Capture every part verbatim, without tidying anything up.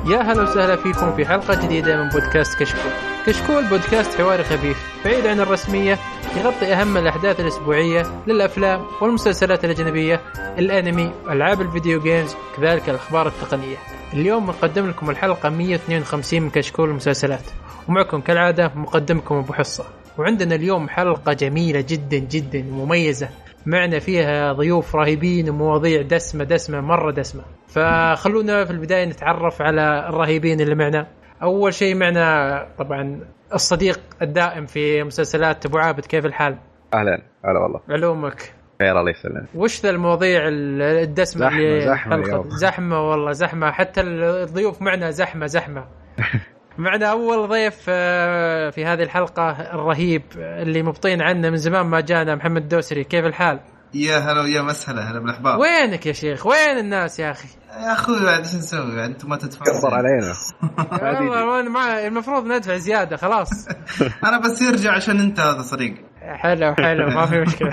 يا هلا وسهلا فيكم في حلقة جديدة من بودكاست كشكول. كشكول بودكاست حواري خفيف بعيد عن الرسمية، يغطي أهم الأحداث الأسبوعية للأفلام والمسلسلات الأجنبية، الأنمي، ألعاب الفيديو جيمز، كذلك الأخبار التقنية. اليوم نقدم لكم الحلقة مية واثنين وخمسين من كشكول المسلسلات، ومعكم كالعادة مقدمكم أبو حصة. وعندنا اليوم حلقة جميلة جدا جدا مميزة، معنا فيها ضيوف رهيبين ومواضيع دسمة دسمة مرة دسمة. فخلونا في البداية نتعرف على الرهيبين اللي معنا. أول شيء معنا طبعا الصديق الدائم في مسلسلات أبو عابد، كيف الحال؟ أهلا هلا والله. علومك خير الله يسلمك. وش ذا المواضيع الدسمة زحمة اللي زحمة, زحمة والله زحمة، حتى الضيوف معنا زحمة زحمة. معنا أول ضيف في هذه الحلقة الرهيب اللي مبطين عنه من زمان ما جانا، محمد الدوسري، كيف الحال؟ يا هلا ويا مسهلا، هلا بالاحباب. وينك يا شيخ؟ وين الناس يا اخي؟ يا اخوي بعد ايش نسوي؟ انتم ما تدفعون كبر علينا. والله ما المفروض ندفع زياده خلاص. انا بس يرجع عشان انت هذا صديق. حلو حلو ما في مشكله.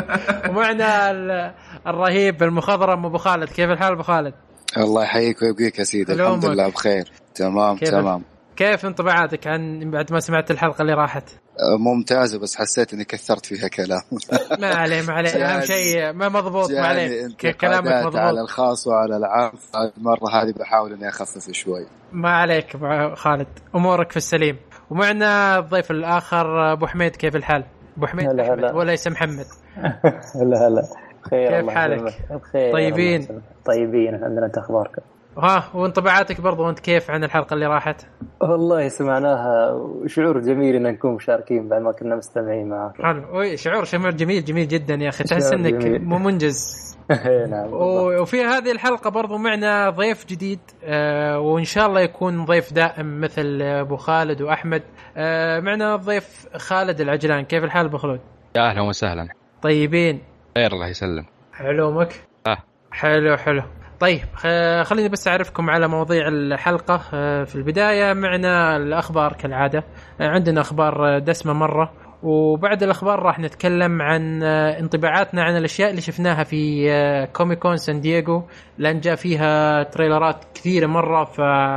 ومعنا الرهيب المخضرم ابو خالد، كيف الحال ابو خالد؟ الله يحييك ويبقيك يا سيدي. الحمد لله بخير تمام كيف تمام. كيف انطباعاتك عن بعد ما سمعت الحلقة اللي راحت؟ ممتازة، بس حسيت اني كثرت فيها كلام. ما عليه ما عليه، اهم شيء ما مضبوط. ما عليه كلامك مضبوط على الخاص وعلى العام. المرة هذه بحاول اني اخفف شوي. ما عليك خالد، امورك في السليم. ومعنا الضيف الاخر ابو حميد، كيف الحال؟ ابو حميد هلا هلا. وليس محمد. هلا هلا خير. كيف حالك؟ بخير. طيبين طيبين عندنا. انت اخبارك؟ ها وانطباعاتك برضو انت كيف عن الحلقة اللي راحت؟ والله سمعناها وشعور جميل ان نكون مشاركين بعد ما كنا مستمعين معك. حلو، شعور شعور جميل جميل جدا يا اخي، تحس انك مو منجز. نعم. وفي هذه الحلقة برضو معنا ضيف جديد، آه وإن شاء الله يكون ضيف دائم مثل أبو خالد وأحمد. آه معنا الضيف خالد العجلان، كيف الحال أبو خالد؟ يا أهلا وسهلا. طيبين؟ خير الله يسلم. علومك؟ آه. حلو حلو. طيب خليني بس أعرفكم على مواضيع الحلقة. في البداية معنا الأخبار كالعادة، عندنا أخبار دسمة مرة، وبعد الأخبار راح نتكلم عن انطباعاتنا عن الأشياء اللي شفناها في كوميكون سان دييغو، لأن جاء فيها تريلرات كثيرة مرة،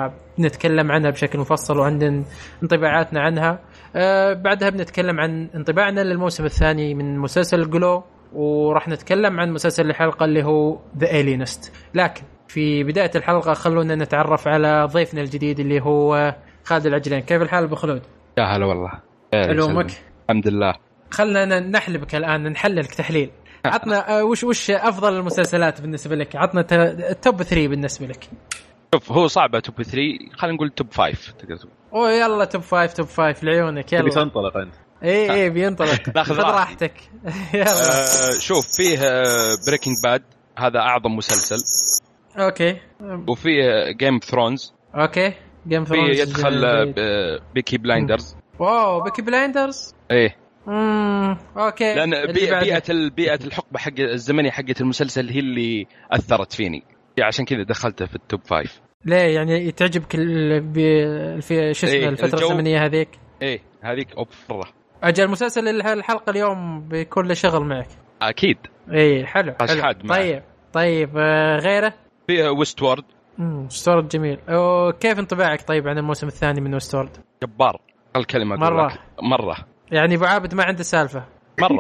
فنتكلم عنها بشكل مفصل وعندنا انطباعاتنا عنها. بعدها بنتكلم عن انطباعنا للموسم الثاني من مسلسل جلو، وراح نتكلم عن مسلسل الحلقة اللي هو The Alienist. لكن في بداية الحلقة خلونا نتعرف على ضيفنا الجديد اللي هو خالد العجلان. كيف الحال أبو خلود؟ يا هلا والله. علومك؟ الحمد لله. خلنا نحلبك الآن، نحللك تحليل. عطنا وش وش أفضل المسلسلات بالنسبة لك؟ عطنا التوب ثري بالنسبة لك. شوف هو صعبة توب ثري، خلينا نقول توب فايف تقدر تقول. أوه يلا توب فايف توب فايف لعيونك يلا. بينطلق أنت. ايه ايه بينطلق. خذ راحتك. يلا. آه شوف فيه بريكنج باد، هذا اعظم مسلسل. اوكي. وفيه جيم اوف ثرونز. اوكي جيم اوف ثرونز. يدخل بيكي بلايندرز. واو بيكي بلايندرز. ايه امم اوكي. لان بيئه البيئه الحقبه حق الزمنيه حقه المسلسل هي اللي اثرت فيني، عشان كذا دخلته في التوب فايف. ليه يعني تعجبك في شو اسمه إيه الفتره الزمنيه هذيك؟ ايه هذيك اوبرا. اجل مسلسل الحلقه اليوم بكل شغل معك اكيد. ايه حلو, حلو. طيب طيب آه غيره في ويست وورد. امم ويست وورد جميل. وكيف انطباعك طيب عن الموسم الثاني من ويست وورد؟ جبار الكلمه مره مره يعني ابو عابد ما عنده سالفه مره.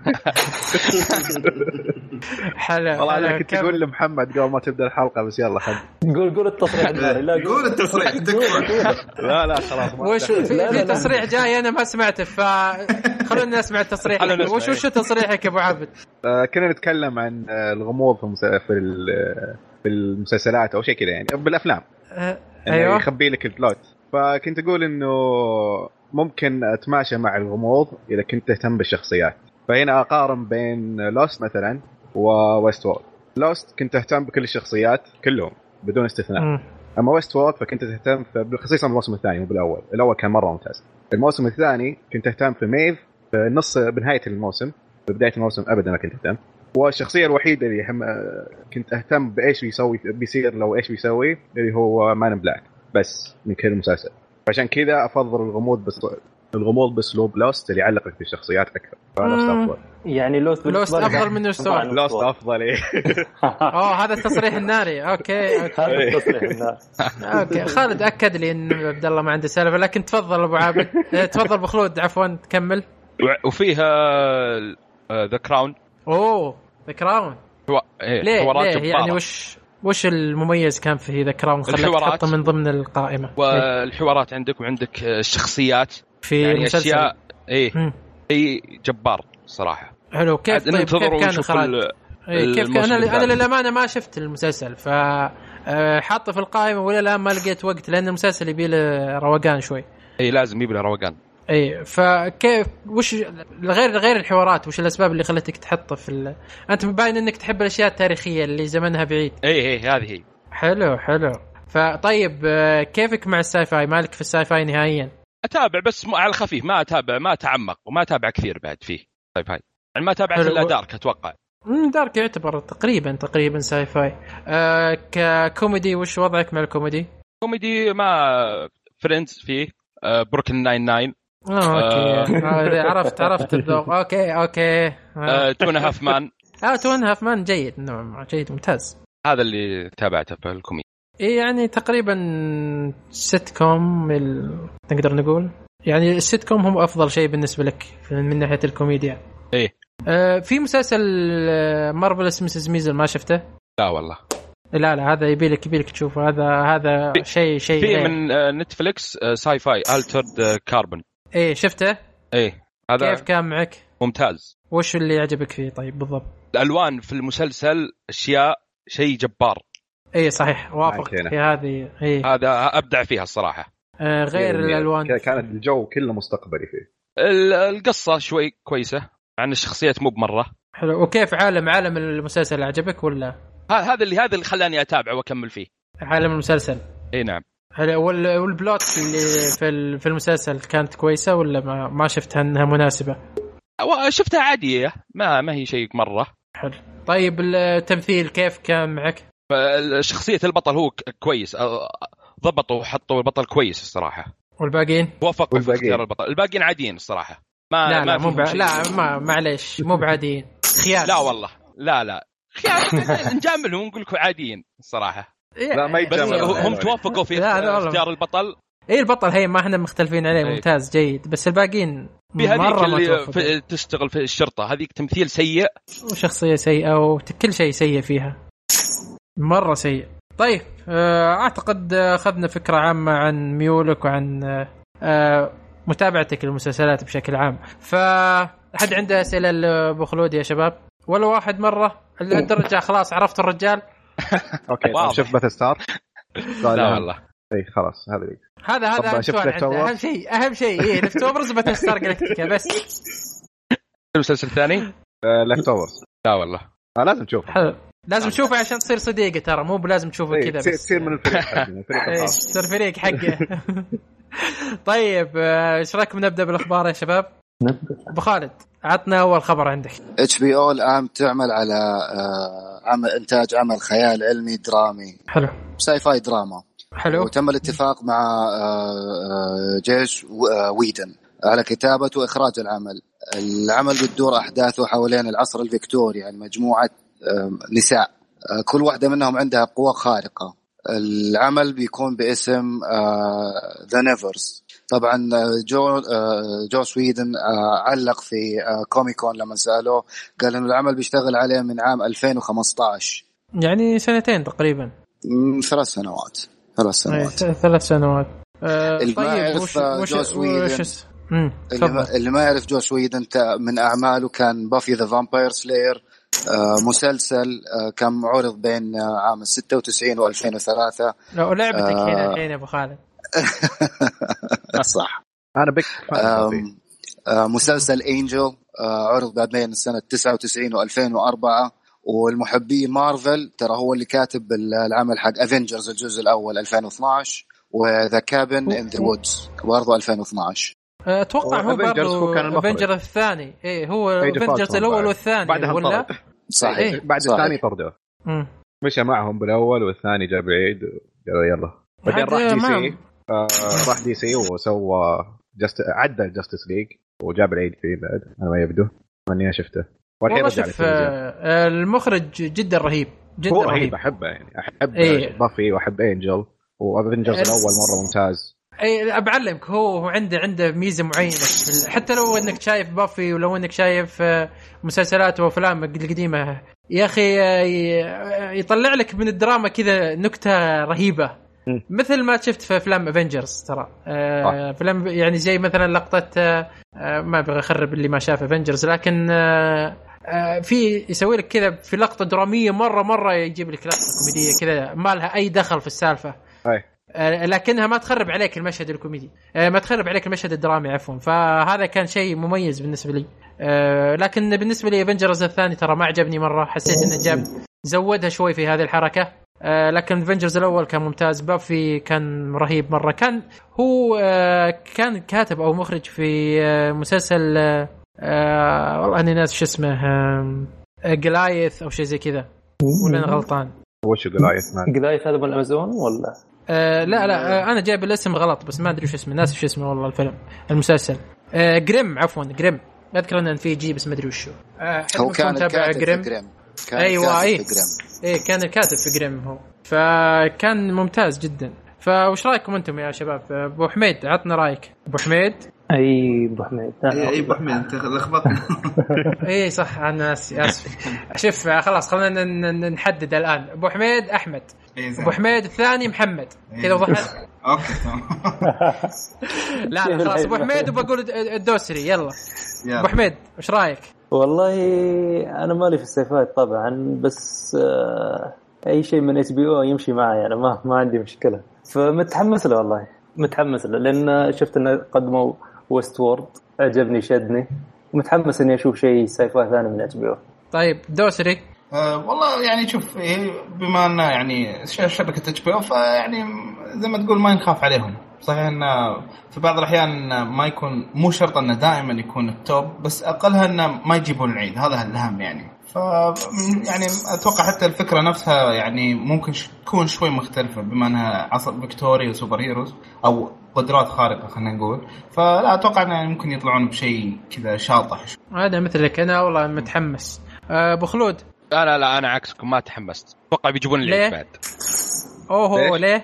حلو والله انا كنت اقول لمحمد قبل ما تبدا الحلقه، بس يلا خد قول قول التصريح. لا قول التصريح. لا لا خلاص. وش في تصريح جاي انا ما سمعته، فخلونا نسمع التصريح. وش وش تصريحك يا ابو عابد؟ كنا نتكلم عن الغموض في في المسلسلات او شيء كذا، يعني بالافلام. ايوه يخبي لك البلوت. فكنت اقول انه ممكن اتماشى مع الغموض اذا كنت تهتم بالشخصيات. فهنا اقارن بين لوست مثلا وويست وورد. لوست كنت اهتم بكل الشخصيات كلهم بدون استثناء. م. اما ويست وورد فكنت اهتم خصيصا الموسم الثاني مو بالاول. الاول كان مره ممتاز. الموسم الثاني كنت اهتم في ميف في نص بنهايه الموسم، في بدايه الموسم ابدا ما كنت اهتم. والشخصيه الوحيده اللي هم كنت اهتم بايش بيسوي بيصير لو ايش بيسوي اللي هو مان بلاك بس من كل المسلسل. عشان كذا افضل الغموض بس الغموض باسلوب لوست اللي يعلقك بالشخصيات اكثر. فلوست افضل يعني لوست لوست افضل من ستور. لوست افضل ايه. اوه هذا التصريح الناري. اوكي اوكي هذا التصريح النار. اوكي خالد اكد لي ان عبد الله ما عنده سالفه، لكن تفضل ابو عابد. تفضل ابو خلود عفوا تكمل. وفيها ذا كراون. اوه ذا كراون إيه ليه, ليه يعني وش وش المميز كان في ذا كراون خلاك تحطه من ضمن القائمه؟ والحوارات عندك وعندك الشخصيات في يعني المسلسل. اشياء ايه اي جبار صراحه. حلو. كيف طيب كيف كان الاخراج؟ إيه كيف كان؟ انا انا للامانه ما شفت المسلسل، ف حاطه في القائمه ولا الان ما لقيت وقت، لان المسلسل يبي له روقان شوي. اي لازم يبي له روقان. اي فكيف وش غير غير الحوارات، وش الاسباب اللي خلتك تحطه في ال... انت مبين انك تحب الاشياء التاريخيه اللي زمنها بعيد. اي اي هذه هي. حلو حلو. فطيب كيفك مع الساي فاي؟ مالك في الساي فاي نهائيا؟ اتابع بس على الخفيف، ما اتابع ما اتعمق وما اتابع كثير بعد فيه ساي فاي يعني. ما تابعت الا دارك اتوقع. امم دارك يعتبر تقريبا تقريبا ساي فاي. آه ككوميدي وش وضعك مع الكوميدي؟ كوميدي ما فريندز فيه. آه بروكن ناين ناين. اه اوكي آه عرفت عرفت الذوق. اوكي اوكي آه تون هاف مان. اه تون هاف مان جيد نعم جيد ممتاز. هذا اللي تابعته في الكوميدي. إيه يعني تقريبا سيت كوم ال... نقدر نقول يعني السيت كوم هم افضل شيء بالنسبه لك من ناحيه الكوميديا. ايه آه في مسلسل مارفلس مسز ميزل ما شفته؟ لا والله. لا لا هذا يبي لك يبي لك تشوفه. هذا هذا شيء شيء في من آه نتفليكس آه ساي فاي الترد كاربون. ايه شفته. ايه هذا كيف كان معك؟ ممتاز. وش اللي يعجبك فيه طيب بالضبط؟ الالوان في المسلسل اشياء شيء جبار. ايه صحيح وافق في هذه. ايه هذا ابدع فيها الصراحه. آه غير يعني الالوان كانت الجو كله مستقبلي فيه. القصه شوي كويسه عن الشخصيات مو بمره. حلو. وكيف عالم عالم المسلسل عجبك ولا؟ هذا اللي هذا اللي خلاني اتابع واكمل فيه عالم المسلسل. اي نعم. حلو. والبلوت اللي في في المسلسل كانت كويسه ولا ما ما شفتها انها مناسبه؟ شفتها عاديه ما ما هي شيء مره. حلو. طيب التمثيل كيف كان معك؟ شخصيه البطل هو كويس، ضبطوا وحطوا البطل كويس الصراحه. والباقيين وفقوا في اختيار البطل. الباقيين عاديين الصراحه. ما لا ما لا مو بع... لا ما معليش مو بعاديين خيال. لا والله لا لا خيال نجاملهم ونقول لكم عاديين الصراحه. لا ما يتجامل. هم توافقوا في اختيار البطل. ايه البطل هي ما احنا مختلفين عليه. ممتاز جيد. بس الباقيين مرة اللي في تشتغل في الشرطة هذيك تمثيل سيء وشخصية سيئة وكل شيء سيء فيها مرة سيء. طيب أعتقد أخذنا فكرة عامة عن ميولك وعن متابعتك للمسلسلات بشكل عام. فأحد عنده أسئلة لأبو خلود يا شباب؟ ولا واحد مرة الدرجة خلاص عرفت الرجال. أوكي شوف بث ستار. لا والله اي خلاص هذا هذا هذا اهم سؤال اهم شيء اهم شيء ايه لفتوبرز بتستار جالكتيكا بس. المسلسل الثاني لفتوبرز. لا والله آه لازم تشوفه. لازم تشوفه عشان تصير صديقه ترى مو بلازم تشوفه كذا بس تصير من الفريق حقنا تصير فريق حقه. طيب ايش رايكم نبدا بالاخبار يا شباب؟ ابو خالد عطنا اول خبر عندك. اتش بي او الان تعمل على عمل انتاج عمل خيال علمي درامي. حلو. ساي فاي دراما. حلو. وتم الاتفاق مع جيش ويدن على كتابة وإخراج العمل. العمل بتدور أحداثه حوالين العصر الفيكتوري، يعني مجموعة نساء كل واحدة منهم عندها قوة خارقة. العمل بيكون باسم ذا نيفرز. طبعا جو جو سويدن علق في كوميكون لما سألوه قال إنه العمل بيشتغل عليه من عام ألفين وخمسة عشر يعني سنتين تقريبا. ثلاث سنوات ثلاث سنوات ثلاث سنوات. أه اللي طيب ما يعرف جوس ويدن اللي, اللي ما يعرف جوس ويدن من أعماله كان بافي ذا فامباير سلاير. آه مسلسل آه كان عرض بين آه عام ستة وتسعين وألفين وثلاثة. لو لعبتك آه هنا الحين أبو خالد. صح. أنا بك. آه آه مسلسل إنجل آه عرض بين سنة تسعة وتسعين وألفين وأربعة. والمحبين مارفل ترى هو اللي كاتب العمل حق افنجرز الجزء الاول ألفين واثناشر وذا كابن ان ذا وودز برضه ألفين واثناشر. اتوقع هو برضه افنجرز الثاني. ايه هو افنجرز الاول والثاني ولا صحيح إيه؟ بعد صحيح. الثاني طردوه مشى معهم بالاول والثاني جاء بعيد قالوا يلا بعدين راح دي سي. آه راح دي سي وسوى جست عدى جاستس ليج وجاب العيد فيه بعد انا ما يبدو اني شفته والحين رجع على المخرج جدا رهيب جدا هو رهيب احبه يعني احب إيه. بافي واحب انجل وافنجرز الاول مره ممتاز. اي بعلمك هو عنده عنده ميزه معينه حتى لو انك شايف بافي ولو انك شايف مسلسلات وافلام القديمه يا اخي يطلع لك من الدراما كذا نكته رهيبه مثل ما شفت في افلام افنجرز ترى آه فيلم يعني زي مثلا لقطه آه ما ابغى اخرب اللي ما شاف افنجرز لكن آه آه في يسوي لك كذا في لقطه دراميه مره مره يجيب لك لقطه كوميديه كذا ما لها اي دخل في السالفه أي. آه لكنها ما تخرب عليك المشهد الكوميدي آه ما تخرب عليك المشهد الدرامي عفوا فهذا كان شيء مميز بالنسبه لي آه لكن بالنسبه لي افنجرز الثاني ترى ما عجبني مره حسيت انه جاب زودها شوي في هذه الحركه آه لكن فينجرز الأول كان ممتاز بافي كان رهيب مرة كان هو آه كان كاتب أو مخرج في آه مسلسل آه آه والله أنا ناس شو اسمه آه جلايث أو شيء زي كذا ولا أنا غلطان وش جلايث مان جلايث هذا بالأمازون ولا آه لا لا آه أنا جايب الاسم غلط بس ما أدري شو اسمه ناس شو اسمه والله الفيلم المسلسل آه جريم عفوا جريم أذكر أن في جي بس ما أدري وشو آه هو كان كاتب جريم. جريم ايوه ايه ايه كان الكاتب في جريم هو فكان ممتاز جدا. فوش رايكم انتم يا شباب؟ ابو حميد عطنا رايك. ابو حميد اي ابو حميد اي ابو حميد انت لخبطنا. اي صح انا اسف شوف خلاص خلينا نحدد الان. ابو حميد احمد ابو حميد الثاني محمد كذا وضحت. اوكي تمام. لا خلاص ابو حميد وبقول الدوسري يلا. ابو حميد وش رايك؟ والله انا مالي في السيفات طبعا بس اي شيء من اتش بي او يمشي معي انا ما ما عندي مشكله فمتحمس له والله متحمس له لان شفت انه قدموا ويست وورد عجبني شدني ومتحمس اني اشوف شيء سايفاي ثاني من اتش بي او. طيب دوسري أه والله يعني شوف بما ان يعني شبكه اتش بي او فيعني زي ما تقول ما نخاف عليهم صحيح ان في بعض الاحيان ما يكون مو شرط انه دائما يكون التوب بس اقلها انه ما يجيبون العيد هذا الاهم يعني. ف يعني اتوقع حتى الفكره نفسها يعني ممكن تكون شوي مختلفه بما انها عصر فيكتوري وسوبر هيروز او قدرات خارقه خلينا نقول فلا اتوقع انه ممكن يطلعون بشيء كذا شاطح. هذا مثلك انا والله متحمس. ابو خلود لا لا انا عكسكم ما تحمست اتوقع بيجيبون العيد بعد. اوه ليه؟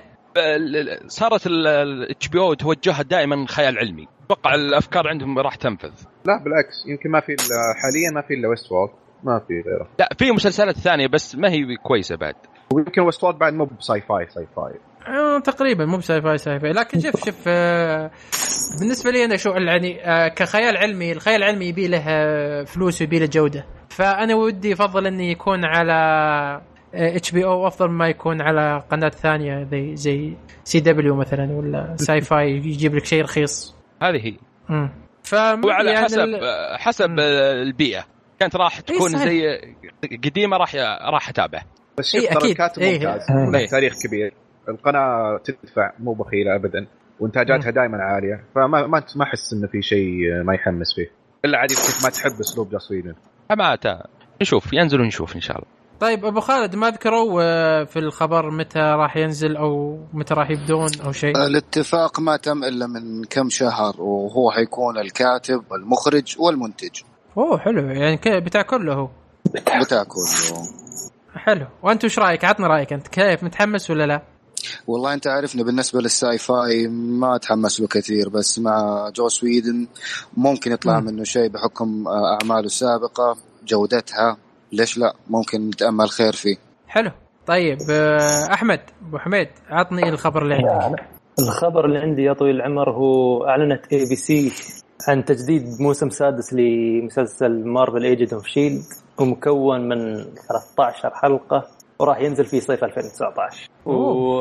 صارت الاتش بي او توجهها دائما خيال علمي اتوقع الافكار عندهم راح تنفذ. لا بالعكس يمكن ما في حاليا ما في الا ويست وورد ما في غيره. لا في مسلسلات ثانيه بس ما هي كويسه بعد ويمكن ويست وورد بعد مو بساي فاي ساي فاي آه تقريبا مو بساي فاي ساي فاي لكن شوف شوف آه بالنسبه لي انا شو يعني آه كخيال علمي الخيال العلمي يبي له فلوس ويبي له جوده فانا ودي افضل اني يكون على اتش بي او افضل ما يكون على قناه ثانيه زي زي سي دبليو مثلا ولا ساي فاي يجيب لك شيء رخيص. هذه هي امم وعلى يعني حسب ال... حسب م. البيئه كانت راح تكون إيه زي قديمه راح راح اتابع بس شوف ترى الكاتب ممتاز وله تاريخ كبير القناه تدفع مو بخيله ابدا وانتاجاتها دائما عاليه فما ما ما احس انه في شيء ما يحمس فيه الا عادي كيف ما تحب اسلوب جاس ويدن. حماته نشوف ينزل ونشوف ان شاء الله. طيب ابو خالد ما ذكروا في الخبر متى راح ينزل او متى راح يبدون او شيء؟ الاتفاق ما تم الا من كم شهر وهو حيكون الكاتب والمخرج والمنتج. اوه حلو يعني بتاع كله هو بتاع كله حلو. وانت وش رايك؟ عطنا رايك انت كيف متحمس ولا لا؟ والله انت عارفني بالنسبه للساي فاي ما اتحمس له كثير بس مع جوس ويدن ممكن يطلع م. منه شيء بحكم اعماله السابقه جودتها ليش لا ممكن نتأمل خير فيه. حلو. طيب أحمد أبو حميد عطني الخبر اللي عندك. الخبر اللي عندي يا طويل العمر هو أعلنت إيه بي سي عن تجديد موسم سادس لمسلسل مارفل ايجنت اوف شيلد ومكون من ثلاثة عشر حلقة وراح ينزل في صيف ألفين وتسعة عشر و...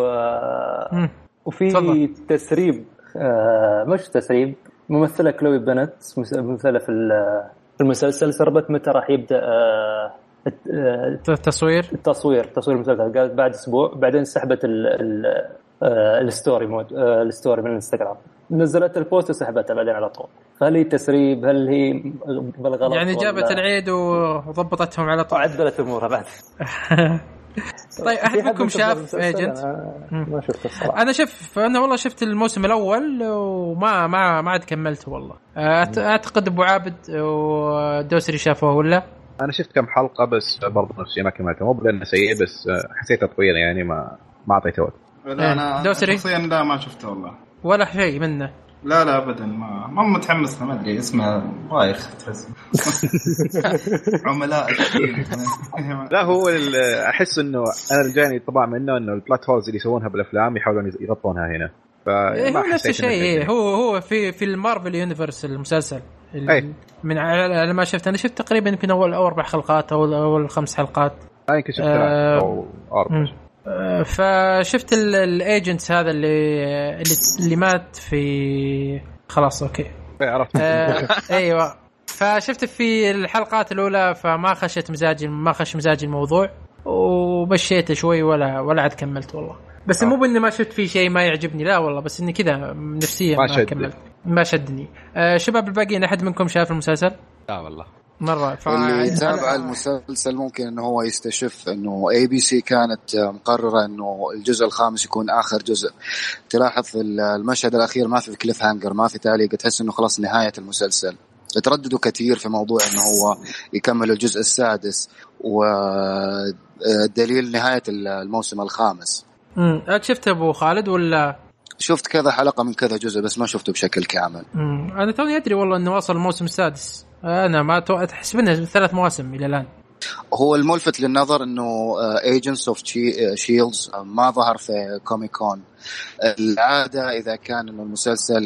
وفي صدق. تسريب آه مش تسريب ممثلة كلوي بنت ممثلة في المسلسل سربت متى راح يبدأ آه التصوير التصوير تصوير المسلسل قالت بعد اسبوع بعدين سحبت ال ال الستوري مود الستوري من الانستغرام نزلت البوست وسحبتها بعدين على طول. هل هي تسريب هل هي بالغلط يعني جابت العيد وضبطتهم على طول وعدلت امورها بعد. طيب احد منكم شاف ايجنت؟ ما شفت الصراحه. انا شف انا والله شفت الموسم الاول وما ما ما عاد كملته والله. اعتقد ابو عابد ودوسري شافوه ولا؟ انا شفت كم حلقه بس برضه نفسي ما كملته، مو لانه سيء بس حسيته طويل يعني ما ما اعطيته وقت. لا انا شخصيا لا ما شفته والله ولا شيء منه. لا لا ابدا ما ما متحمس له، ما ادري اسمه بايخ تحس عملاء لا هو احس انه انا اللي جاني طبعا منه انه البلات هولز اللي يسوونها بالافلام يحاولون يغطونها هنا، فما هو نفس الشيء. هو هو في في المارفل يونيفرس المسلسل من على ما شفت انا شفت تقريبا يمكن اول او اربع حلقات او اول خمس حلقات اي كنت شفت ثلاث او اربع. فشفت الايجنتس هذا اللي اللي مات في خلاص اوكي عرفت. آه ايوه فشفت في الحلقات الاولى فما خشت مزاجي ما خش مزاجي الموضوع ومشيته شوي ولا ولا عاد كملت والله. بس مو باني ما شفت فيه شيء ما يعجبني لا والله، بس اني كذا نفسيا ما, ما كملت ما شدني. آه شباب الباقيين احد منكم شاف المسلسل؟ لا والله مرة. اللي يتابع المسلسل ممكن انه هو يستشف انه اي بي سي كانت مقررة انه الجزء الخامس يكون اخر جزء. تلاحظ في المشهد الاخير ما في كليف هانجر، ما في تعليق، تحس انه خلاص نهاية المسلسل. ترددوا كثير في موضوع انه هو يكمل الجزء السادس ودليل نهاية الموسم الخامس. امم شفت ابو خالد ولا؟ شفت كذا حلقة من كذا جزء بس ما شفته بشكل كامل. امم انا توني ادري والله انه وصل الموسم السادس. انا ما احسب انه ثلاث مواسم الى الان. هو الملفت للنظر انه ايجنتس اوف شيلدز ما ظهر في كوميكون. العاده اذا كان انه المسلسل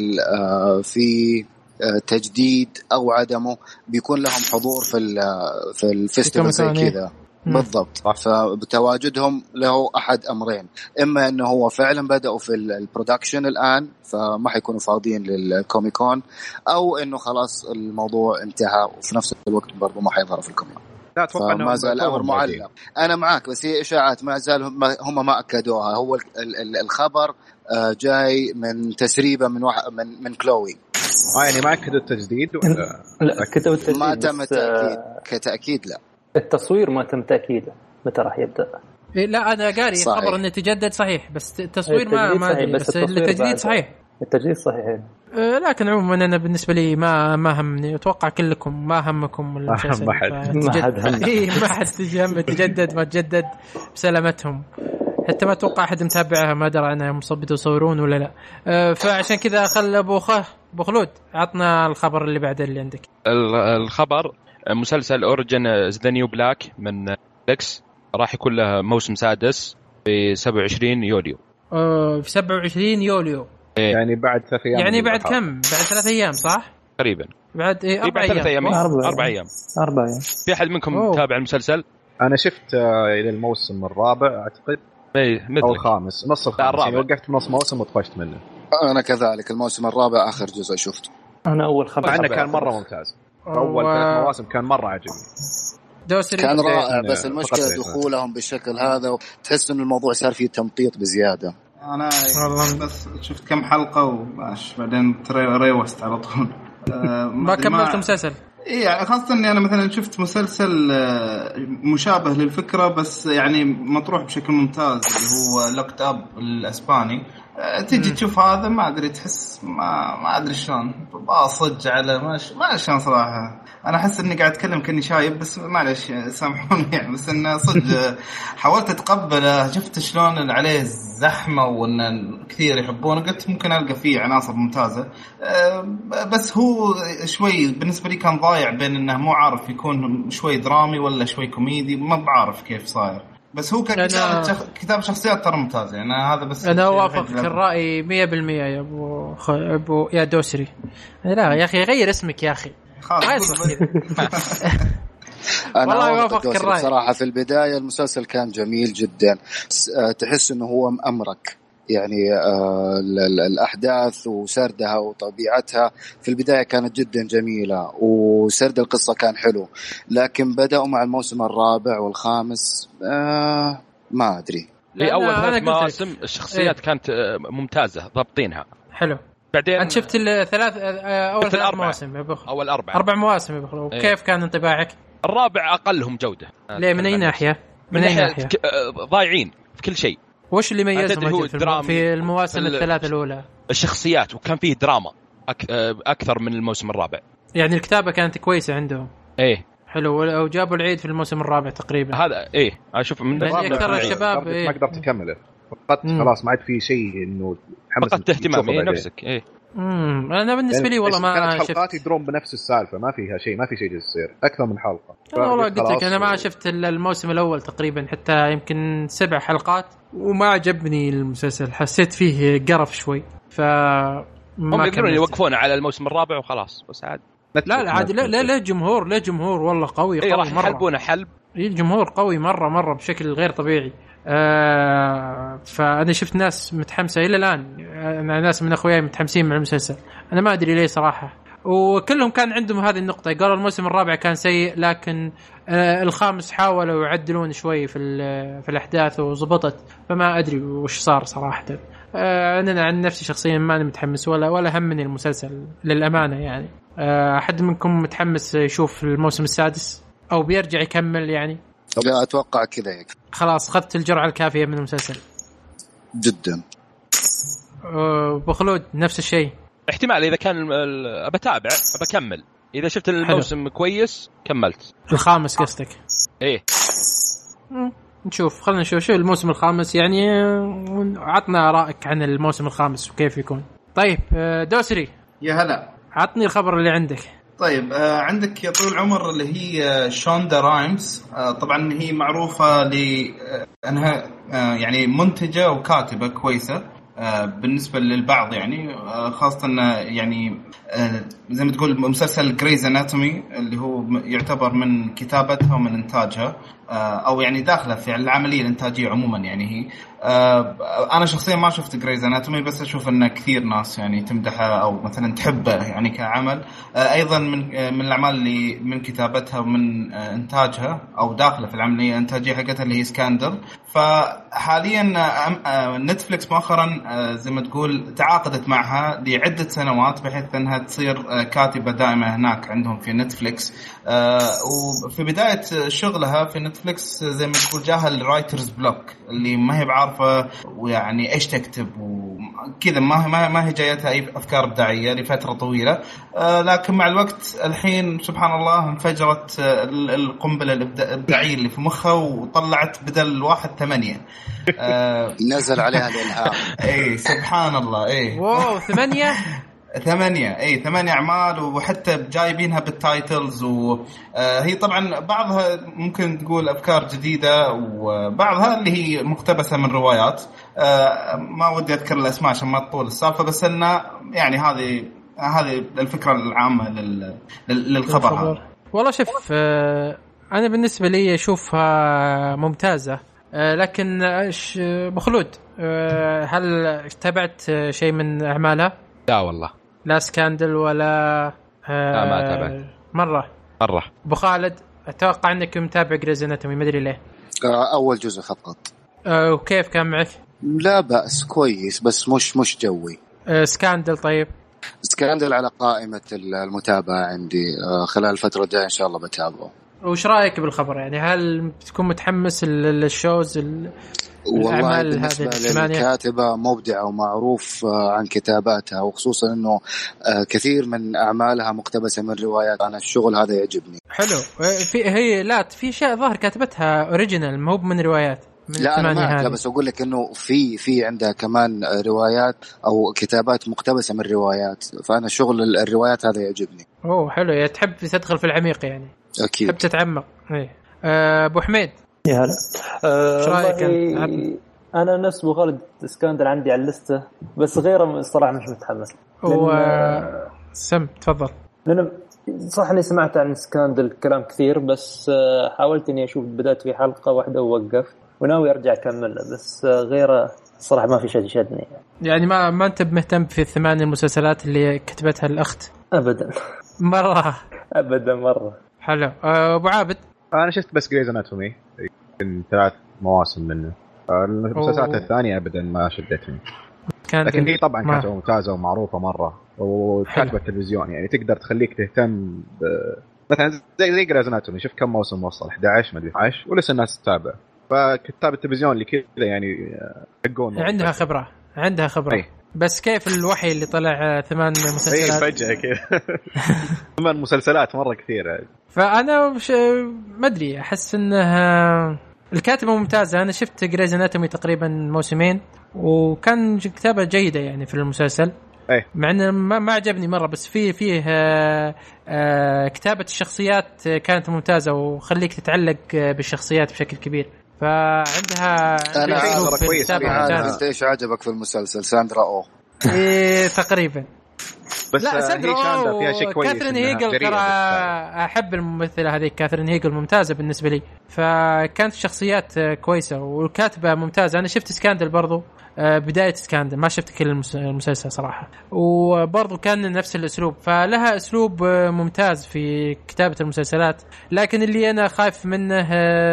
في تجديد او عدمه بيكون لهم حضور في في الفيستيفال زي كذا بالضبط. فبتواجدهم له احد امرين، اما انه هو فعلا بدأوا في البرودكشن الان فما حيكونوا فاضيين للكوميكون، او انه خلاص الموضوع انتهى وفي نفس الوقت برضه ما حيظهروا في الكوميكون. لا اتوقع انه ما زال الامر معلق. انا معاك بس هي اشاعات ما زال هم ما اكدوها. هو الخبر جاي من تسريبه من من من كلوي. اه يعني ما اكدوا التجديد ولا لا كتبوا التجديد ما تم التاكيد. كتاكيد لا التصوير ما تم تاكيده متى راح يبدا. لا انا قاري خبر انه تجدد صحيح بس التصوير ما ما ادري بس, بس التجديد صحيح. التجديد صحيح أه لكن عموما انا بالنسبه لي ما ما همني. اتوقع كلكم ما همكم المسلسل. ما حد ما حد إيه ما حد تجمد تجدد ما تجدد بسلامتهم. حتى ما اتوقع احد متابعها ما درى عنها مصبتوا يصورون ولا لا. أه فعشان كذا خل ابو خه ابو خلود عطنا الخبر اللي بعده اللي عندك. الخبر مسلسل اوريجين ذا نيو بلاك من نتفليكس راح يكون له موسم سادس في سبعة وعشرين يوليو. أه في سبعة وعشرين يوليو يعني بعد ثلاث ايام. يعني بعد كم؟ بعد ثلاث ايام صح تقريبا. بعد إيه أربع أيام. أيام أربع أيام أربع أيام. في أحد منكم أوه. تابع المسلسل؟ أنا شفت إلى الموسم الرابع أعتقد أو الخامس نص الخامس يعني وقفت نص موسم وطفشت منه. أنا كذلك الموسم الرابع آخر جزء شفته. أنا أول خمس عنه كان مرة ممتاز. أول ثلاث مواسم كان مرة عجبني. كان رائع بس المشكلة دخولهم بالشكل هذا وتحس إن الموضوع صار فيه تمطيط بزيادة. أنا بس شفت كم حلقة وباش بعدين ريوست على طول. ما كملت مسلسل. إيه يعني خاصة إني أنا مثلا شفت مسلسل مشابه للفكرة بس يعني مطروح بشكل ممتاز اللي هو لوكت أب الإسباني. تيجي تشوف هذا ما أدري تحس ما ما أدري شلون باصج على ماش ما شلون صراحة. أنا أحس إني قاعد أتكلم كأني شايب بس معلش سامحوني يعني بس إنه صدق حاولت أتقبله. شفت شلون عليه زحمة وإن كثير يحبونه قلت ممكن ألقى فيه عناصر ممتازة بس هو شوي بالنسبة لي كان ضايع بين إنه مو عارف يكون شوي درامي ولا شوي كوميدي ما بعرف كيف صاير. بس هو كتاب شخ... كتاب شخصيات ترى ممتاز يعني هذا بس انا اوافقك الراي مية بالمية يا ابو خ... ابو يا دوسري. لا يا اخي غير اسمك يا اخي انا اوافقك الراي صراحه. في البدايه المسلسل كان جميل جدا تحس انه هو مأمرك يعني آه الأحداث وسردها وطبيعتها في البداية كانت جدا جميلة وسرد القصة كان حلو لكن بدأوا مع الموسم الرابع والخامس آه ما أدري. في أول ثلاث مواسم الشخصيات إيه؟ كانت ممتازة ضابطينها حلو. بعدين أنت شفت الثلاث أول ثلاث مواسم يا بخ أول أربع أربع مواسم يا بخ. وكيف إيه؟ كان انطباعك؟ الرابع أقلهم جودة. ليه من أي ناحية؟ من أي ناحية؟ ضايعين في كل شيء. وش اللي ميزهم في, في المواسم الثلاثة الأولى؟ الشخصيات، وكان فيه دراما أك... أكثر من الموسم الرابع. يعني الكتابة كانت كويسة عندهم. إيه حلو. أو جابوا العيد في الموسم الرابع تقريبا. هذا إيه أشوف من أكثر الشباب إيه؟ ما قدرت تكمله فقط خلاص ما عاد في شيء إنه فقط اهتمام إيه نفسك إيه. امم انا بالنسبه لي والله ما شفت حلقات يدرون بنفس السالفه ما فيها شيء ما في شيء يصير اكثر من حلقه. والله قلت لك انا ما شفت الموسم الاول تقريبا حتى يمكن سبع حلقات وما عجبني المسلسل حسيت فيه قرف شوي ف هم يقدرون يوقفون على الموسم الرابع وخلاص بس عاد لا لا عاد لا لا, لا جمهور لا جمهور والله قوي قوي راح يحلبونه حلب الجمهور قوي مره مره بشكل غير طبيعي. آه فأنا شفت ناس متحمسة إلى الآن. أنا ناس من أخوياي متحمسين مع المسلسل أنا ما أدري ليه صراحة وكلهم كان عندهم هذه النقطة قالوا الموسم الرابع كان سيء لكن آه الخامس حاولوا يعدلون شوي في في الأحداث وضبطت فما أدري وش صار صراحة. آه أنا عن نفسي شخصيا ما أنا متحمس ولا ولا همني المسلسل للأمانة يعني. آه أحد منكم متحمس يشوف الموسم السادس أو بيرجع يكمل يعني؟ لا أتوقع كذا يكفي خلاص أخذت الجرعة الكافية من المسلسل جدا. بخلود نفس الشيء احتمال إذا كان بتابع بكمل إذا شفت الموسم حلو. كويس كملت الخامس قصدك إيه نشوف خلنا نشوف شو الموسم الخامس يعني عطنا آرائك عن الموسم الخامس وكيف يكون. طيب دوسري يا هلا عطني الخبر اللي عندك. طيب آه عندك يا طويل العمر اللي هي شوندا رايمز. آه طبعا هي معروفة لأنها آه يعني منتجة وكاتبة كويسة آه بالنسبة للبعض يعني آه خاصة يعني آه زي ما تقول مسلسل جريز أناتومي اللي هو يعتبر من كتابتها ومن إنتاجها آه أو يعني داخلة في العملية الإنتاجية عموما يعني هي آه أنا شخصيا ما شفت جريز أناتومي بس أشوف أن كثير ناس يعني تمدحها أو مثلا تحبه يعني كعمل آه أيضا من آه من الأعمال اللي من كتابتها ومن آه إنتاجها أو داخلة في العملية الإنتاجية حقتها اللي هي سكاندل. فحاليا آه آه نتفليكس مؤخرا آه زي ما تقول تعاقدت معها لعدة سنوات بحيث أنها تصير آه كاتبة دائمة هناك عندهم في نتفليكس. آه وفي بداية شغلها في نتفليكس زي ما تقول جاها الرايترز بلوك اللي ما هي بعارفة ويعني إيش تكتب وكذا ما ما ما هي جايتها أي أفكار إبداعية لفترة طويلة. آه لكن مع الوقت الحين سبحان الله انفجرت آه القنبلة الإبداعية اللي في مخها وطلعت بدل واحد ثمانية آه نزل عليها الإلهام. إيه سبحان الله إيه واو ثمانية ثمانية أي ثمانية أعمال وحتى جايبينها بالتايتلز وهي طبعا بعضها ممكن تقول أفكار جديدة وبعضها اللي هي مقتبسة من روايات ما ودي أذكر الأسماء عشان ما تطول السالفة بس إنه يعني هذه هذه الفكرة العامة للخبر هذا. والله شوف أنا بالنسبة لي أشوفها ممتازة لكن إيش بخلود هل تابعت شيء من أعمالها؟ لا والله لا سكاندل ولا آه لا ما تابعت مرة مرة. أبو خالد أتوقع أنك متابع جريز أناتومي ما أدري ليه. أول جزء فقط. أه وكيف كان معك؟ لا بأس كويس بس مش مش جوي. أه سكاندل طيب سكاندل على قائمة المتابعة عندي أه خلال الفترة الجاية إن شاء الله بتابعه. وش رأيك بالخبر يعني هل بتكون متحمس للشوز ال... والله بالنسبة للكاتبة مبدعة ومعروف عن كتاباتها وخصوصا أنه كثير من أعمالها مقتبسة من روايات. أنا الشغل هذا يعجبني. حلو في هي لا في شيء ظاهر كاتبتها أوريجينال مو من روايات من لا أنا معك لا بس أقول لك أنه في في عندها كمان روايات أو كتابات مقتبسة من روايات فأنا شغل الروايات هذا يعجبني. أوه حلو يعني تحب تدخل في العميق يعني أكيد تحب تتعمق. إيه أبو حميد يا هلا ايش أه رايك؟ انا نفس ابو خالد سكاندل عندي على اللسته بس غيره الصراحه مش متحمس. و سم تفضل. لأن صح اني سمعت عن سكاندل كلام كثير بس حاولت اني اشوف بداية في حلقه واحده ووقف وناوي ارجع اكملها بس غيره الصراحه ما في شيء شدني يعني ما ما انت مهتم في الثمان المسلسلات اللي كتبتها الاخت؟ ابدا مره ابدا مره. حلو ابو عابد. انا شفت بس جريز اناتومي من ثلاث مواسم منه. المسلسلات الثانيه ابدا ما شدتني لكن هي طبعا كانت ممتازه ومعروفه مره وكاتبه التلفزيون يعني تقدر تخليك تهتم ب... مثلا زي زي جريز اناتومي شوف كم موسم وصل إحدى عشر ما ادري اثنا عشر ولسه الناس تتابع فكتاب التلفزيون اللي كذا يعني حقون عندها خبره عندها خبره أي. بس كيف الوحي اللي طلع ثمان مسلسلات اي فجأة كذا ثمان مسلسلات مرة كثير. فأنا مش ما أدري أحس إنها الكاتبة ممتازة. أنا شفت جريز أناتومي تقريبا موسمين وكان كتابة جيدة يعني في المسلسل أي. مع إنه ما ما عجبني مرة بس فيه فيه آه آه كتابة الشخصيات كانت ممتازة وخليك تتعلق بالشخصيات بشكل كبير. فعندها أنا كويس. أنت إيش عجبك في المسلسل ساندرا أو؟ إيه تقريبا. بس لا ساندرا أو فيها شيء كويس. كاثرين هيجل ترى أحب الممثلة هذه كاثرين هيجل ممتازة بالنسبة لي. فكانت الشخصيات كويسة والكاتبة ممتازة. أنا شفت سكاندل برضو بداية سكاندل ما شفت كل المسلسل صراحة وبرضو كان نفس الأسلوب فلها أسلوب ممتاز في كتابة المسلسلات. لكن اللي أنا خايف منه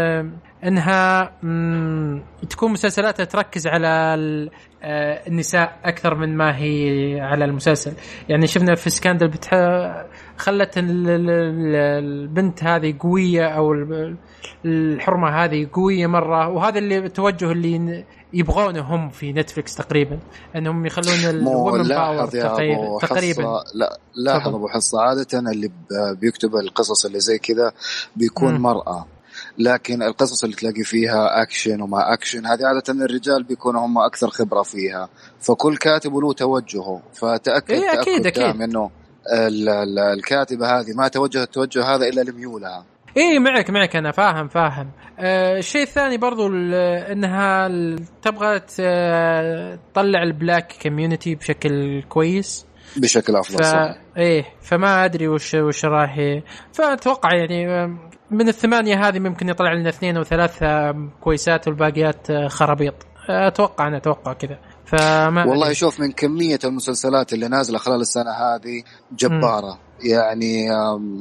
انها تكون مسلسلاتها تركز على النساء اكثر من ما هي على المسلسل. يعني شفنا في سكاندل بتح... خلت البنت هذه قويه او الحرمه هذه قويه مره وهذا اللي التوجه اللي يبغونه هم في نتفليكس تقريبا انهم يخلون الومن باور تقريبا. لا لاحظ ابو حصه عاده اللي بيكتب القصص اللي زي كذا بيكون م. مرأة لكن القصص اللي تلاقي فيها أكشن وما أكشن هذه عادة الرجال بيكونوا هم أكثر خبرة فيها فكل كاتب له توجهه فتأكد إيه أكيد تأكد أكيد إنه الكاتبة هذه ما توجه التوجه هذا إلا لميولها. إيه معك معك أنا فاهم فاهم. آه الشيء الثاني برضو إنها تبغى تطلع البلاك كوميونتي بشكل كويس بشكل أفضل. ف... إيه فما أدري وش وش راح فأتوقع يعني من الثمانية هذه ممكن يطلع لنا اثنين أو ثلاثة كويسات والباقيات خرابيط. أتوقع أنا أتوقع كذا. فما والله أدري. شوف من كمية المسلسلات اللي نازلة خلال السنة هذه جبارة م. يعني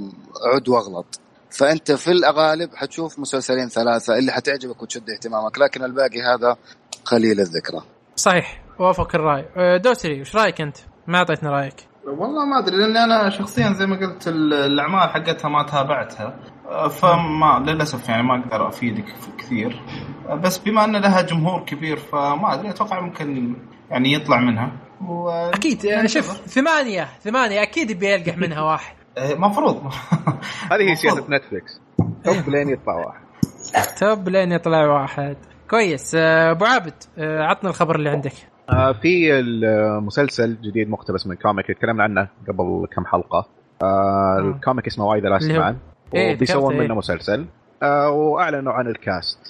عد واغلط. فأنت في الأغالب حتشوف مسلسلين ثلاثة اللي حتعجبك وتشد اهتمامك لكن الباقي هذا قليل الذكرى. صحيح وافق الرأي. دوسري وش رأيك أنت؟ ما أعطيتنا رأيك. والله ما أدري لأن أنا شخصيا زي ما قلت الأعمال حقتها ما تابعتها فما للأسف يعني ما أقدر أفيدك كثير بس بما أن لها جمهور كبير فما أدري أتوقع ممكن يعني يطلع منها و... أكيد شوف ثمانية ثمانية أكيد بيلقح منها واحد مفروض. هذه هي سياسة نتفليكس توب لين يطلع واحد توب لين يطلع واحد كويس. أبو عابد عطنا الخبر اللي عندك. في المسلسل جديد مقتبس من كوميك تكلمنا عنه قبل كم حلقة. الكوميك اسمه واي ذا لاست مان وبيسوون منه مسلسل وأعلنوا عن الكاست.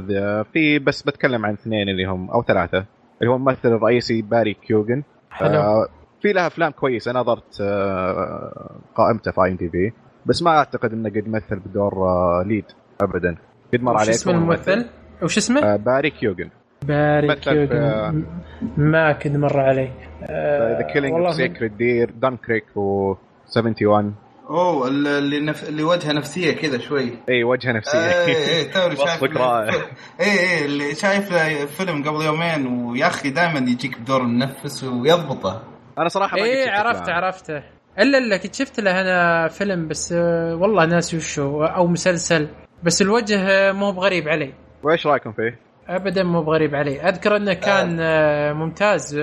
في بس بتكلم عن اثنين اللي هم أو ثلاثة اللي هو الممثل الرئيسي باري كيوغن. في لها أفلام كويسة نظرت قائمته في آي إم دي بي بس ما أعتقد إنه قد يمثل بدور ليد أبدا. قد مر عليه اسم الممثل وش اسمه؟ باري كيوغن. باري كيوغن ما كنت مر عليه. ذا كيلينج اوف سيكريت دير دانكريك و واحد وسبعين. اوه اللي نف... اللي وجهه نفسيه كذا شوي. اي وجهه نفسيه. اي اي توني شايف اي اي اللي شايف فيلم قبل يومين ويا اخي دائما يجيك بدور منفس ويضبطه. انا صراحه ما اي عرفت عرفته الا الا كنت شفت له انا فيلم بس والله ناسي وشو او مسلسل بس الوجه مو بغريب علي. وايش رايكم فيه؟ ابدا مو بغريب علي. اذكر انه كان آه. ممتاز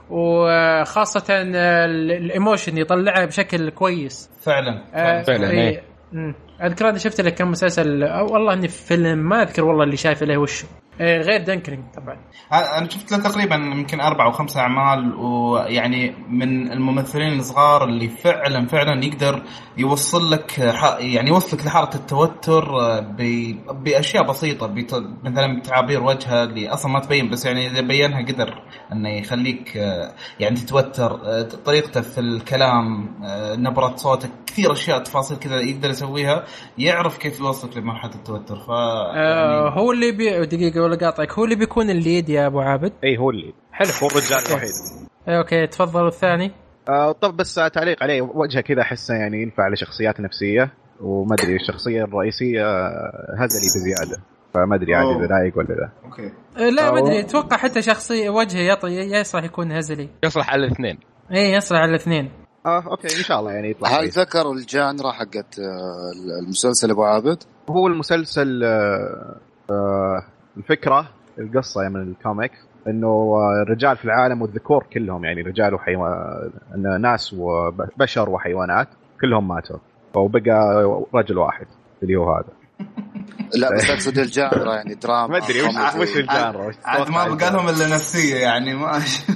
وخاصه الايموشن يطلعها بشكل كويس فعلا آه فعلا إيه. اذكر اني شفت لك كم مسلسل او والله اني فيلم ما اذكر والله اللي شايفه له وش غير دنكرينج طبعا. انا شفت له تقريبا يمكن اربع او خمسة اعمال ويعني من الممثلين الصغار اللي فعلا فعلا يقدر يوصل لك يعني يوصلك لحاله التوتر باشياء بسيطه مثلا تعابير وجهه اللي اصلا ما تبين بس يعني اذا بينها قدر انه يخليك يعني تتوتر. طريقته في الكلام نبره صوته كثير اشياء تفاصيل كذا يقدر يسويها يعرف كيف يوصلك لمرحله التوتر. ف يعني هو اللي بي... دقيقه ولا قاطعك هو اللي بيكون الليد يا ابو عابد. اي هو اللي حلو هو الرجال الوحيد. اوكي تفضل. الثاني آه طب بس تعليق عليه وجهه كذا احسه يعني ينفع لشخصيات نفسيه وما ادري الشخصيه الرئيسيه هزلي بزياده فما ادري عادي اذا لايق ولا لا. اوكي لا ما ادري اتوقع حتى شخصيه وجهه يطي يصلح يكون هزلي يصلح على الاثنين. ايه يصلح على الاثنين. اه اوكي ان شاء الله يعني يطلع. هل ذكروا الجانرا حقت المسلسل ابو عابد؟ هو المسلسل آه الفكره القصه من الكوميكس انه الرجال في العالم والذكور كلهم يعني رجال وحيوان ناس وبشر وحيوانات كلهم ماتوا وبقى رجل واحد اللي هو هذا. لا بس اقصد الجانرا يعني دراما ما ادري وش وش الجانرا عاد ما بقى لهم الا نفسيه يعني ما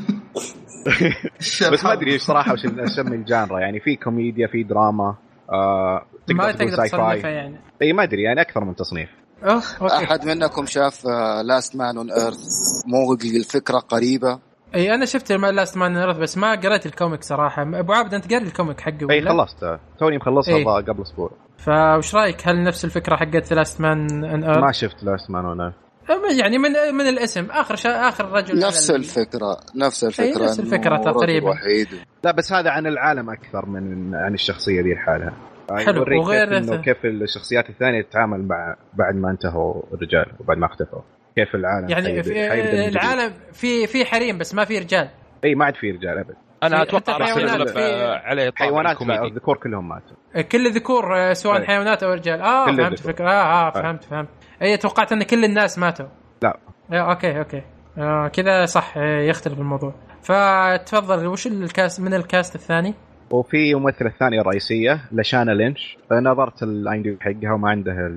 بس ما ادري صراحه وش نسمي الجانرا يعني في كوميديا في دراما آه ما تقدر تصنفها يعني اي ما ادري يعني اكثر من تصنيف. احد منكم شاف لاست مان اون ايرث؟ مو الفكره قريبه؟ اي انا شفت لاست مان اون ايرث بس ما قرأت الكوميك صراحه. ابو عابد انت قاري الكوميك حقه ولا؟ اي خلصت توني مخلصها إيه؟ قبل اسبوع. فوش رايك هل نفس الفكره حقت لاست مان اون ايرث؟ ما شفت لاست مان اون ايرث يعني من من الاسم اخر شا اخر رجل نفس الفكره نفس الفكره نفس الفكره تقريبا. لا بس هذا عن العالم اكثر من عن الشخصيه دي لحالها. حلو. وغير إنه كيف الشخصيات الثانية تتعامل مع بعد ما انتهوا الرجال وبعد ما اختفوا كيف العالم يعني في العالم في في حريم بس ما في رجال. اي ما عاد في رجال ابد. انا اتوقع راح يغلب عليه حيوانات الذكور كلهم ماتوا. كل الذكور سواء أي. حيوانات او رجال. اه فهمت فكرة. اه اه فهمت فهمت. اي توقعت ان كل الناس ماتوا. لا آه اوكي اوكي آه كذا صح يختلف الموضوع. فتفضل وش الكاست من الكاست الثاني؟ وفي ممثلة الثانية الرئيسية لشانا لينش. نظرت الاي دي حقها وما عندها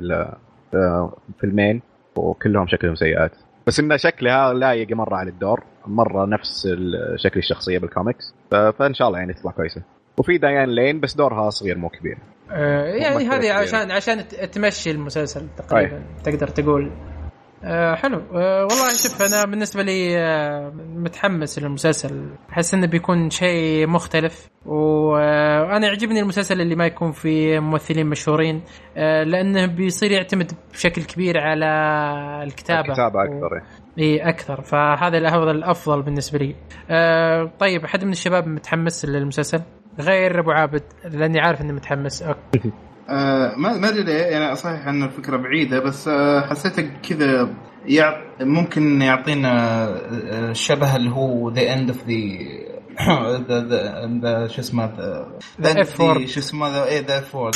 الفيلمين وكلهم شكلهم سيئات بس إن شكلها لايق مرة على الدور مرة نفس شكل الشخصية بالكوميكس فإن شاء الله يعني تطلع كويسة. وفي ديان لين بس دورها صغير مو كبير آه يعني هذه عشان عشان تمشي المسلسل تقريبا أي. تقدر تقول آه حلو. آه والله شوف أنا بالنسبة لي آه متحمس للمسلسل. أحس إنه بيكون شيء مختلف وأنا يعجبني المسلسل اللي ما يكون فيه ممثلين مشهورين آه لأنه بيصير يعتمد بشكل كبير على الكتابة الكتابة أكثر و... إيه أكثر. فهذا الأفضل الأفضل بالنسبة لي. آه طيب أحد من الشباب متحمس للمسلسل غير أبو عابد لأني عارف إنه متحمس. أوكي. آه ما ما ادري يعني صحيح ان الفكره بعيده بس آه حسيت كذا يع... ممكن يعطينا الشبه اللي هو the end of the the the, the شو اسمه the F four شو اسمه ذا ايه the F four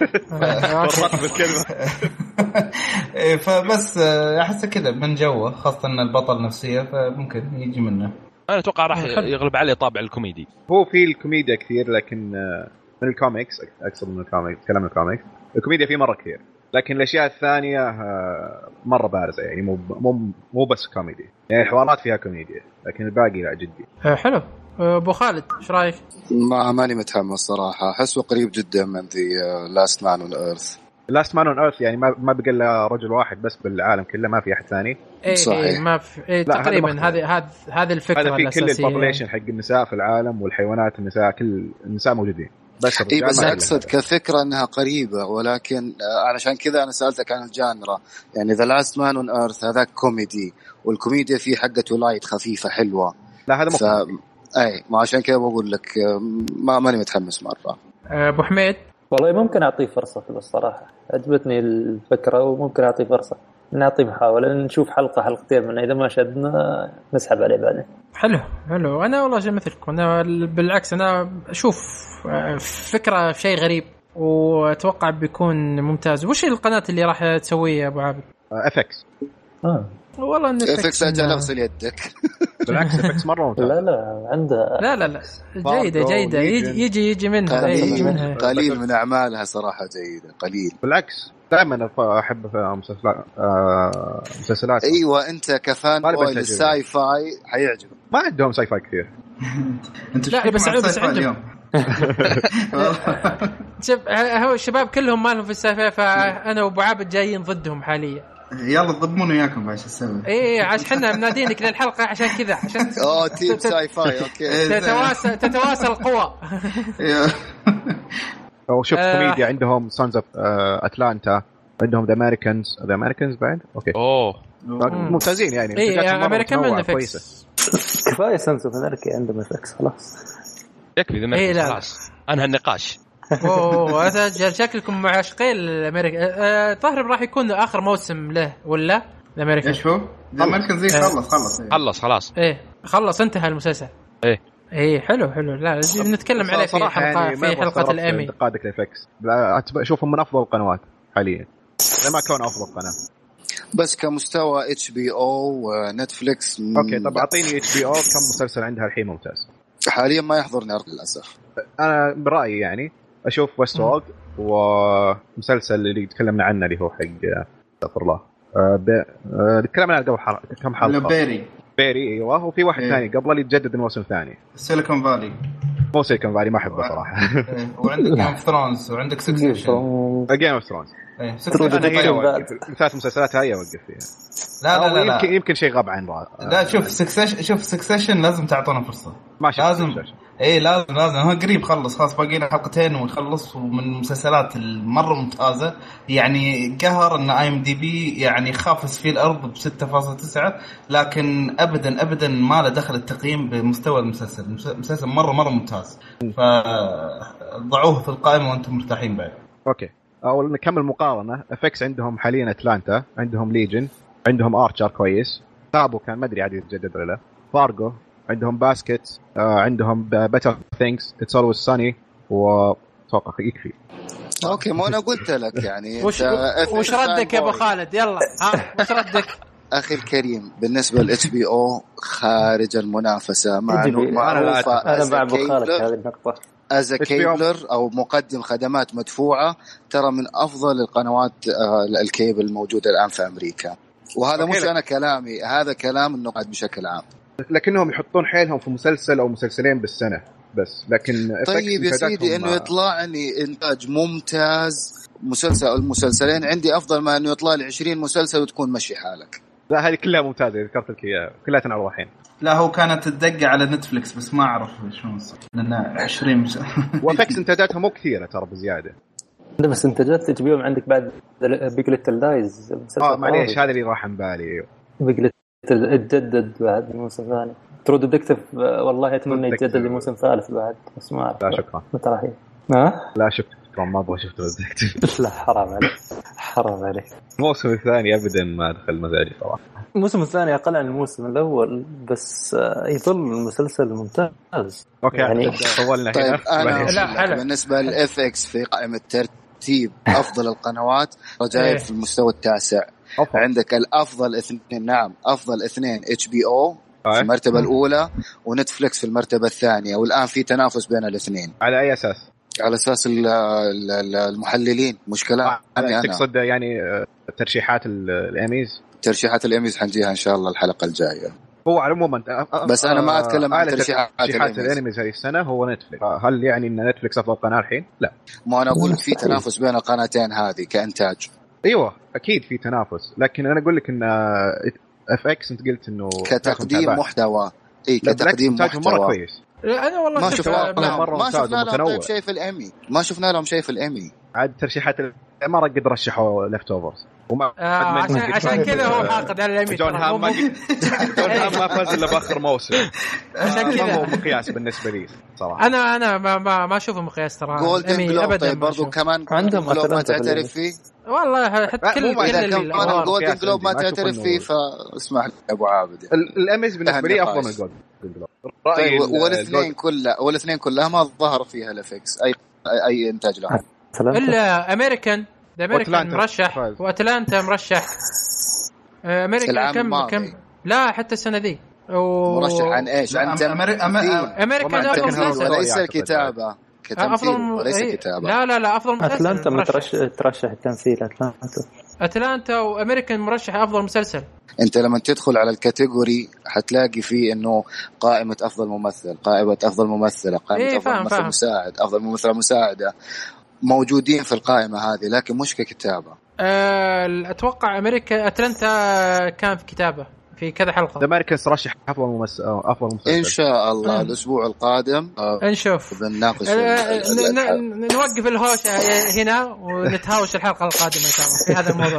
فرقت بالكلمه. ايه فبس احس كذا من جوه خاصه ان البطل نفسيه فممكن يجي منه. انا اتوقع راح يغلب عليه طابع الكوميدي. هو في الكوميديا كثير لكن من الكوميكس أكثر من الكوميكس كلام الكوميكس الكوميديا فيه مرة كثير لكن الأشياء الثانية مرة بارزة يعني مو مو مو بس كوميدي يعني الحوارات فيها كوميديا لكن الباقي لا جدي. حلو. أبو خالد إيش رأيك؟ ما ماني متحمس صراحة. أحسه قريب جدا من ذي لاست مان اون ايرث. لاست مان اون ايرث يعني ما ما بقى له رجل واحد بس بالعالم كله ما في أحد ثاني. إيه صحيح. ما في إيه تقريبا هذه هذه هذه الفكرة الأساسية. هذا في كل البوبوليشن حق النساء في العالم والحيوانات النساء كل النساء موجودين. بس إيه بس أقصد كفكرة أنها قريبة ولكن علشان كذا أنا سألتك عن الجانرا يعني The Last Man on Earth هذا كوميدي والكوميديا فيه حقته لايت خفيفة حلوة. لا هذا ف... أي ما عشان كذا بقول لك ما ماني متحمس مرة. أبو حميد والله ممكن أعطيه فرصة بالصراحة عجبتني الفكرة وممكن أعطيه فرصة نعطيه محاولة نشوف حلقة حلقتين من إذا ما شدنا نسحب عليه بعدين. حلو حلو. أنا والله زي مثلكم أنا بالعكس أنا أشوف فكرة شيء غريب وأتوقع بيكون ممتاز. وش القناة اللي راح تسويه يا أبو عابد؟ أفكس. آه والله إن أفكس أجل أغسل يدك. بالعكس أفكس مرة ممتاز. لا لا عنده لا لا لا جيدة جيدة يجي يجي يجي منها قليل, يجي منها. قليل من أعمالها صراحة جيدة قليل. بالعكس دائما أحب مسلسلات آه مسلسلات. أيوة أنت كفان بوي الساي فاي حيعجبك. ما عندهم ساي فاي كثير. أنت لا بس بس عندهم. شوف هو الشباب كلهم مالهم في الساي فاي فأنا وأبو عابد جايين ضدهم حاليا. يلا ضمون وياكم باش نسوي. ايه عشان احنا منادينك للحلقه عشان كذا عشان اه تيم ساي فاي اوكي تتواصل تتواصل القوى. او شوف كوميديا عندهم سانز اوف اتلانتا عندهم ذا امريكانز ذا امريكانز بعد اوكي اوه ممتازين يعني. ايه امريكان من نفس كفايه سانز اوف امريكا عندهم نفس خلاص يكفي ذا امريكان خلاص انهى النقاش. اوه هذا شكلكم معاشقين الامريكا. أه طاهر راح يكون اخر موسم له ولا الامريكان؟ ايش هو الامريكان زي خلص خلص خلص خلاص ايه خلص انتهى المسلسل. ايه ايه حلو حلو. لا نتكلم عليه في حلقه يعني في حلقه الامي. دقائق الافكس اشوفهم من افضل القنوات حاليا لما كان افضل قناه. بس كمستوى اتش بي او ونتفليكس م... اوكي طب اعطيني اتش بي او كم مسلسل عندها الحين ممتاز؟ حاليا ما يحضرني أرض للاسف. انا برايي يعني اشوف ويست وورد ومسلسل اللي تكلمنا عنه اللي هو حق استغفر الله أه تكلمنا عنه قبل حر... كم حلقه بيري بيري ايوه وفي واحد إيه. ثاني قبل اللي يتجدد الموسم الثاني سيليكون فالي مو سيليكون فالي ما احبه صراحه إيه. وعندك جيم اوف ثرونز وعندك سكسيشن جيم اوف ثرونز ايه انا هي اوقف ثلاث مسلسلات هي اوقف فيها لا لا لا, لا. يمكن يمكن شيء غاب عن رأ... لا شوف سكسيشن شوف سكسيشن لازم تعطونا فرصه ما لازم ايه لازم لازم هو قريب خلص خلاص باقي له حلقتين ونخلص ومن المسلسلات المره ممتازه يعني قهر ان اي ام دي بي يعني خافس في الارض ب ستة فاصلة تسعة لكن ابدا ابدا ما له دخل التقييم بمستوى المسلسل المسلسل مره مره ممتاز فضعوه في القائمه وانتم مرتاحين بعد. اوكي اول نكمل مقارنه افكس عندهم حاليا اتلانتا عندهم ليجن عندهم ارشر كويس تابو كان ما ادري عاد يتجدد ولا لا فارغو عندهم باسكت آه عندهم بيتر ثينكس اتس اولويز ساني وتوقع يكفي. اوكي ما انا قلت لك يعني وش وش ردك يا ابو خالد يلا ها وش ردك اخي الكريم بالنسبه للاتش بي او خارج المنافسه مع انه معروفه انا مع ابو خالد هذه النقطه از كيبلر او مقدم خدمات مدفوعه ترى من افضل القنوات الكيبل الموجوده الان في امريكا وهذا مش انا كلامي هذا كلام النقاد بشكل عام لكنهم يحطون حيلهم في مسلسل او مسلسلين بالسنه بس لكن طيب يا سيدي انه يطلع لي انتاج ممتاز مسلسل او المسلسلين عندي افضل ما انه يطلع لي عشرين مسلسل وتكون مشي حالك. لا هذه كلها ممتازه ذكرت لك اياها كلها تنعرض الحين. لا هو كانت تدق على نتفليكس بس ما اعرف شلون صار لان عشرين مسلسل وفكس انتاجاتها مو كثيره ترى بزياده ده بس انتاجات تجيبهم عندك بعد بيج ليتل لايز اه معليش هذا اللي راح عن بالي بيج ليتل اتجدد بعد الموسم الثاني ترو ديتكتيف والله اتمنى يتجدد لموسم ثالث بعد بس ما اعرف. لا شكرا متى راح ها لا شكرا ما ابغى شفت ديتكتيف لا حرام عليك حرام عليك الموسم الثاني ابدا ما دخل مزاجي صراحه. الموسم الثاني اقل عن الموسم الاول بس يظل المسلسل ممتاز. اوكي يعني طولنا طيب هنا لا بالنسبه للاف اكس في قائمه ترتيب افضل القنوات رجايب في المستوى التاسع. أوه. عندك الافضل اثنين نعم افضل اثنين اتش بي او في المرتبه الاولى ونتفليكس في المرتبه الثانيه والان في تنافس بين الاثنين. على اي اساس؟ على اساس المحللين مشكله انا تقصد يعني ترشيحات الاميز ترشيحات الاميز حنجيها ان شاء الله الحلقه الجايه. هو عموما بس انا ما اتكلم عن ترشيحات الانميز هذه السنه هو نتفليكس. هل يعني ان نتفليكس افضل قناه الحين؟ لا ما انا اقول في تنافس بين القناتين هذه كانتاج. ايوه اكيد في تنافس لكن انا اقول لك ان اف اكس انت قلت انه كتقديم محتوى اي كتقديم محتوى مره كويس. انا والله ما شفنا مرة ما شفنا لهم شيء في الامي ما شفنا لهم شيء في الامي عاد ترشيحات ما قد رشحوا ليفت اوفرز وما آه عشان, عشان كذا هو حاقد على الامي. جون هام ما جون هام ما فاز الا باخر موسم عشان كذا هو مقياس بالنسبه لي صراحه. انا انا ما ما, ما اشوفه مقياس ترى الامي ابدا. طيب برضو كمان عندهم ما تعترف فيه والله حتى كل كل الجولدن جلوب ما تعترف فيه فاسمح لي ابو عابد الاميز بالنسبه لي افضل من الجولدن جلوب. طيب والاثنين كلها والاثنين كلها ما ظهر فيها الافكس اي اي انتاج لهم الا امريكان ده امريكان مرشح واتلانتا مرشح. امريكان كم كم لا حتى السنه ذي و... مرشح عن ايش عن امريكان افضل وليس الكتابه كتمثيل وليس كتابه. لا لا لا افضل اتلانتا مترشح ترشح التمثيل اتلانتا اتلانتا وامريكان مرشح افضل مسلسل. انت لما تدخل على الكاتيجوري حتلاقي فيه انه قائمه افضل ممثل قائمه افضل ممثله قائمه إيه افضل ممثل مساعد افضل ممثله مساعده موجودين في القائمة هذه لكن مش ككتابة. أه اتوقع امريكا اتلانتا كان في كتابة في كذا حلقة. امريكا رشح افضل ممثل افضل مسلسل ان شاء الله. م. الاسبوع القادم نشوف بنناقش أه نوقف الهوش هنا ونتهاوش الحلقة القادمة ان شاء الله في هذا الموضوع.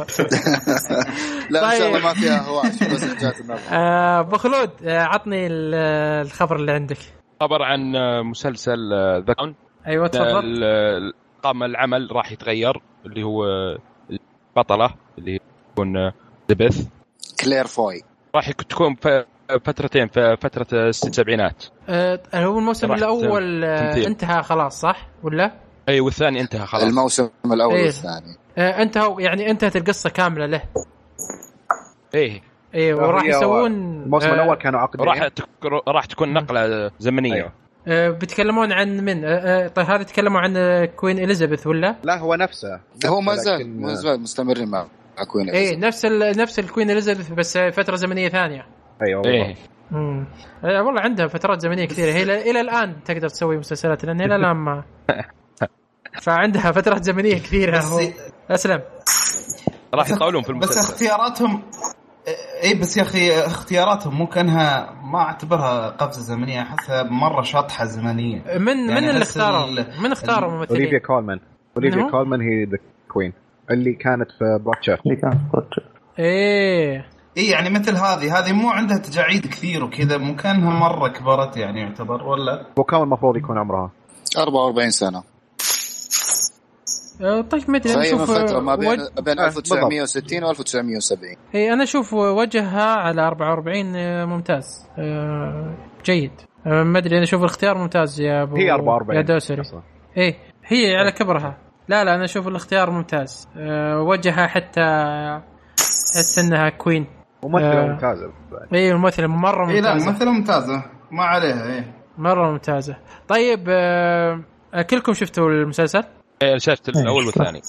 لا طيب. ان شاء الله ما فيها هواش بس جات النظر. أه بخلود عطني الخبر اللي عندك. خبر عن مسلسل ذا كراون. ايوه تفضل. طاقم العمل راح يتغير اللي هو البطلة اللي تكون دبث كلير فوي راح تكون فترتين في فترة السبعينات. أه هو الموسم الأول انتهى خلاص صح ولا؟ أي والثاني انتهى خلاص. الموسم الأول إيه. والثاني أه انتهى يعني انتهت القصة كاملة له. ايه ايه وراح يسوون الموسم الاول كانوا عقدين راح تك... راح تكون نقله زمنيه. أيوة. أه بيتكلمون عن من أه طيب هذا يتكلموا عن كوين إليزابيث ولا لا هو نفسه هو ما زال ما زال مستمرين مع كوين إليزابيث. ايه نفس ال... نفس الكوين إليزابيث بس فتره زمنيه ثانيه. ايوه ايه امم إيه والله عندها فترات زمنيه كثيره هي ل... الى الان تقدر تسوي مسلسلات لان الى الان ما فعندها فترات زمنيه كثيره. اسلم راح يطولون في المسلسل بس اختياراتهم اي بس يا اخي اختياراتهم مو كانها ما اعتبرها قفزه زمنيه احسها مره شطحه زمنيه. من يعني من اللي اختاروا من اختاروا ممثلين؟ اوليفيا كولمان اوليفيا كولمان هي ذا كوين اللي كانت في بوتشر اللي كانت في بوتشر. ايه اي يعني مثل هذه هذه مو عندها تجاعيد كثير وكذا مو كانها مره كبرت يعني يعتبر ولا وكم المفروض يكون عمرها أربعة وأربعين سنة. طيب ما ادري نشوف فتره ما بين وج... بين ألف وتسعمية وستين و ألف وتسعمية وسبعين. اي انا اشوف وجهها على أربعة وأربعين ممتاز جيد. ما ادري انا اشوف الاختيار ممتاز يا ابو هي أربعة وأربعين يا دوسري. ايه هي على كبرها. لا لا انا اشوف الاختيار ممتاز وجهها حتى احس انها كوين ممثله ممتازه. اي الممثله مره ممتازه. اي لا ممثله ممتازه ما عليها. ايه مره ممتازه. طيب كلكم شفتوا المسلسل؟ ايه شفت الاول والثاني.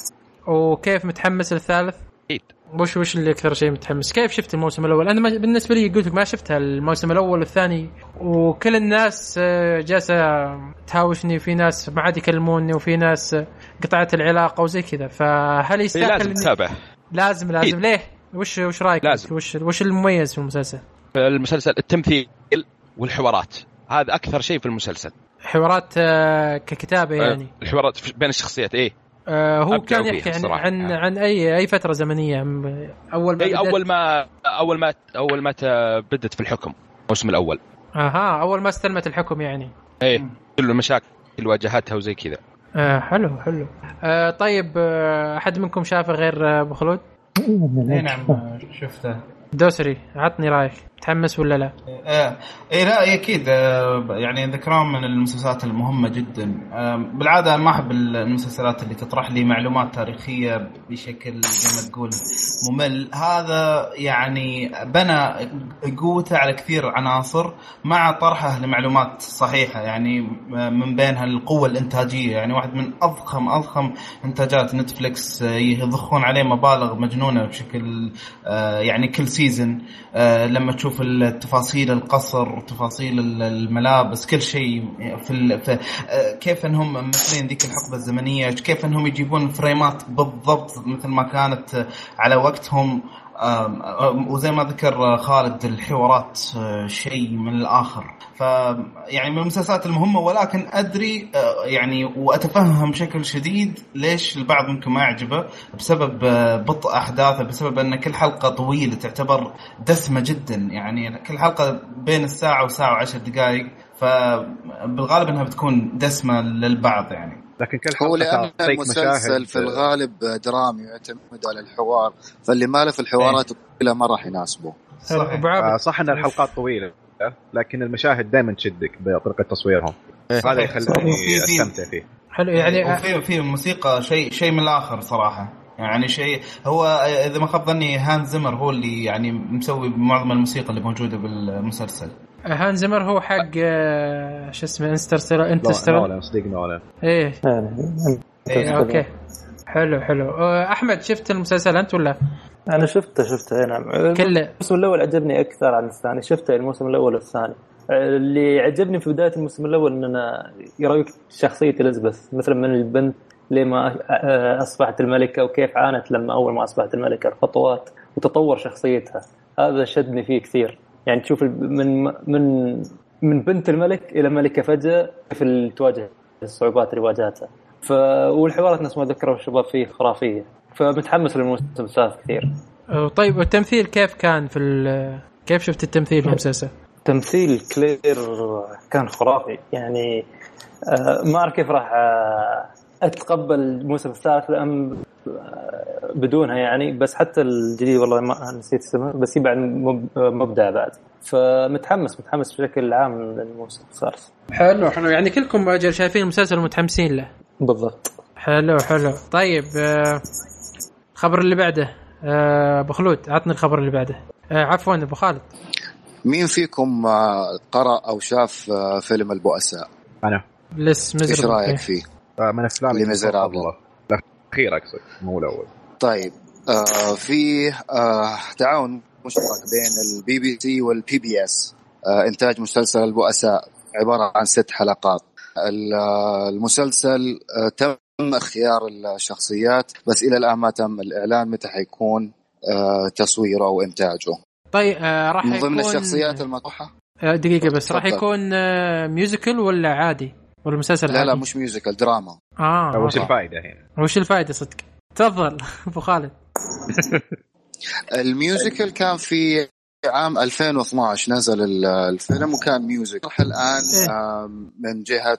وكيف متحمس للثالث؟ اكيد. وش وش اللي اكثر شيء متحمس؟ كيف شفت الموسم الاول؟ انا بالنسبه لي قلت لك ما شفتها الموسم الاول والثاني وكل الناس جالسه تهاوشني في ناس ما عاد يكلموني وفي ناس قطعت العلاقه وزي كذا فهل يستاهل؟ لازم تتابع. لازم لازم إيه؟ ليه؟ وش وش رايك؟ لازم. وش وش المميز في المسلسل؟ المسلسل التمثيل والحوارات هذا اكثر شيء في المسلسل. حوارات ككتابه يعني الحوارات بين الشخصيات. ايه آه هو كان يحكي عن عن, عن اي اي فتره زمنيه اول ما أي اول ما اول ما اول ما بدت في الحكم الموسم الاول. اها اول ما استلمت الحكم يعني. ايه كل المشاكل اللي واجهتها وزي كذا. آه حلو حلو. آه طيب آه احد منكم شافه غير ابو خلود؟ اي نعم شفته. دوسري عطني رايك متحمس ولا لا؟ آه ايه لا اكيد آه يعني ذكران من المسلسلات المهمه جدا. آه بالعاده ما احب المسلسلات اللي تطرح لي معلومات تاريخيه بشكل زي ما تقول ممل. هذا يعني بنى قوته على كثير عناصر مع طرحه لمعلومات صحيحه يعني من بينها القوه الانتاجيه. يعني واحد من اضخم اضخم انتاجات نتفليكس يضخون عليه مبالغ مجنونه بشكل آه يعني كل سيزن. آه لما تشوف التفاصيل القصر تفاصيل الملابس كل شيء في, في كيف انهم ممثلين ذيك الحقبه الزمنيه كيف انهم يجيبون فريمات بالضبط مثل ما كانت على وقتهم. وزي ما ذكر خالد الحوارات شيء من الآخر. فيعني من المسلسلات المهمة ولكن أدري يعني وأتفهم بشكل شديد ليش البعض ممكن ما يعجبه بسبب بطء أحداثه بسبب أن كل حلقة طويلة تعتبر دسمة جدا. يعني كل حلقة بين الساعة وساعة وعشر دقائق فبالغالب أنها بتكون دسمة للبعض يعني. لكن كل هو لأن المسلسل في الغالب درامي يعتمد على الحوار فاللي ما له في الحوارات كلها ما راح يناسبه. صح, صح أن الحلقات طويلة لكن المشاهد دائما تشدك بطريقة تصويرهم. هذا يخليني أستمتع فيه. حلو يعني وفي في موسيقى شيء شيء من الآخر صراحة. يعني شيء هو إذا ما خاب ظني هانز زيمر هو اللي يعني مسوي معظم الموسيقى اللي موجودة بالمسلسل. هانز زيمر هو حق شو اسمه انترستيلر انترستيلر نولان صديق نولان. ايه ايه اوكي حلو حلو. احمد شفت المسلسل انت ولا؟ انا شفته شفته نعم كله. الموسم الاول عجبني اكثر عن الثاني. شفته الموسم الاول والثاني. اللي عجبني في بدايه الموسم الاول ان انا يراويك شخصيه إليزابيث مثلا من البنت لما اصبحت الملكه وكيف عانت لما اول ما اصبحت الملكه الخطوات وتطور شخصيتها. هذا شدني فيه كثير. يعني تشوف من من من بنت الملك الى ملكه فجاه كيف تواجه الصعوبات اللي واجهتها. ف والحوارات نفس ما ذكروا الشباب فيه خرافيه. فمتحمس للموسم الثالث كثير. طيب والتمثيل كيف كان في كيف شفت التمثيل في المسلسل؟ تمثيل كلير كان خرافي. يعني ما اعرف كيف راح اتقبل الموسم الثالث لأن بدونها يعني. بس حتى الجديد والله ما نسيت اسمه بس يبقى مبدع بعد. فمتحمس متحمس بشكل عام للموسم الثالث. حلو حلو. يعني كلكم اجل شايفين المسلسل متحمسين له. بالضبط. حلو حلو. طيب خبر اللي بعده آه ابو خلود عطني الخبر اللي بعده. آه عفوا ابو خالد، مين فيكم قرأ أو شاف فيلم البؤساء؟ أنا. لس مزرعة. إيش رأيك فيه؟ من أفلام المزرعة الأخير أقصد مو الأول. طيب آه في آه تعاون مشترك بين البي بي سي والبي بي اس، آه إنتاج مسلسل البؤساء عبارة عن ست حلقات. المسلسل آه تم اختيار الشخصيات بس إلى الآن ما تم الإعلان متى حيكون آه تصويره أو إنتاجه. طيب آه راح من يكون ضمن الشخصيات المطروحة. آه دقيقة بس، راح تفضل. يكون آه ميوزيكال ولا عادي ولا مسلسل لا عادي؟ لا مش ميوزيكال، دراما. اه وش الفائدة هنا؟ وش الفائدة صدق؟ تفضل ابو خالد. الميوزيكال كان في عام ألفين واثناشر نزل الفيلم وكان ميوزيكال. الآن من جهة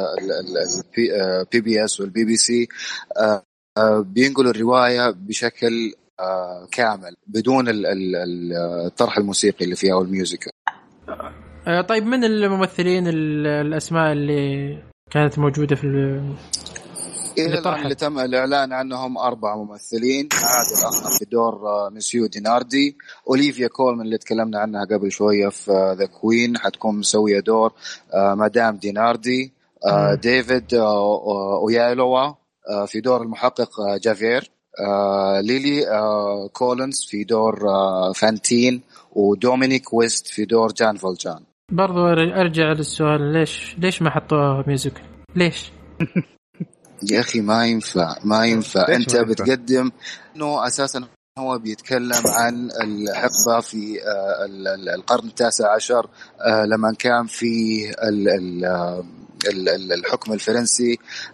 البي بي اس والبي بي سي بينقلوا الرواية بشكل كامل بدون الطرح الموسيقي اللي فيها والميوزيكال. طيب من الممثلين الأسماء اللي كانت موجودة في إلى الآن اللي تم الإعلان عنهم أربع ممثلين. عادل أخضر في دور مسيو ديناردي، أوليفيا كولمان اللي تكلمنا عنها قبل شوية في ذا كوين حتكون مسوية دور مدام ديناردي. ديفيد أويالوا في دور المحقق جافير. ليلي كولينز في دور فانتين، ودومينيك ويست في دور جان فولجان. برضو أرجع للسؤال، ليش ليش ما حطوها ميوزيكال؟ ليش؟ يا أخي ما ينفع ما ينفع أنت بتقدم إنه أساسا هو بيتكلم عن الحقبة في القرن التاسع عشر لما كان في الحكم الفرنسي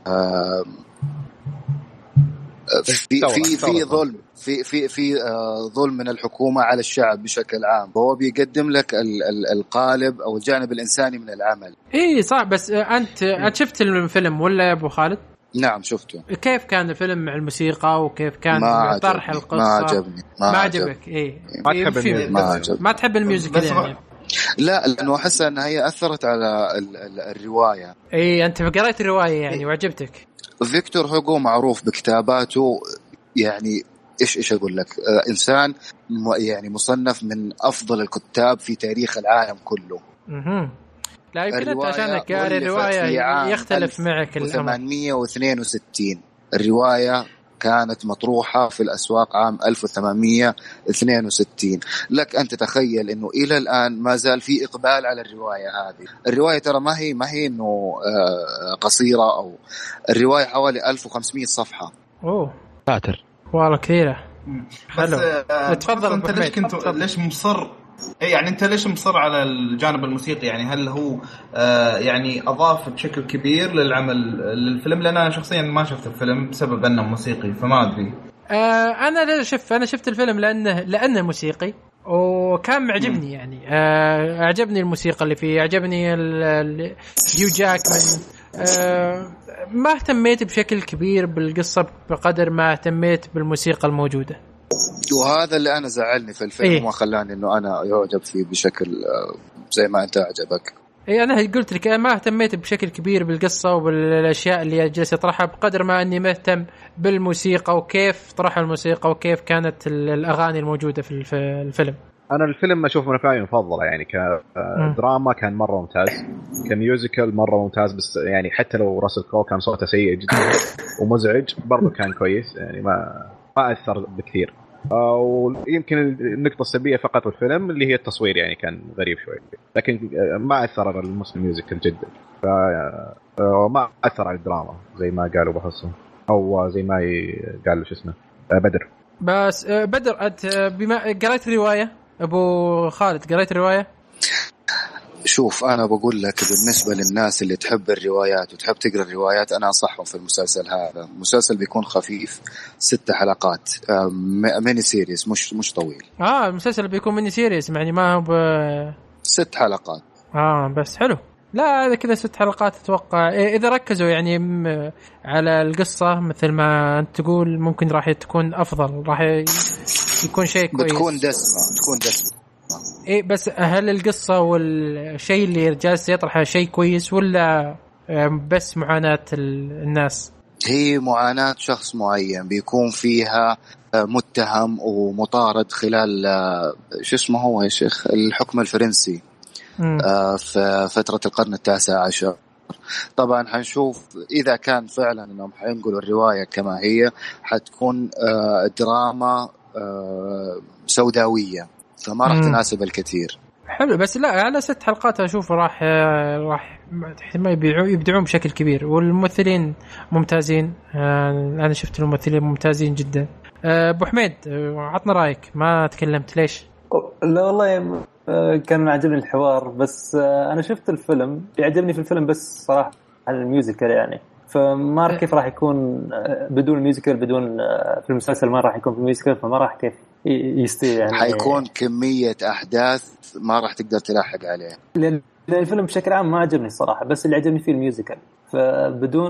في في في ظلم في في في ظلم من الحكومة على الشعب بشكل عام. هو بيقدم لك القالب أو الجانب الإنساني من العمل. إيه صح، بس أنت أنت شفت الفيلم ولا يا أبو خالد؟ نعم شفته. كيف كان الفيلم مع الموسيقى وكيف كان طرح القصة؟ ما عجبني. ما, ما عجبك؟ إيه ما تحب الميوزك؟ ما عجبني. ما تحب الميوزك يعني؟ لا لأنه أحس أن هي أثرت على الرواية. إيه أنت قرأت الرواية يعني إيه؟ وعجبتك؟ فيكتور هوغو معروف بكتاباته، يعني إيش إيش أقول لك، آه إنسان يعني مصنف من أفضل الكتاب في تاريخ العالم كله. اها لا يمكن عشانك قاري الرواية يختلف معك. الأمر ثمانمائة واثنين وستين الرواية كانت مطروحة في الأسواق عام ألف وثمانمائة واثنين وستين. لك أن تتخيل أنه إلى الآن ما زال في إقبال على الرواية هذه. الرواية ترى ما هي ما هي إنه قصيرة، أو الرواية حوالي ألف وخمسمائة صفحة. أوه فاتر والله كثيرة. حلو. تفضل. أنت ليش كنت ليش مصر إيه يعني أنت ليش مصر على الجانب الموسيقي؟ يعني هل هو آه يعني أضاف بشكل كبير للعمل للفيلم؟ لأن أنا شخصيا ما شفت الفيلم بسبب أنه موسيقي، فما أدري. آه أنا شف أنا شفت الفيلم لأنه لأنه موسيقي وكان معجبني. يعني آه أعجبني الموسيقى اللي فيه، أعجبني هيو جاكمان. آه ما اهتميت بشكل كبير بالقصة بقدر ما اهتميت بالموسيقى الموجودة، وهذا اللي أنا زعلني في الفيلم إيه؟ وخلاني إنه أنا يعجب فيه بشكل زي ما أنت أعجبك. إيه أنا قلت لك ما اهتميت بشكل كبير بالقصة وبالأشياء اللي جالس يطرحها بقدر ما أني مهتم بالموسيقى وكيف طرح الموسيقى وكيف كانت الأغاني الموجودة في الفيلم. أنا الفيلم أشوف من أفلامي المفضلة، يعني كدراما كان مرة ممتاز، كميوزيكال مرة ممتاز، بس يعني حتى لو راسل كرو كان صوته سيء جدا ومزعج برضو كان كويس، يعني ما ما أثر بكثير. ويمكن النقطة السلبية فقط في الفيلم اللي هي التصوير، يعني كان غريب شوي، لكن ما أثر على الموسم ميوزيكال جدا، فما أثر على الدراما زي ما قالوا بحسهم، أو زي ما قالوا شو اسمه بدر. بس بدر أنت بما قرأت رواية أبو خالد، قرأت رواية؟ شوف أنا بقول لك بالنسبة للناس اللي تحب الروايات وتحب تقرأ الروايات أنا أنصحهم في المسلسل هذا. المسلسل بيكون خفيف، ست حلقات، ميني سيريز، مش مش طويل. آه المسلسل بيكون ميني سيريز، يعني ما هو ب... ست حلقات. آه بس حلو. لا هذا كذا ست حلقات أتوقع إذا ركزوا يعني على القصة مثل ما أنت تقول ممكن راح تكون أفضل، راح يكون شيء كويس، بتكون دسمة تكون دسمة. إيه بس هل القصة والشيء اللي جالس يطرحه شيء كويس ولا بس معاناة الناس؟ هي معاناة شخص معين بيكون فيها متهم ومطارد خلال شو اسمه هو يا شيخ الحكم الفرنسي في فترة القرن التاسع عشر. طبعا حنشوف إذا كان فعلا أنهم حينقلوا الرواية كما هي حتكون دراما سوداوية فما راح تناسب الكثير. حلو بس لا على ست حلقات أشوف راح راح ما يبيعوا يبدعون بشكل كبير والممثلين ممتازين. أنا شفت الممثلين ممتازين جدا. أبو حميد عطنا رأيك ما تكلمت ليش؟ لا والله كان عجبني الحوار بس أنا شفت الفيلم يعجبني في الفيلم بس صراحة الميوزيكال يعني فما أعرف كيف راح يكون بدون ميوزيكال بدون في المسلسل ما راح يكون في ميوزيكال فما راح كيف يستوي يعني حيكون كمية أحداث ما راح تقدر تلاحق عليها لأن الفيلم بشكل عام ما عجبني صراحة بس اللي عجبني فيه الميوزيكال فبدون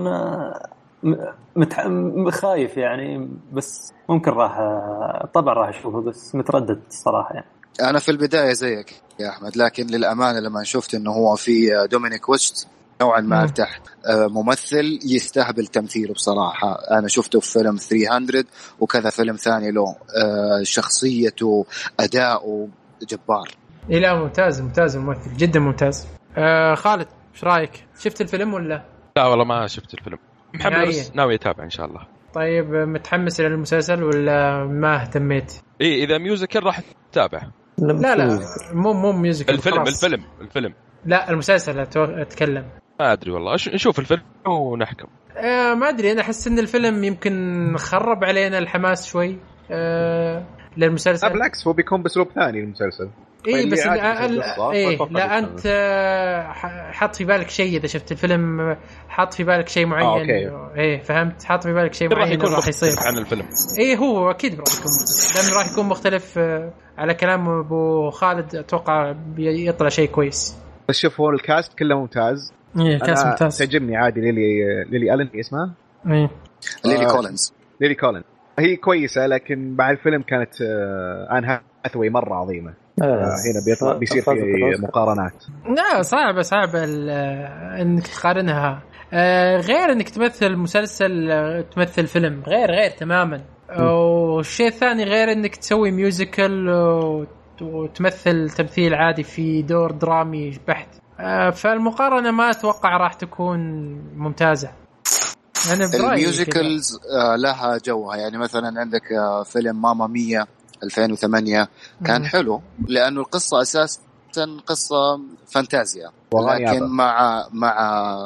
متح... خايف يعني بس ممكن راح طبعا راح أشوفه بس متردد صراحة يعني. أنا في البداية زيك يا أحمد لكن للأمانة لما شفت إنه هو في دومينيك ويست نوعا ما ارتحت. ممثل يستهبل تمثيله بصراحة. أنا شفته في فيلم ثلاثمية وكذا فيلم ثاني له شخصيته أداؤه جبار. إيه لا ممتاز ممتاز الممثل جدا ممتاز. آه خالد إيش رأيك شفت الفيلم ولا؟ لا والله ما شفت الفيلم محمد ناوي أتابع إن شاء الله. طيب متحمس للمسلسل ولا ما اهتميت؟ إيه إذا ميوزيكال راح تتابع. لا لا مو مو ميوزيكال الفيلم خلاص. الفيلم الفيلم لا المسلسل أتكلم. ما أدري والله نشوف الفيلم ونحكم. آه ما أدري أنا أحس إن الفيلم يمكن خرب علينا الحماس شوي آه للمسلسل. بالعكس هو بيكون بأسلوب ثاني المسلسل. إيه بس لا إيه لا أنت حط في بالك شيء إذا شفت الفيلم حط في بالك شيء معين. آه إيه فهمت حط في بالك شيء معين راح يصير عن الفيلم. إيه هو أكيد راح يكون لأنه راح يكون مختلف. آه على كلام أبو خالد أتوقع بيطلع شيء كويس. بس شوف هو الكاست كله ممتاز. إيه كاست ممتاز. تعجبني عادي ليلي ليلي ألين اسمها. إيه ليلي آه كولينز. ليلي كولينز هي كويسة لكن بعد الفيلم كانت آه آن هاثوي مرة عظيمة. آه هنا بيطلع بيصير في مقارنات. لا صعب صعب انك تقارنها. آه غير انك تمثل مسلسل تمثل فيلم غير غير تماما. والشيء الثاني غير انك تسوي ميوزيكال وتمثل تمثيل عادي في دور درامي بحت. آه فالمقارنة ما اتوقع راح تكون ممتازة. الميوزيكلز لها جوها يعني مثلا عندك فيلم ماما مية ألفين وثمانية كان مم. حلو لأنه القصة أساسا قصة فانتازيا لكن مع مع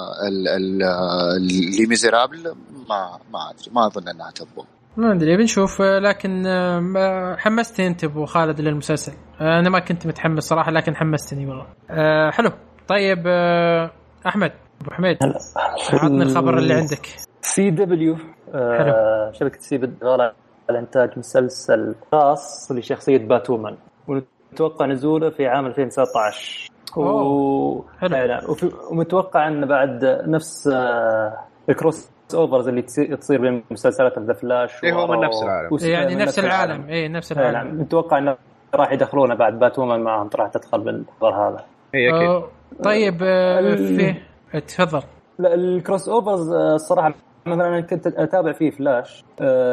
اللي ميزيرابل ما ما أدري ما أظن أنها تبغى ما أدري بنشوف. لكن حمستني أنت أبو خالد للمسلسل. أنا ما كنت متحمس صراحة لكن حمستني والله. حلو. طيب أحمد أبو حميد عطني الخبر اللي عندك. سي دبليو آه شركة سي دبليو على إنتاج مسلسل خاص لشخصية باتومان ونتوقع نزوله في عام ألفين وتسعة عشر. و... ومتوقع أن بعد نفس آه الكروس أوفرز اللي تصير بين مسلسلات ذا فلاش إيه هو من نفس العالم و... يعني نفس العالم. العالم إيه نفس العالم. يعني متوقع أنه راح يدخلونه بعد باتومان معهم راح تدخل بالخبر هذا. إيه أكيد. طيب آه في تفضل. لا الكروس أوفرز الصراحة مثلا أنا كنت أتابع فيه فلاش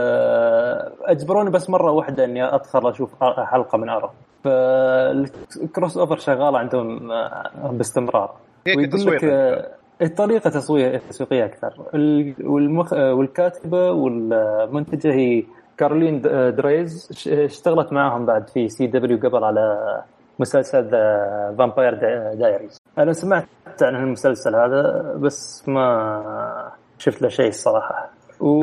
أجبروني بس مرة واحدة إني أدخل أشوف حلقة من أرى فالكروس أوفر شغالة عندهم باستمرار ويقول لك الطريقة تسويق تسويقية أكثر. والمخ... والكاتبة والمنتجة هي كارولين دريز اشتغلت معهم بعد في سي دبليو قبل على مسلسل فامباير دايريز. أنا سمعت عن المسلسل هذا بس ما شفت له شيء الصراحة. و...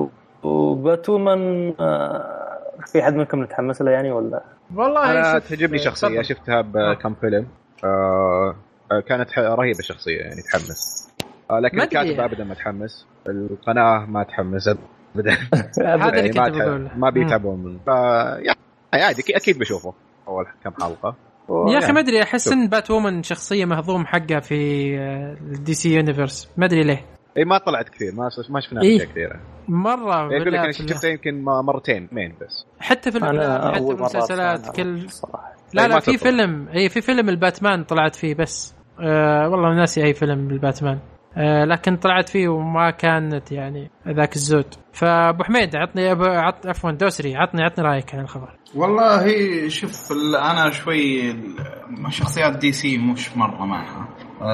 وباتومان في حد منكم متحمس له يعني ولا؟ والله أنا تعجبني شخصية شفتها بكم فيلم آه كانت رهيبة الشخصية يعني تحمس. آه لكن الكاتب أبدا ما تحمس القناة ما تحمس أبدا. هذا اللي كنت بقوله ما بيتابعون يعني عادي أكيد بشوفه أول كم حلقة. يا أخي ما أدري أحس إن باتومان شخصية مهضوم حقها في الدي سي يونيفرس ما أدري ليه. إيه ما طلعت كثير ما ما شفناها إيه؟ كثيرة مرة يقول لك أنا شفتها يمكن مرتين مين بس حتى في الأفلام حتى في المسلسلات كل لا لا في فيلم أي في فيلم الباتمان طلعت فيه بس آه والله ناسي أي فيلم الباتمان آه لكن طلعت فيه وما كانت يعني ذاك الزود. فابو حميد عطني عط عفوا دوسري عطني عطني رايك عن الخبر. والله شوف انا شوي شخصيات دي سي مش مره معها،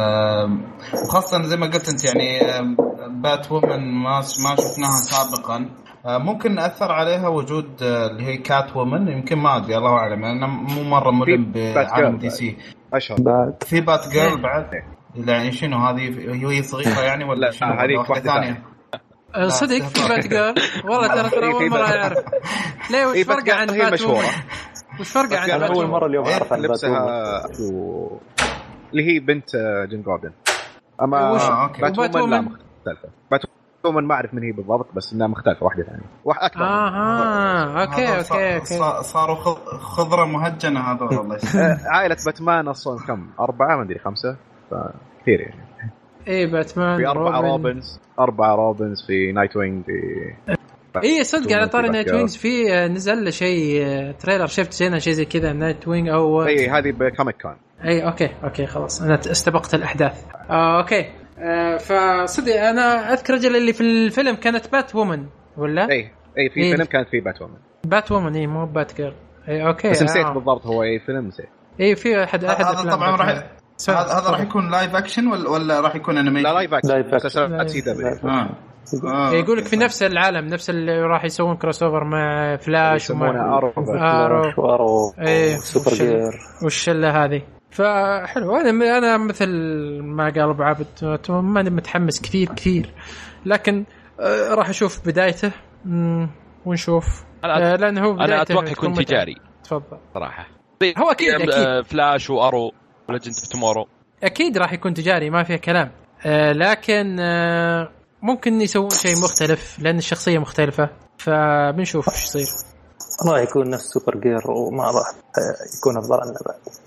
وخاصه زي ما قلت انت يعني بات وومن ما ما شفناها سابقا. ممكن أثر عليها وجود اللي هي كات وومن، يمكن ما أدري الله أعلم، أنا مو مرة ملم بعالم دي سي. أشهر في بات جيرل بعد، يعني شنو هذه هي صغيرة يعني ولا شنو؟ هذه واحدة ثانية صدق في بات جيرل والله ترى ترى أول مرة أعرف. ليه وش فرق عن بات وومن؟ وش فرق عن أنا أول مرة اليوم أعرف عن بات وومن اللي هي بنت جين جوردن. أما بات وومن مختلفة. بات وومن ما أعرف من هي بالضبط، بس إنها مختلفة واحدة ثانية واحد أكبر. آه أوكي أوكي أوكي صاروا خضرة مهجنة هذول الله يسلمك. عائلة باتمان أصلا كم أربعة ما أدري خمسة كثير يعني. إيه باتمان في أربعة روبنز أربعة روبنز في نايت وينج في إيه صدق على طاري نايت وينجز في نزل شيء تريلر شفت زينا شيء زي كذا نايت وينج أو إيه هذه بكوميك كون. اي اوكي اوكي خلاص انا استبقت الاحداث. آه اوكي آه فصدق انا اذكر رجل اللي في الفيلم كانت بات وومن ولا اي اي في إيه؟ فيلم كانت في بات وومن بات وومن اي مو بات جيرل. اي اوكي بس نسيت آه. بالضبط هو اي فيلم نسيت. اي في احد احد هذا طبعا راح هذا راح يكون لايف اكشن ولا ولا راح يكون انيميشن؟ لا لايف اكشن سي دبليو. اه يقول لك في نفس العالم نفس اللي راح يسوون كروس اوفر مع فلاش ومع ارو ارو ايه سوبر جير والشله هذه. فحلو. انا انا مثل ما قال ابو عابد ماني متحمس كثير كثير، لكن راح اشوف بدايته ونشوف لانه هو انا اتوقع يكون تجاري. تفضل. صراحه هو اكيد اكيد فلاش وارو وليجند اوف تومورو اكيد راح يكون تجاري ما فيها كلام، لكن ممكن يسوون شيء مختلف لان الشخصيه مختلفه، فبنشوف ايش يصير. راح يكون نفس سوبر جير وما راح يكون افضل عنه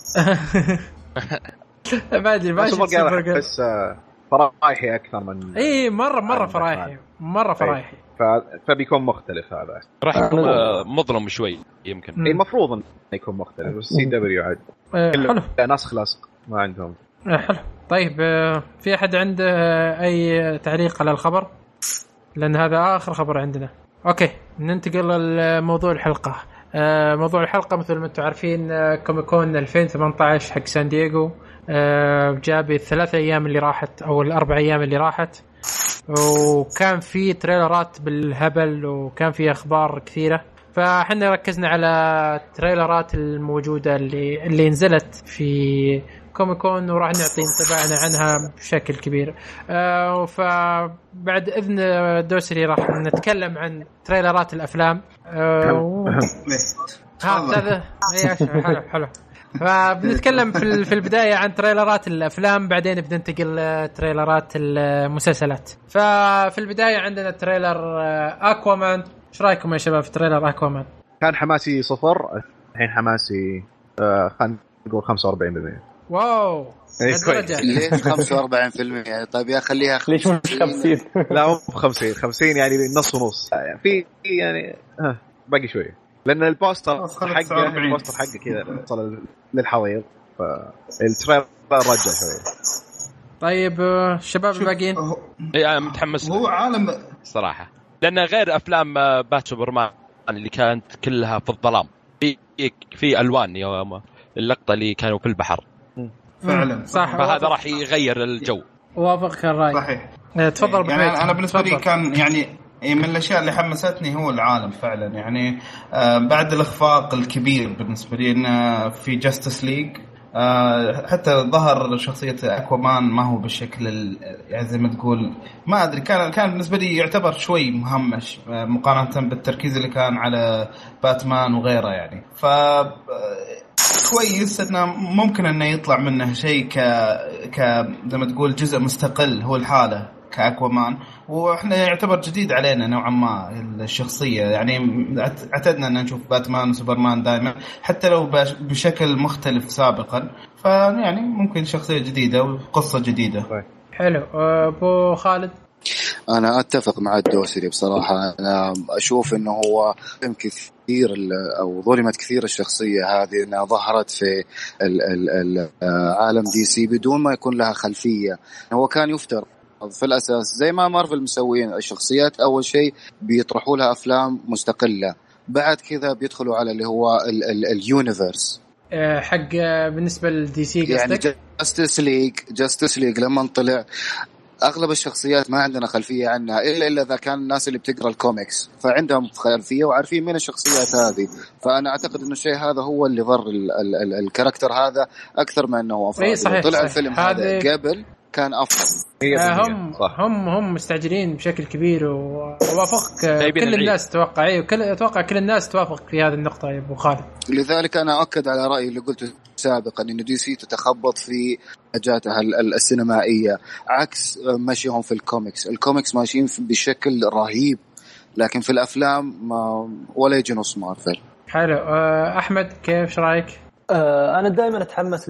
بعد بعد ما سوبر جير بس فرايحي اكثر من اي مره مره فرايحي مره فرايحي فبيكون مختلف. هذا راح يكون مظلم شوي يمكن. اي المفروض انه يكون مختلف بس سي دبليو عاد حلو نسخ لصق ما عندهم. حلو. طيب في احد عنده اي تعليق على الخبر؟ لان هذا اخر خبر عندنا. اوكي ننتقل لموضوع الحلقه. موضوع الحلقه مثل ما انتم عارفين كوميكون ألفين وثمانية عشر حق سان دييغو جاب الثلاث ايام اللي راحت او الاربع ايام اللي راحت، وكان في تريلرات بالهبل وكان في اخبار كثيره. فاحنا ركزنا على التريلرات الموجوده اللي اللي نزلت في كوميكون وراح نعطي انطباعنا عنها بشكل كبير. آه فبعد إذن دوسري راح نتكلم عن تريلرات الأفلام. آه هذا حلو حلو. فبنتكلم في في البداية عن تريلرات الأفلام، بعدين بننتقل تريلرات المسلسلات. ففي البداية عندنا تريلر أكوامان. إيش رأيكم يا شباب في تريلر أكوامان؟ كان حماسي صفر، الحين حماسي آه خلينا نقول خمسة وأربعين بالمئة. واو ليش خمسة وأربعين بالمئة يعني؟ طيب يا خليها ليش مش خمسين؟ لا مو خمسين خمسين يعني نص ونص يعني في يعني ها باقي شوي لأن البوستر حقه البوستر حقه كذا وصل للحضيض فالتريلر رجع شوي. طيب شباب الباقيين اي انا متحمس هو عالم صراحه لأن غير أفلام بات سوبرمان اللي كانت كلها في الظلام في في ألوان يوم اللقطة اللي كانوا في البحر فعلا صح. فهذا راح يغير الجو. وافقك الرأي. صحيح. تفضل يعني أنا, أنا بالنسبة لي كان يعني من الأشياء اللي حمستني هو العالم فعلا يعني آه بعد الإخفاق الكبير بالنسبة لي إن في جاستس ليج آه حتى ظهر شخصية أكوامان ما هو بالشكل يعني زي ما تقول ما أدري كان كان بالنسبة لي يعتبر شوي مهمش آه مقارنة بالتركيز اللي كان على باتمان وغيره يعني. ف كويس انه ممكن انه يطلع منه شيء ك ك زي ما تقول جزء مستقل هو الحاله كأكوامان، واحنا يعتبر جديد علينا نوعا ما الشخصيه يعني اعتدنا ان نشوف باتمان وسوبرمان دائما حتى لو بشكل مختلف سابقا، فيعني ممكن شخصيه جديده وقصه جديده. حلو. ابو خالد أنا أتفق مع الدوسري بصراحة. أنا أشوف إنه هو كثير أو ظلمت كثير الشخصية هذه إنها ظهرت في العالم دي سي بدون ما يكون لها خلفية. هو كان يفترض في الأساس زي ما مارفل مسوين الشخصيات أول شيء بيطرحوا لها أفلام مستقلة، بعد كذا بيدخلوا على اللي هو اليونيفرس حق بالنسبة للدي سي يعني جاستس ليج. جاستس ليج لما طلع أغلب الشخصيات ما عندنا خلفية عنها إلا إلا إذا كان الناس اللي بتقرأ الكوميكس فعندهم خلفية وعارفين من الشخصيات هذه. فأنا أعتقد إنه الشيء هذا هو اللي ضر ال ال ال الكاركتر هذا أكثر ما إنه أفضل. صحيح طلع صحيح. الفيلم هذا قبل كان أفضل. هم هم هم مستعجلين بشكل كبير ووافق كل الناس توقع أيه وكل أتوقع كل الناس توافق في هذه النقطة يا أبو خالد. لذلك أنا أؤكد على رأيي اللي قلته سابقا إنه دي سي تتخبط في حاجاتها السينمائية عكس ماشيهم في الكوميكس. الكوميكس ماشيين بشكل رهيب لكن في الأفلام ما ولا يجي نص مارفل. حلو. أحمد كيف رايك؟ أنا دائما أتحمس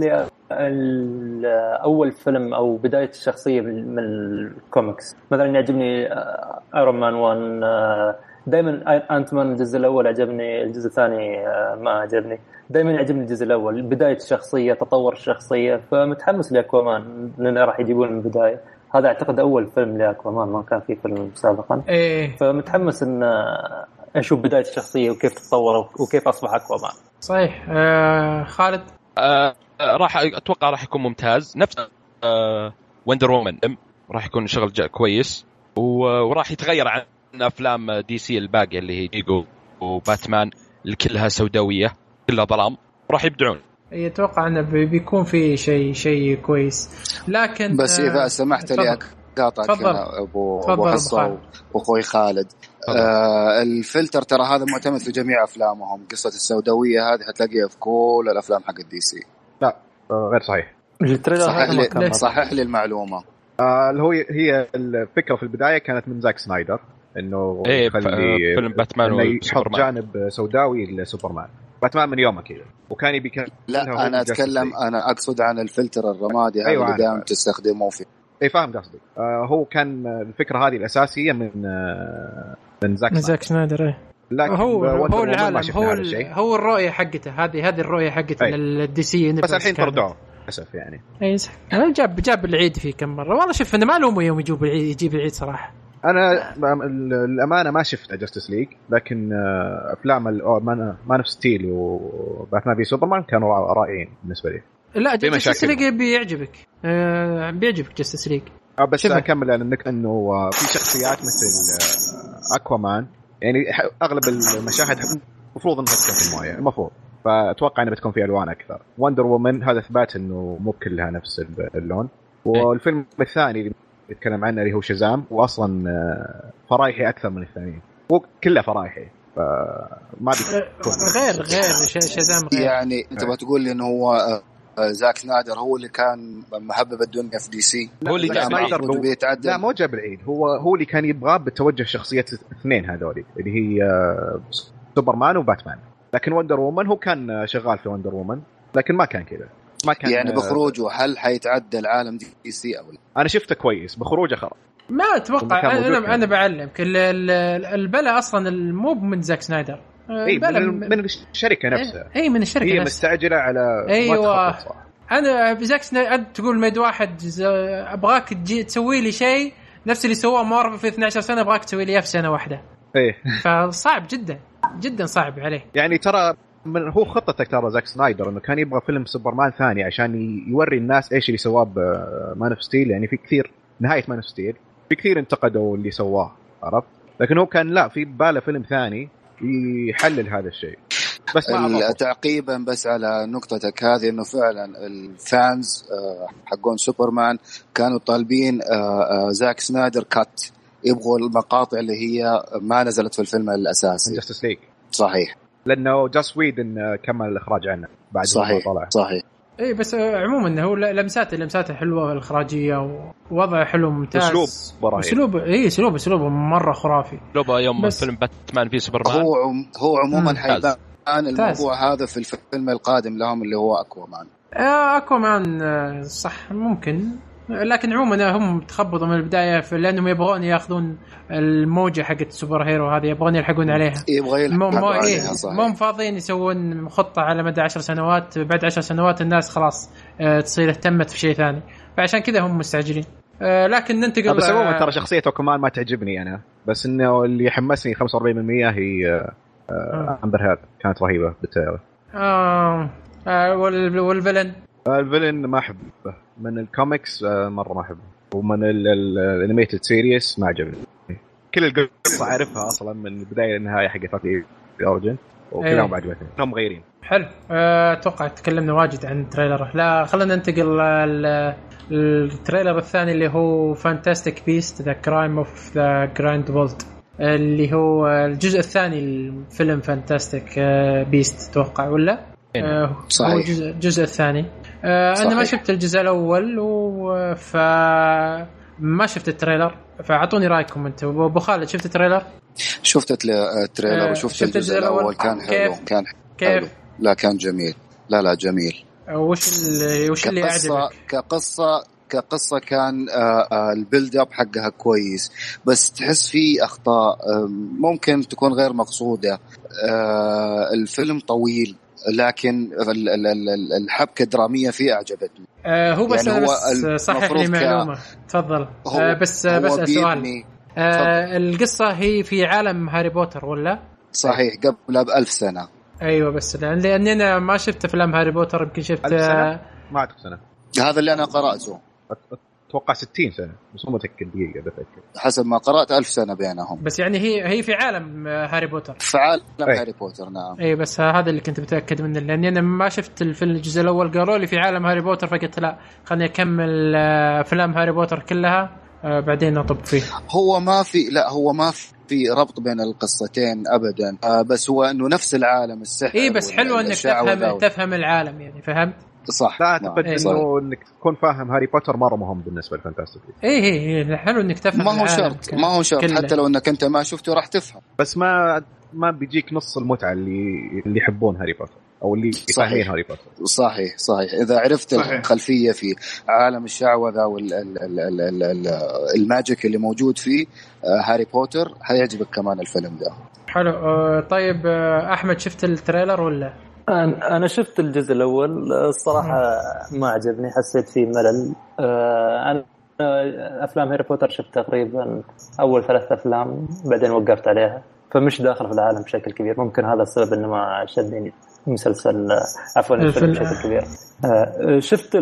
لأول فيلم أو بداية الشخصية من الكوميكس. مثلا يعجبني ايرون مان واحد، دائما أنت مان الجزء الأول عجبني، الجزء الثاني ما عجبني. دائما يعجبني الجزء الأول بداية الشخصية تطور الشخصية، فمتحمس لأكوامان لأنه راح يجيبون من البداية. هذا أعتقد أول فيلم لأكوامان، ما كان في فيلم سابقا. إيه. فمتحمس إن أشوف بداية الشخصية وكيف تتطور وكيف أصبح أكوامان. صحيح. آه خالد آه راح أتوقع راح يكون ممتاز نفس آه وندر وومن، راح يكون شغل كويس وراح يتغير عن أفلام دي سي الباقية اللي هي ديجو وباتمان اللي كلها سوداوية كلها ظلام، راح يبدعون. يتوقع أنه بيكون في شيء شيء كويس. لكن بس إذا سمحت لي أقاطعك أبو أبو حصة وأخوي خالد، آه الفلتر ترى هذا معتمد في جميع أفلامهم. قصة السوداوية هذه هتلاقيها في كل الأفلام حق الدي سي. لا غير صحيح. صحيح لي, صحيح لي المعلومة. آه هو هي الفكرة في البداية كانت من زاك سنايدر إنه إيه يخلي فيلم باتمان ويحط جانب سوداوي لسوبرمان. باتمان من يومه كذا وكان يبي. لا أنا أتكلم أنا أقصد عن الفلتر الرمادي أيوة هذا اللي دائما تستخدمه فيه. اي فاهم قصدي. آه هو كان الفكره هذه الاساسيه من آه من زاك زاك سنايدر. لكن هو هو العالم هو هو الرؤيه حقته هذه هذه الرؤيه حقته للدي سي. بس الحين طردوه للاسف يعني. اي انا جاب جاب العيد فيه كم مره والله. شوف انا ما لومه يوم يجيب العيد يجيب العيد صراحه. انا الامانه ما شفت جاستس ليج لكن افلام مان اوف ستيل وباتمان في سوبرمان كانوا رائعين بالنسبه لي. لا جاستس ليج بيعجبك أه بيعجبك جاستس ليج. أه بس اكمل على انك انه في شخصيات مثل اكوامان يعني اغلب المشاهد المفروض انها تكون في المويه المفروض، فاتوقع انها بتكون في الوان اكثر. وندر وومن هذا اثبات انه مو كلها نفس اللون. والفيلم الثاني اللي يتكلم عنه اللي هو شازام واصلا فرايحي اكثر من الثانيين وكلها فرايحي، فما بيكون غير غير شازام غير. يعني انت بتقول لي انه هو زاك سنايدر هو اللي كان محبب الدنيا في دي سي؟ هو اللي جاب بيتعدل. لا مو جاب العيد، هو هو اللي كان يبغاه بتوجه شخصية اثنين هذولي اللي هي سوبرمان وباتمان. لكن وندر وومن هو كان شغال في وندر وومن لكن ما كان كذا، ما كان يعني بخروجه هل حيتعدل عالم دي سي او لا؟ انا شفته كويس، بخروجه خرب ما اتوقع. انا انا بعلمك البلا اصلا مو من زاك سنايدر. اي من, من الشركه نفسها. اي من الشركه هي نفسها مستعجله على ايوه. انا بزاك سنايدر انت تقول ميد واحد ابغاك تجي تسوي لي شيء نفس اللي سواه مارفل في اثنتي عشرة سنه ابغاك تسوي لي في سنه واحده. ايه فصعب جدا جدا صعب عليه. يعني ترى من هو خطتك ترى زاك سنايدر انه كان يبغى فيلم سوبرمان ثاني عشان يوري الناس ايش اللي سواه بمان اوف ستيل. يعني في كثير نهايه مان اوف ستيل في كثير انتقدوا اللي سواه عرفت، لكن هو كان لا في باله فيلم ثاني يحلل هذا الشيء. بس تعقيبا بس على نقطتك هذه انه فعلا الفانز حقون سوبرمان كانوا طالبين زاك سنايدر كات، يبغوا المقاطع اللي هي ما نزلت في الفيلم الاساسي جاستس ليج. صحيح لانه جاس ويدن كمل الاخراج عنه بعد ما طلع. صحيح اي بس عموما هو لمساته لمساته حلوه الاخراجيه ووضع حلو ممتاز. اسلوب اسلوب اي اسلوب اسلوبه مره خرافي. اسلوبه يوم فيلم باتمان في سوبرمان هو هو عموما حيبان الموضوع هذا في الفيلم القادم لهم اللي هو اكوامان. آه اكوامان صح ممكن، لكن عموما هم تخبطوا من البدايه لانهم يبغون ياخذون الموجه حقت السوبر هيرو هذه، يبغون يلحقون عليها. يبغون مو فاضيين يسوون خطه على مدى عشر سنوات، بعد عشر سنوات الناس خلاص تصير اهتمت في شيء ثاني، فعشان كذا هم مستعجلين. آه لكن ننتقل. بس عموما ترى شخصيته كمان ما تعجبني انا، بس انه اللي يحمسني خمسة وأربعين بالمية هي آه امبر هيرد، كانت رهيبه بالتالي. اه, آه والفيلن الفيلن ما احبه من الكوميكس، آه مره ما احبه، ومن الانيميتد سيريس ما عجبني. كل القصه عارفها اصلا من البدايه للنهايه حقت اوريجن، وكلهم ما عجبتني، كلهم مغيرين. حلو. اتوقع تكلمنا واجد عن التريلر. لا خلينا ننتقل للتريلر الثاني اللي هو فانتاستيك بيست ذا كرايم اوف ذا جراند فولت، اللي هو الجزء الثاني الفيلم فانتاستيك بيست توقع ولا؟ آه صحيح. هو الجزء, الجزء الثاني. آه انا ما شفت الجزء الاول ف ما شفت التريلر، فاعطوني رايكم انتم. ابو خالد شفت التريلر؟ شفت التريلر آه وشفت الجزء الاول. كان حلو. كان كيف؟ حلو. لا كان جميل. لا لا جميل. وش اللي وش اللي عجبك؟ كقصه كقصه كان آه البيلد اب حقها كويس، بس تحس فيه اخطاء آه ممكن تكون غير مقصوده. آه الفيلم طويل لكن الحبكه الدراميه فيه اعجبتني. آه هو بس, يعني بس صحح لي معلومه تفضل. آه بس بس السؤال آه القصه هي في عالم هاري بوتر ولا؟ صحيح قبل بألف سنه. ايوه بس لاني انا ما شفت افلام هاري بوتر، يمكن شفت سنة؟ ما اعرف سنه. هذا اللي انا قراته اتوقع ستين سنه، بس مو متاكد دقيقه بتاكد. حسب ما قرات ألف سنه بينهم. بس يعني هي هي في عالم هاري بوتر. في عالم أي. هاري بوتر نعم. اي بس هذا اللي كنت متاكد منه، لاني انا ما شفت الفيلم الجزء الاول قالوا لي في عالم هاري بوتر، فقلت لا خلني اكمل افلام هاري بوتر كلها بعدين اطب فيه. هو ما في لا هو ما في ربط بين القصتين ابدا، بس هو انه نفس العالم السحر. اي بس حلو انك تفهم تفهم العالم يعني فهمت صح. لا اعتقد انه انك تكون فاهم هاري بوتر مره مهم بالنسبه للفانتاستيك. اي اي حلو انك تفهم. ما هو شرط ما هو شرط حتى لو انك انت ما شفته راح تفهم، بس ما ما بيجيك نص المتعه اللي اللي يحبون هاري بوتر او اللي فاهمين هاري بوتر. صحيح صحيح. اذا عرفت صحيح. الخلفيه في عالم الشعوذه والماجيك اللي موجود فيه هاري بوتر حيعجبك كمان الفيلم ده. حلو. طيب احمد شفت التريلر ولا؟ أنا شفت الجزء الأول الصراحة ما عجبني، حسيت فيه ملل. أنا أفلام هاري بوتر شفت تقريبا أول ثلاث أفلام بعدين وقفت عليها، فمش داخل في العالم بشكل كبير. ممكن هذا السبب إنه ما شدني مسلسل عفوا الفيلم بشكل كبير. شفت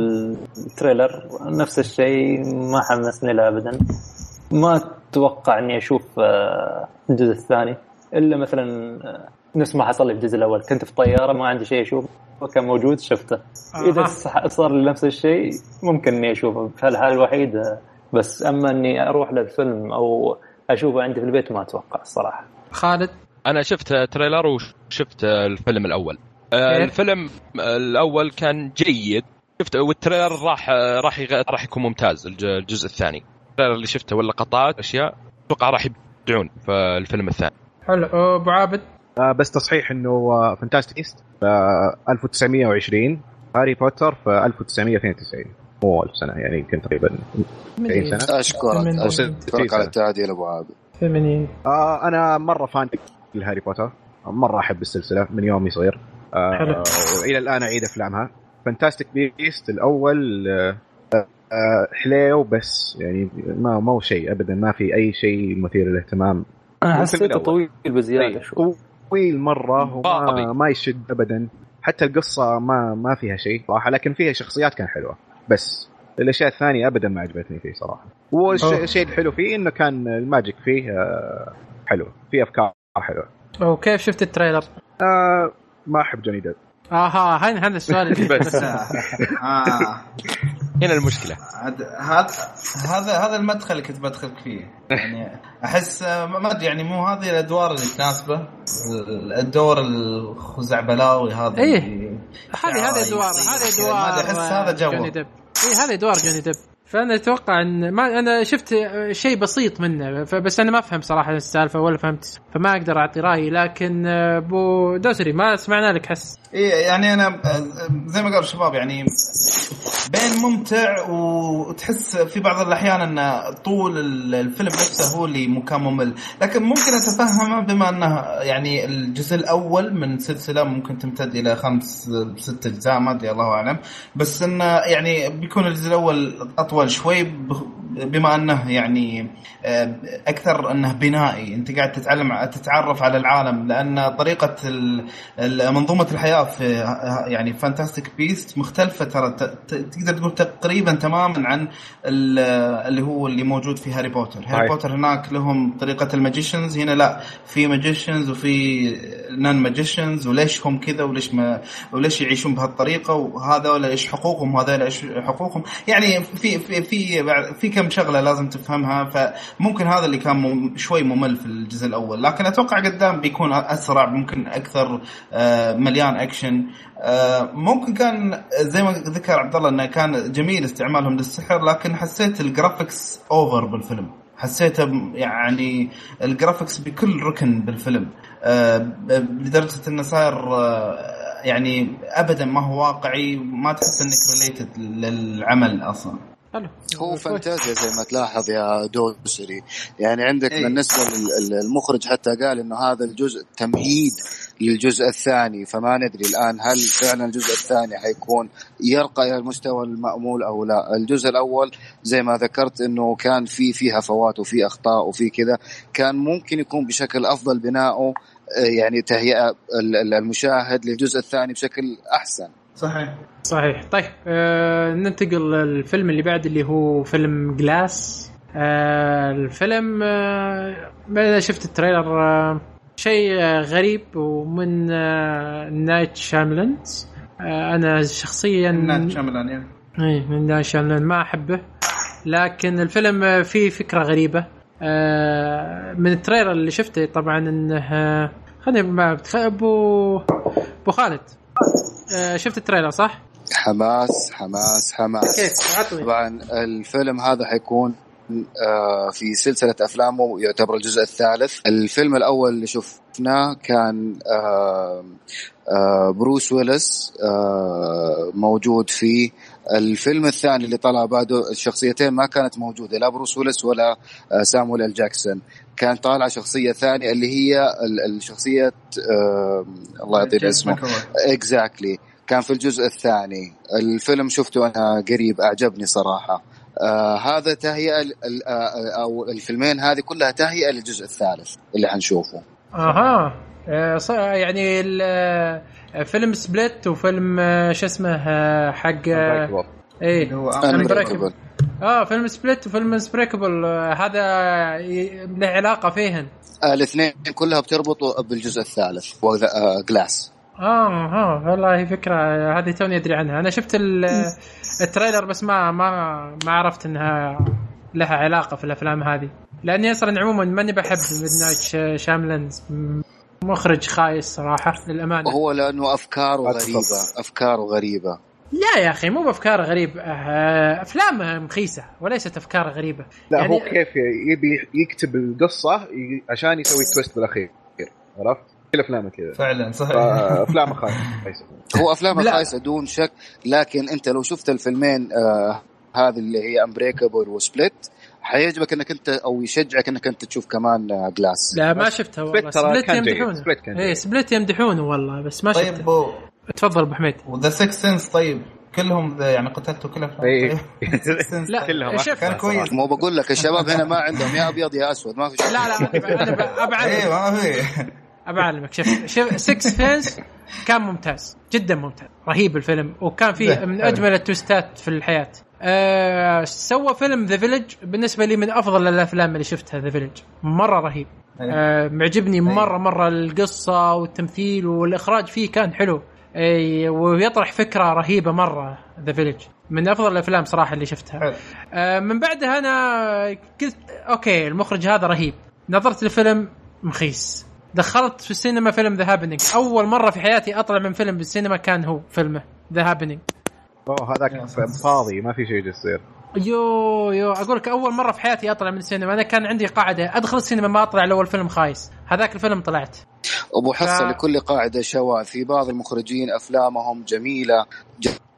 التريلر نفس الشيء ما حمسني له أبدا. ما أتوقع إني أشوف الجزء الثاني إلا مثلا نفس ما حصل لي في الجزء الأول، كنت في طيارة ما عندي شيء أشوفه وكان موجود شفته. آه. إذا صار لي نفس الشيء ممكن إني أشوفه في الحالة الوحيدة، بس أما إني أروح للفيلم أو أشوفه عندي في البيت ما أتوقع الصراحة. خالد أنا شفت تريلر وشفت الفيلم الأول. إيه؟ الفيلم الأول كان جيد شفت، والتريلر راح راح راح يكون ممتاز. الجزء الثاني التريلر اللي شفته ولا قطعات أشياء أتوقع راح يبدعون في الفيلم الثاني. حلو. أبو عابد آه بس تصحيح انه فانتاستيك بيست في ألف وتسعمية وعشرين، هاري بوتر في ألف وتسعمية واثنين وتسعين، مو ألف سنه يعني يمكن تقريبا تسعين سنه. اشكرك اشكرك على التعديل ابو عابد. ثمانين. آه انا مره فان لهاري بوتر، مره احب السلسله من يومي صغير. آه والى الان اعيد افلامها. فانتاستيك بيست الاول آه آه حليو بس يعني ما ما هو شيء ابدا، ما في اي شيء مثير للاهتمام. انا حسيته طويل بزياده شوي، طويل مره وما ما يشد ابدا. حتى القصه ما ما فيها شيء صراحه، لكن فيها شخصيات كان حلوه، بس الاشياء الثانيه ابدا ما عجبتني فيه صراحه. والشيء الحلو فيه انه كان الماجيك فيه حلو، فيه افكار حلوه. وكيف شفت التريلر؟ آه ما احب جوني ديب. اها هن هذا السؤال بس آه. هنا المشكله. هذا هذا هذا المدخل اللي كنت بدخل فيه يعني. احس ما ادري يعني مو هذه الادوار اللي تناسبه، الدور الخزعبلاوي هذا. ايه هذه هذه ادوار هذه ادوار ما احس هذا جو جوني ديب. ايه هذه ادوار جوني ديب. فانا اتوقع ان ما انا شفت شيء بسيط منه، بس انا ما افهم صراحه السالفه ولا فهمت، فما اقدر اعطي رايي. لكن ابو دوسري ما سمعنا لك حس. ايه يعني انا زي ما قال الشباب يعني بين ممتع وتحس في بعض الأحيان أن طول الفيلم نفسه هو اللي مكان ممل، لكن ممكن أتفهمه بما أنه يعني الجزء الأول من سلسلة ممكن تمتد إلى خمس ست أجزاء ما أدري الله أعلم، بس أنه يعني بيكون الجزء الأول أطول شوي بما أنه يعني أكثر أنه بنائي، أنت قاعد تتعلم تتعرف على العالم، لأن طريقة منظومة الحياة في يعني فانتاستيك بيست مختلفة ترى، تقدر تقول تقريبا تماما عن اللي هو اللي موجود في هاري بوتر. هاري بوتر هناك لهم طريقة الماجيشنز، هنا لا، في ماجيشنز وفي نان ماجيشنز، وليش هم كذا وليش ما وليش يعيشون بهالطريقة، وهذا ولا إيش حقوقهم وهذا إيش حقوقهم، يعني في في في في كم شغلة لازم تفهمها. فممكن هذا اللي كان شوي ممل في الجزء الأول، لكن أتوقع قدام بيكون أسرع، ممكن أكثر مليان أكشن. ممكن كان زي ما ذكر عبد الله انه كان جميل استعمالهم للسحر، لكن حسيت الجرافيكس اوفر بالفيلم، حسيته يعني الجرافيكس بكل ركن بالفيلم لدرجه انه صار يعني ابدا ما هو واقعي، ما تحس انك ريليتد للعمل اصلا. هو فانتازيا زي ما تلاحظ يا دوسري، يعني عندك أي. بالنسبة للمخرج حتى قال إنه هذا الجزء تمهيد للجزء الثاني، فما ندري الآن هل فعلا الجزء الثاني حيكون يرقى إلى المستوى المأمول أو لا. الجزء الأول زي ما ذكرت إنه كان في فيها فوات وفي أخطاء وفي كذا، كان ممكن يكون بشكل أفضل بناؤه، يعني تهيئة المشاهد للجزء الثاني بشكل أحسن. صحيح صحيح. طيب آه ننتقل للفيلم اللي بعد اللي هو فيلم جلاس. آه الفيلم آه بعد شفت التريلر آه شيء آه غريب ومن آه نايت شاملانز. آه أنا شخصيا نايت شاملان يعني إيه من نايت شاملان ما أحبه، لكن الفيلم آه فيه فكرة غريبة آه من التريلر اللي شفته. طبعا إنه آه خلينا ما أبو أبو خالد آه شفت التريلر صح؟ حماس حماس حماس. طبعا الفيلم هذا حيكون آه في سلسلة أفلامه، يعتبر الجزء الثالث. الفيلم الأول اللي شفناه كان آه آه بروس ويلس آه موجود فيه. الفيلم الثاني اللي طلع بعده الشخصيتين ما كانت موجودة، لا بروس ويلس ولا آه سامويل إل جاكسون، كان طالع شخصية ثانية اللي هي الشخصية آه الله يعطيه اسمه exactly، كان في الجزء الثاني. الفيلم شفته أنا قريب، أعجبني صراحة. آه هذا تهيئة آه أو الفيلمين هذه كلها تهيئة للجزء الثالث اللي حنشوفه. أها آه يعني فيلم سبليت وفيلم شو اسمه حق ايه هو Unbreakable. اه فيلم سبليت وفيلم سبريكبل هذا له علاقة فيهن آه الاثنين كلها بتربطوا بالجزء الثالث وجلاس. اه ها والله فكرة هذه توني أدري عنها. أنا شفت التريلر بس ما ما ما عرفت إنها لها علاقة في الأفلام هذه، لأني أصلا عموما ماني بحب ميدنايت شاملانز، مخرج خايس صراحة للأمانة. هو لأنه أفكاره غريبة، أفكاره غريبة. لا يا أخي مو بأفكار غريبة، أفلام مخيسة وليست أفكار غريبة. لا يعني هو كيف يبي يكتب القصة عشان يسوي تويست بالأخير، عرفت؟ كل أفلامه كذا فعلا صحيح. أفلامه خايسة. هو أفلامه خايسة دون شك، لكن أنت لو شفت الفيلمين آه هذه اللي هي أمبريكابل وسبليت حيعجبك انك انت او يشجعك انك انت تشوف كمان جلاس. لا ما شفتها والله. سبليت يمدحونه، ايه سبليت يمدحونه والله بس ما شفته. طيب و... تفضل ابو حميد. وذا سيكس سنس طيب كلهم يعني قتلتوا كل افلام طيب. لا كلهم كان كويس. مو بقول لك الشباب هنا ما عندهم يا ابيض يا اسود، ما في شيء. لا لا انا ابعد ايه ما في أبعلمك. شوف شوف سيكس فينس كان ممتاز جدا ممتاز رهيب الفيلم، وكان فيه من أجمل التويستات في الحياة. أه سوى فيلم ذا فيلج بالنسبة لي من أفضل الأفلام اللي شفتها. ذا فيلج مرة رهيب أه معجبني مرة مرة القصة والتمثيل والإخراج فيه كان حلو، أي ويطرح فكرة رهيبة مرة. ذا فيلج من أفضل الأفلام صراحة اللي شفتها. أه من بعدها أنا قلت أوكي المخرج هذا رهيب، نظرت الفيلم مخيس. دخلت في السينما فيلم ذا هابينينج، أول مرة في حياتي أطلع من فيلم بالسينما كان هو فيلمه ذا هابينينج. أوه هذاك فاضي ما في شيء يصير. يو يو أقولك أول مرة في حياتي أطلع من السينما. أنا كان عندي قاعدة أدخل السينما ما أطلع لأول فيلم خايس، هذاك الفيلم طلعت. أبو حصة ف... لكل قاعدة شواذ. في بعض المخرجين أفلامهم جميلة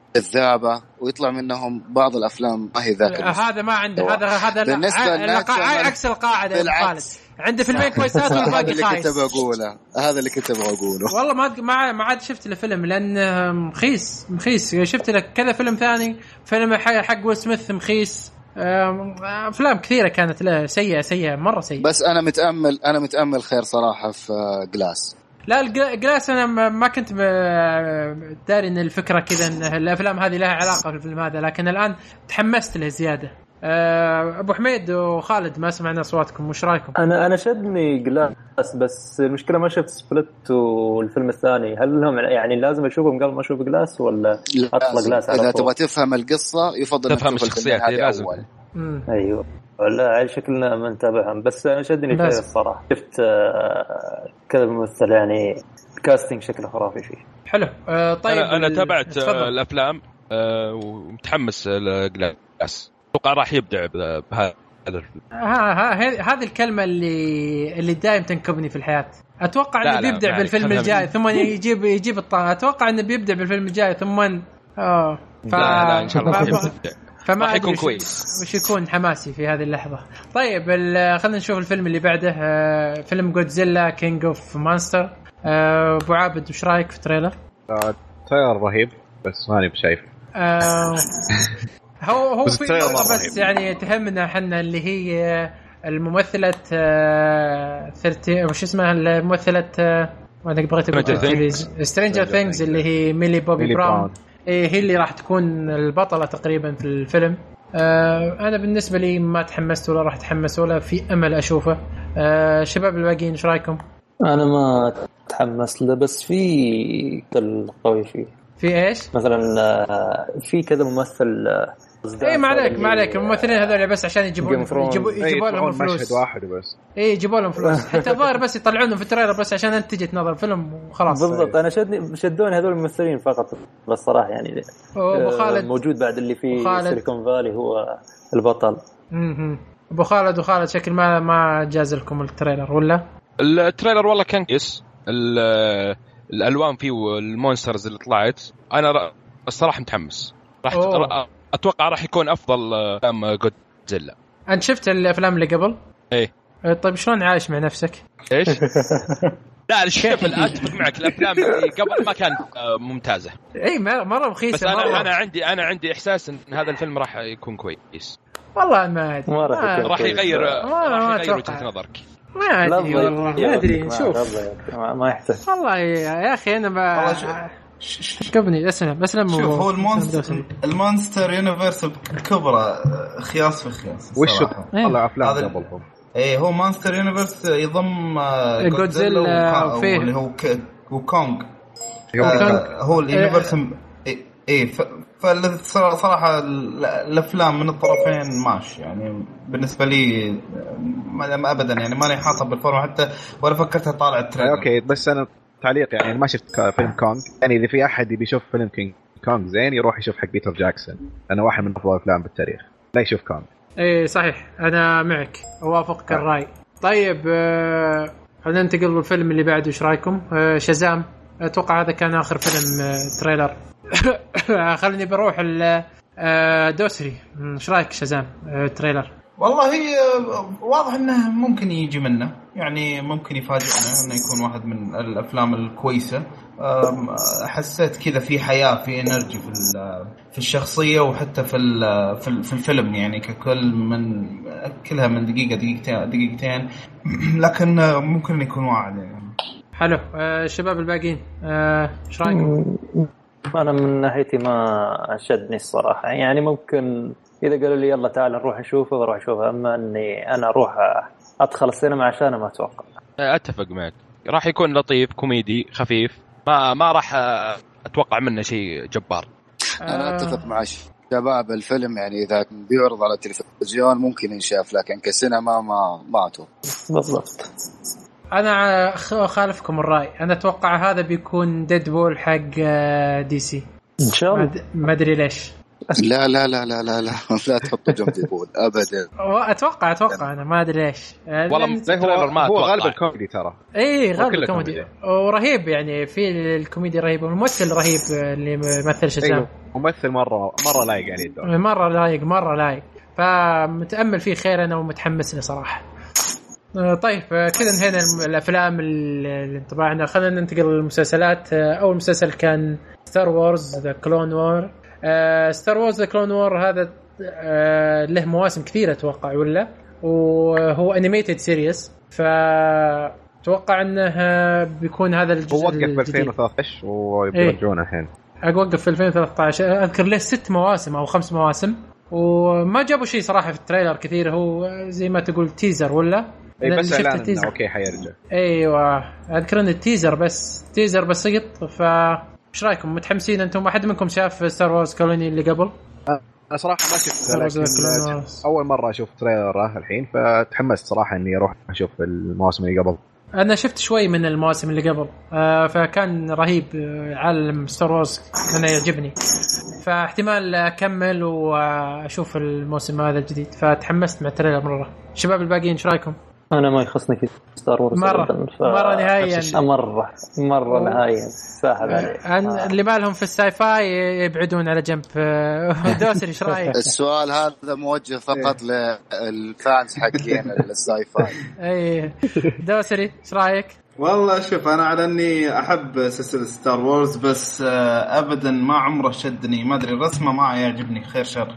الذابة ويطلع منهم بعض الأفلام ما هي ذاك هذا ما عنده هذا هذا بالنسبة القاعدة عكس القاعدة خالد عنده فيلمين كويسات والباقي خايس. هذا اللي كنت بقوله هذا اللي كنت بقوله والله ما ما ما عاد شفت له فيلم لأن مخيس مخيس شفت لك كذا فيلم ثاني فيلم حق ويل سميث مخيس أفلام كثيرة كانت له سيئة سيئة مرة سيئة. بس أنا متأمل أنا متأمل خير صراحة في جلاس. لا الجلاس أنا ما كنت داري إن الفكرة كذا إن الأفلام هذه لها علاقة بالفيلم هذا لكن الآن تحمست له زيادة. أبو حميد وخالد ما سمعنا أصواتكم وش رأيكم؟ أنا أنا شدني جلاس بس المشكلة ما شفت سبلت والفيلم الثاني هل لهم يعني لازم أشوفهم قبل ما أشوف جلاس ولا أطلع جلاس على إذا تبغى تفهم القصة يفضل تفهم الشخصيات هذه لازم. أيوه لا على شكلنا ما نتابعهم بس أنا شدني فيه الصراحة شفت كذا ممثل يعني كاستينج شكله خرافي فيه. حلو أه طيب أنا, أنا تابعت الأفلام أه ومتحمس لجلاس أتوقع راح يبدع بهذا الفيلم. ها ها هذه الكلمة اللي اللي دائما تنكبني في الحياة. أتوقع إنه بيبدع بالفيلم الجاي ثم يجيب يجيب الطاقة. أتوقع إنه بيبدع بالفيلم الجاي ثم آه ف... لا لا إن شاء الله يبدع. فما راح يكون كويس وش يكون حماسي في هذه اللحظة. طيب خلينا نشوف الفيلم اللي بعده آه فيلم جودزيلا كينج اوف مانستر. أبو عابد وش رأيك في التريلر؟ آه تريلر رهيب بس ماني بشايف. آه هو هو في نقطة بس يعني تهمنا حنا اللي هي الممثلة ثلاثين وش اسمها الممثلة وانا بغيت اقول سترينجر ثينجز اللي هي ميلي بوبي براون هي اللي راح تكون البطلة تقريبا في الفيلم. انا بالنسبة لي ما تحمست ولا راح اتحمس ولا في امل اشوفه. شباب الباقيين ايش رايكم؟ انا ما تحمست له بس في القوي فيه في ايش مثلا في كذا ممثل اي ما عليك ما عليك الممثلين هذول بس عشان يجيبون يجيبوا يجيبوا لهم فلوس مشهد واحد بس اي يجيبوا لهم فلوس حتى الظاهر بس يطلعونهم في التريلر بس عشان انت تجي تنظر فيلم وخلاص بالضبط. انا شدني شدوني هذول الممثلين فقط بس صراحه يعني ابو خالد موجود بعد اللي في سيليكون فالي هو البطل. امم ابو خالد وخالد شكل ما ما جاز لكم التريلر ولا التريلر والله كان كويس الالوان فيه والمونسترز اللي طلعت انا الصراحه متحمس راح اتوقع راح يكون افضل افلام جودزيلا. انت شفت الافلام اللي قبل ايه طيب شلون عايش مع نفسك ايش لا شوف اتفق معك الافلام اللي قبل ما كانت ممتازه اي مره رخيصه بس انا انا عندي انا عندي احساس ان هذا الفيلم راح يكون كويس والله ما ادري راح يغير راح يغير وجهه نظرك ما ادري والله ما ادري نشوف ما يحتاج والله يا اخي انا ما شكبني اسلم اسلم شوف هو المونستر المونستر يونيفرس بكبره خياس في خياس وش طلع افلام قبلهم ايه هو مونستر يونيفرس يضم جودزيلا وفيه اللي هو وكونغ هو اليونيفرس ايه فالصراحه الافلام من الطرفين ماشي يعني بالنسبه لي ما ابدا يعني ماني حاطه بالفورم حتى ولا فكرت اطالع التريلر. اوكي بس انا تعليق يعني ما شفت فيلم كونغ يعني اذا في احد يبي يشوف فيلم كينج كونغ زين يروح يشوف حق بيتر جاكسون لانه واحد من افضل الافلام بالتاريخ لا يشوف كونغ. ايه صحيح انا معك اوافقك الراي. طيب خلينا ننتقل للفيلم اللي بعده ايش رايكم؟ آه شازام اتوقع هذا كان اخر فيلم آه تريلر. خليني بروح الدوسري ايش رايك شازام آه تريلر؟ والله هي واضح انه ممكن يجي منه يعني ممكن يفاجئنا انه يكون واحد من الافلام الكويسه. حسيت كذا في حياه في انرجي في في الشخصيه وحتى في في الفيلم يعني ككل من كلها من دقيقه دقيقتين دقيقتين لكن ممكن يكون واعد يعني. حلو الشباب آه الباقيين ايش آه رايكم؟ انا من ناحيتي ما شدني الصراحه يعني ممكن إذا قالوا لي يلا تعال نروح نشوفه بروح أشوفه أما أني أنا أروح أدخل السينما عشان ما أتوقع. أتفق معك راح يكون لطيف كوميدي خفيف ما ما راح أتوقع منه شيء جبار. أنا أتفق مع شباب الفيلم يعني إذا بيعرض على التلفزيون ممكن ينشاف لكن كسينما ما ما أتوقع. بالضبط. أنا أخالفكم الرأي أنا أتوقع هذا بيكون ديدبول حق دي سي إن شاء الله. ما أدري ليش لا لا لا لا لا لا لا تحطوا جنب يقول ابدا. اتوقع اتوقع انا ما ادري ليش والله هو ما هو أتوقع. غالبا كوميدي ترى. اي غالبا كوميدي ورهيب يعني في الكوميدي رهيب والممثل رهيب اللي يمثل شزام. أيوه. ممثل مره مره لايق يعني الدور. مره لايق مره لايق فمتامل فيه خير انا ومتحمس له صراحه. طيب كذا انهينا الافلام اللي انطباعنا. خلينا ننتقل للمسلسلات. اول مسلسل كان ستار وورز ذا كلون وور. ستار وورز ذا كلون وور هذا له مواسم كثيره اتوقع ولا وهو انيميتد سيريس فتوقع انه بيكون هذا الجزء وقف في ألفين وثلاثة عشر ويرجعونه الحين. اوقف في ألفين وثلاثة عشر اذكر له ست مواسم او خمس مواسم وما جابوا شيء صراحه في التريلر كثير. هو زي ما تقول تيزر ولا اي بس اعلان انه اوكي حيرجع. ايوه اذكر ان التيزر بس تيزر بسيط. فايش رايكم متحمسين انتم؟ ما حد منكم شاف ستار وورز كولوني اللي قبل؟ انا صراحه ما شفت اول مره اشوف تريلر الحين فتحمست صراحه اني اروح اشوف المواسم اللي قبل. انا شفت شوي من المواسم اللي قبل آه فكان رهيب. عالم ستار وورز انا يعجبني فاحتمال اكمل واشوف الموسم هذا الجديد فتحمست مع التريلر مره. شباب الباقيين ايش رايكم؟ انا ما يخصني في ستار وورز مره ف... مره نهائيا مره مره نهائيا ساحب عليه. آه. اللي بالهم في الساي فاي يبعدون على جنب. دوسري ايش رايك؟ السؤال هذا موجه فقط للفانز حقين الساي فاي. اي دوسري ايش رايك؟ والله شوف انا على اني احب سلسله ستار وورز بس ابدا ما عمره شدني. ما ادري الرسمه ما يعجبني خير شر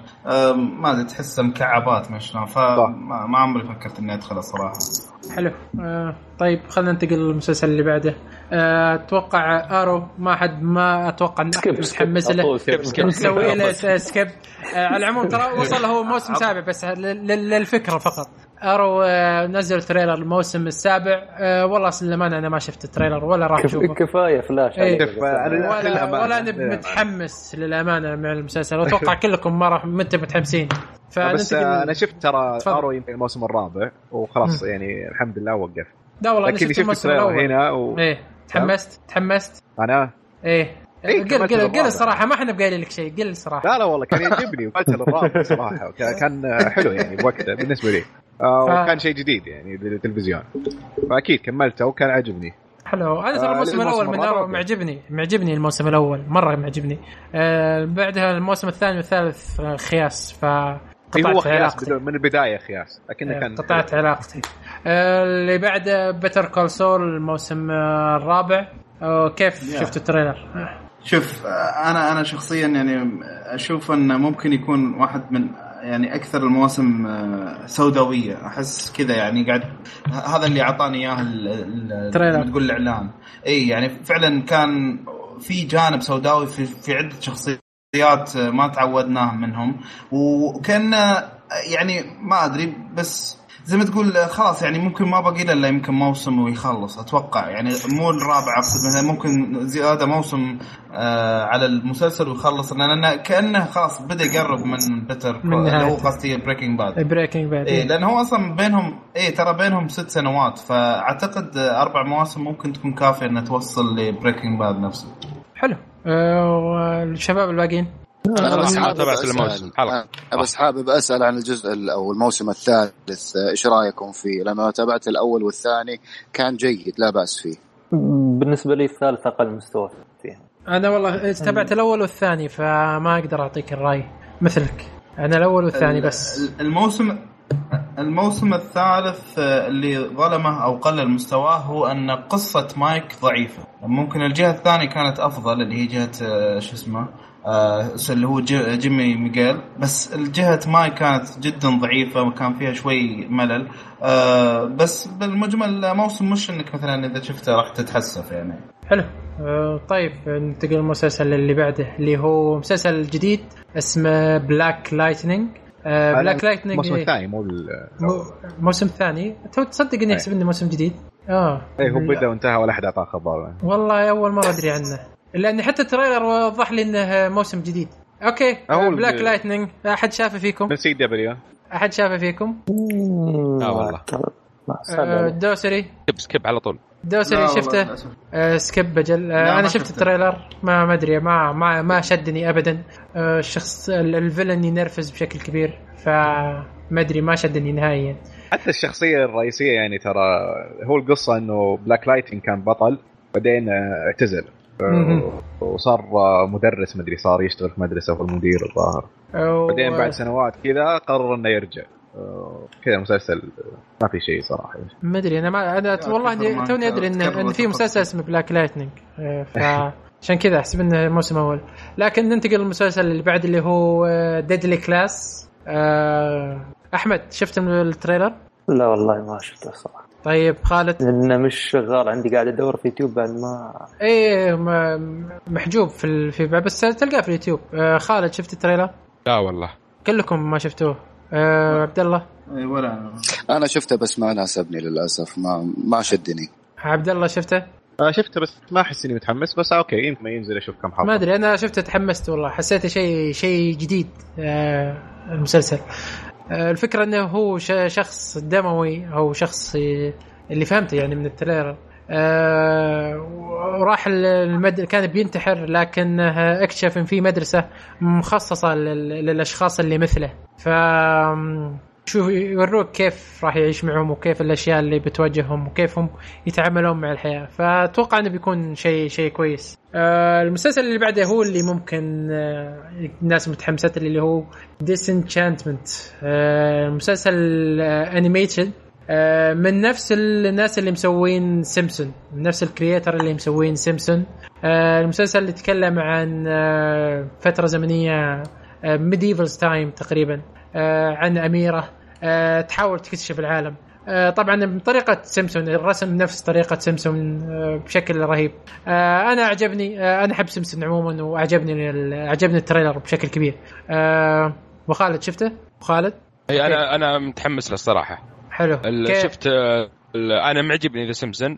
ما ادري تحسه مكعبات ما شلون فما ما عمري فكرت اني ادخل الصراحه. حلو. آه طيب خلينا ننتقل للمسلسل اللي بعده. آه اتوقع ارو ما حد ما اتوقع انك متحمس له نسوي له سكيب. آه على العموم ترى وصل هو موسم سابع بس للفكره فقط. ارو آه نزل تريلر الموسم السابع. آه والله سلمان انا ما شفت التريلر ولا راح اشوفه. كفايه فلاش. ايه ولا, ولا انا متحمس للامانه مع المسلسل واتوقع كلكم ما راح انتم متحمسين. بس انا شفت ترى ارو يمكن الموسم الرابع وخلاص يعني الحمد لله وقف. لا والله انا شفت الموسم الاول هنا و... ايه تحمست تحمست انا ايه, إيه قل قل قل الصراحه ما احنا بقايل لك شيء قل الصراحه. لا لا والله كان يعجبني وقت الرابع صراحه كان حلو يعني بوقته بالنسبه لي. آه ف... وكان شيء جديد يعني للتلفزيون فاكيد كملته وكان عجبني. حلو. انا ترى الموسم آه الاول من ارو معجبني معجبني الموسم الاول مره معجبني. آه بعدها الموسم الثاني والثالث خياس ف قطعت علاقتي من البدايه خياس لكن كان قطعت علاقتي. اللي بعده بيتر كول سول الموسم الرابع. كيف شفت التريلر؟ شوف انا انا شخصيا يعني اشوف انه ممكن يكون واحد من يعني اكثر المواسم سوداويه احس كذا يعني قاعد هذا اللي اعطاني اياه التريلر تقول الاعلان. اي يعني فعلا كان في جانب سوداوي في في عده شخصيات ما تعودناه منهم وكان يعني ما ادري بس زي ما تقول خلاص يعني ممكن ما بقي له الا يمكن موسم ويخلص اتوقع يعني مو الرابع اقصد ممكن زياده موسم آه على المسلسل ويخلص لان كانه خلاص بدا يقرب من بيتر اللي هو قصدي بريكنج باد. بريكنج باد إيه لان هو اصلا بينهم ايه ترى بينهم ست سنوات فاعتقد اربع مواسم ممكن تكون كافيه ان توصل لبريكنج باد نفسه. حلو. أه والشباب الباقيين أنا بس حابب أسأل بس حابب أسأل عن الجزء أو الموسم الثالث إيش رأيكم فيه؟ لما تابعت الأول والثاني كان جيد لا بأس فيه. بالنسبة لي الثالث أقل مستوى فيه. أنا والله تابعت الأول والثاني فما أقدر أعطيك الرأي مثلك. أنا الأول والثاني بس. الموسم الموسم الثالث اللي ظلمه أو قلل مستواه هو أن قصة مايك ضعيفة. ممكن الجهة الثانية كانت أفضل اللي هي جهة شو اسمه آه اللي هو جيمي ميغيل بس الجهة مايك كانت جدا ضعيفة وكان فيها شوي ملل. آه بس بالمجمل موسم مش انك مثلا اذا شفته راح تتحسف يعني. حلو. آه طيب ننتقل للمسلسل اللي بعده اللي هو مسلسل جديد اسمه بلاك لايتنينج. آه بلاك لايتنينج الموسم الثاني مو الموسم الثاني. تو تصدق اني احسب انه موسم جديد. اه اي هو بدا وانتهى ولا احد اعطاه خبر والله اول مرة ادري عنه لأن حتى التريلر وضح لي إنه موسم جديد. أوكي. بلاك لايتنينج أحد شافه فيكم؟ من سي دبليو. أحد شافه فيكم؟ لا والله. أه دوسري. سكيب سكيب على طول. دوسري شفته آه سكيب بجل آه انا شفت التريلر ما ما ادري ما ما ما شدني ابدا. آه الشخص الفيلن ينرفز بشكل كبير فما ادري ما شدني نهائيا. حتى الشخصيه الرئيسيه يعني ترى هو القصه انه بلاك لايتنج كان بطل بعدين اعتزل وصار مدرس مدري صار يشتغل في مدرسه وهو المدير الظاهر بعدين بعد سنوات كذا قرر انه يرجع كذا. مسلسل ما في شيء صراحه ما ادري انا ما انا والله توني ادري ان ان في مسلسل اسمه بلاك لايتنينج فعشان كذا احسب انه موسم اول. لكن ننتقل للمسلسل اللي بعد اللي هو ديدلي كلاس. احمد شفت التريلر؟ لا والله ما شفته صراحه. طيب خالد؟ لانه مش شغال عندي قاعد ادور في يوتيوب بعد ما ايه محجوب في في بس تلقاه في اليوتيوب. خالد شفت التريلر؟ لا والله كلكم ما شفتوه. أه عبد الله؟ اي ولا انا انا شفته بس ما ناسبني للاسف ما ما شدني. عبد الله شفته؟ آه شفته بس ما احس اني متحمس بس اوكي يمكن ينزل اشوف كم حلقه. ما ادري انا شفته تحمست والله حسيته شيء شيء جديد. آه المسلسل آه الفكره انه هو شخص دموي او شخص اللي فهمته يعني من التريلر. آه وراح المد... كان بينتحر لكن اكتشف ان في مدرسه مخصصه لل... للاشخاص اللي مثله. ف شو يوروك كيف راح يعيش معهم وكيف الاشياء اللي بتواجههم وكيف هم يتعاملون مع الحياه. فاتوقع انه بيكون شيء شيء كويس. آه المسلسل اللي بعده هو اللي ممكن آه الناس متحمسه اللي هو ديسنشانتمنت. آه المسلسل آه انيميشن آه من نفس الناس اللي مسوين سيمسون من نفس الكرياتر اللي مسوين سيمسون. آه المسلسل اللي يتكلم عن آه فتره زمنيه ميديفلز تايم تقريبا آه عن أميرة آه تحاول تكتشف العالم. آه طبعا بطريقة سيمسون الرسم نفس طريقة سيمسون آه بشكل رهيب. آه أنا عجبني آه أنا أحب سيمسون عموما وعجبني عجبني التريلر بشكل كبير. آه وخالد شفته؟ وخالد؟ أي أنا أنا متحمس له الصراحة. حلو. شفت أنا معجبني ذا سيمسون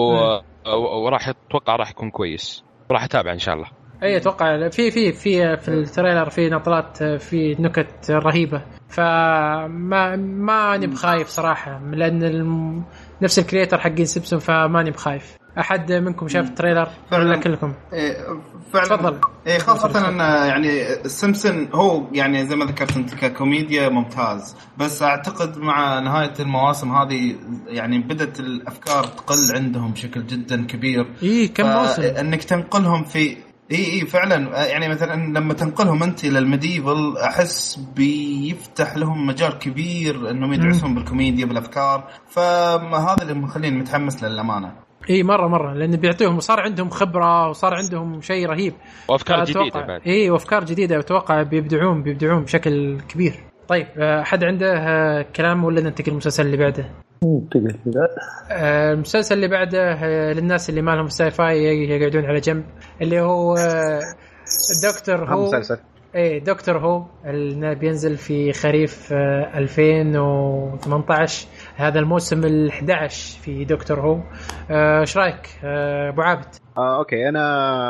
وراح أتوقع راح يكون كويس وراح أتابع إن شاء الله. اي اتوقع في في في في التريلر في نطلات في نكت رهيبه فما ماني بخايف صراحه لان الم... نفس الكرياتر حقين سيمسون فماني بخايف. احد منكم شاف التريلر ولا كلكم؟ إيه فعلا تفضل. اي خاصه ان يعني سيمسون هو يعني زي ما ذكرت انت ككوميديا ممتاز بس اعتقد مع نهايه المواسم هذه يعني بدت الافكار تقل عندهم بشكل جدا كبير. اي كم موسم انك تنقلهم في اي اي فعلا يعني مثلا لما تنقلهم انت للميديفل احس بيفتح لهم مجال كبير انهم يدرسون بالكوميديا بالافكار فهذا اللي مخليني متحمس للامانه. اي مره مره لان بيعطيهم وصار عندهم خبره وصار عندهم شيء رهيب وافكار جديده بعد. اي وافكار جديده اتوقع بيبدعون بيبدعون بشكل كبير. طيب احد عنده كلام ولا ننتقل للمسلسل اللي بعده؟ ننتقل لا المسلسل اللي بعده للناس اللي ما لهم ساي فاي يقعدون على جنب اللي هو دكتور هو. ايه دكتور هو اللي بينزل في خريف ألفين وثمانية عشر هذا الموسم الأحد عشر في دكتور هو. ايش رايك ابو عابد؟ آه، اوكي انا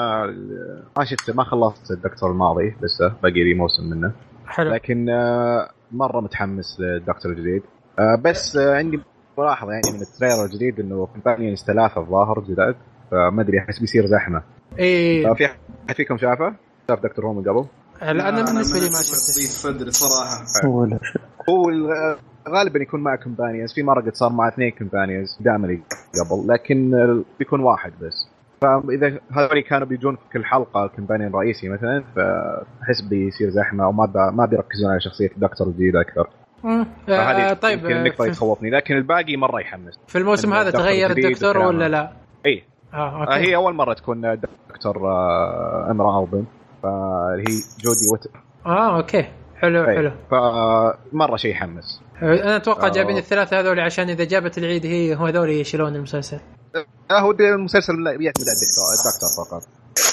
ما شفت ما خلصت الدكتور الماضي لسه باقي لي موسم منه. حلو. لكن آه مره متحمس للدكتور الجديد. آه بس آه عندي ملاحظه يعني من التريلر الجديد انه كمبانيونز ثلاثه الظاهر جداد فما ادري احس بيصير زحمه. ايه في احد فيكم شافه؟ شاف دكتور هو من قبل؟ لا انا بالنسبه لي ما شفته فدري صراحه. هو غالبا يكون مع كمبانيونز في مره قد صار مع اثنين كمبانيونز دائما قبل لكن بيكون واحد بس. فاذا هذول كانوا بيجون في كل حلقه كمبانيون رئيسي مثلا فحس بيصير زحمه وما ما بيركزون على شخصيه الدكتور الجديد اكثر. آه طيب النقطه تخوفني لكن الباقي مره يحمس. في الموسم هذا تغير الدكتور ولا لا؟ اي اه اوكي. هي اول مره تكون دكتور آه امراه او بنت فهي جودي وتر. اه اوكي حلو أي. حلو فمره شيء يحمس. انا اتوقع جايبين الثلاثه هذول عشان اذا جابت العيد هي هو هذول يشيلون المسلسل. اه هو المسلسل يعتمد على الدكتور فقط.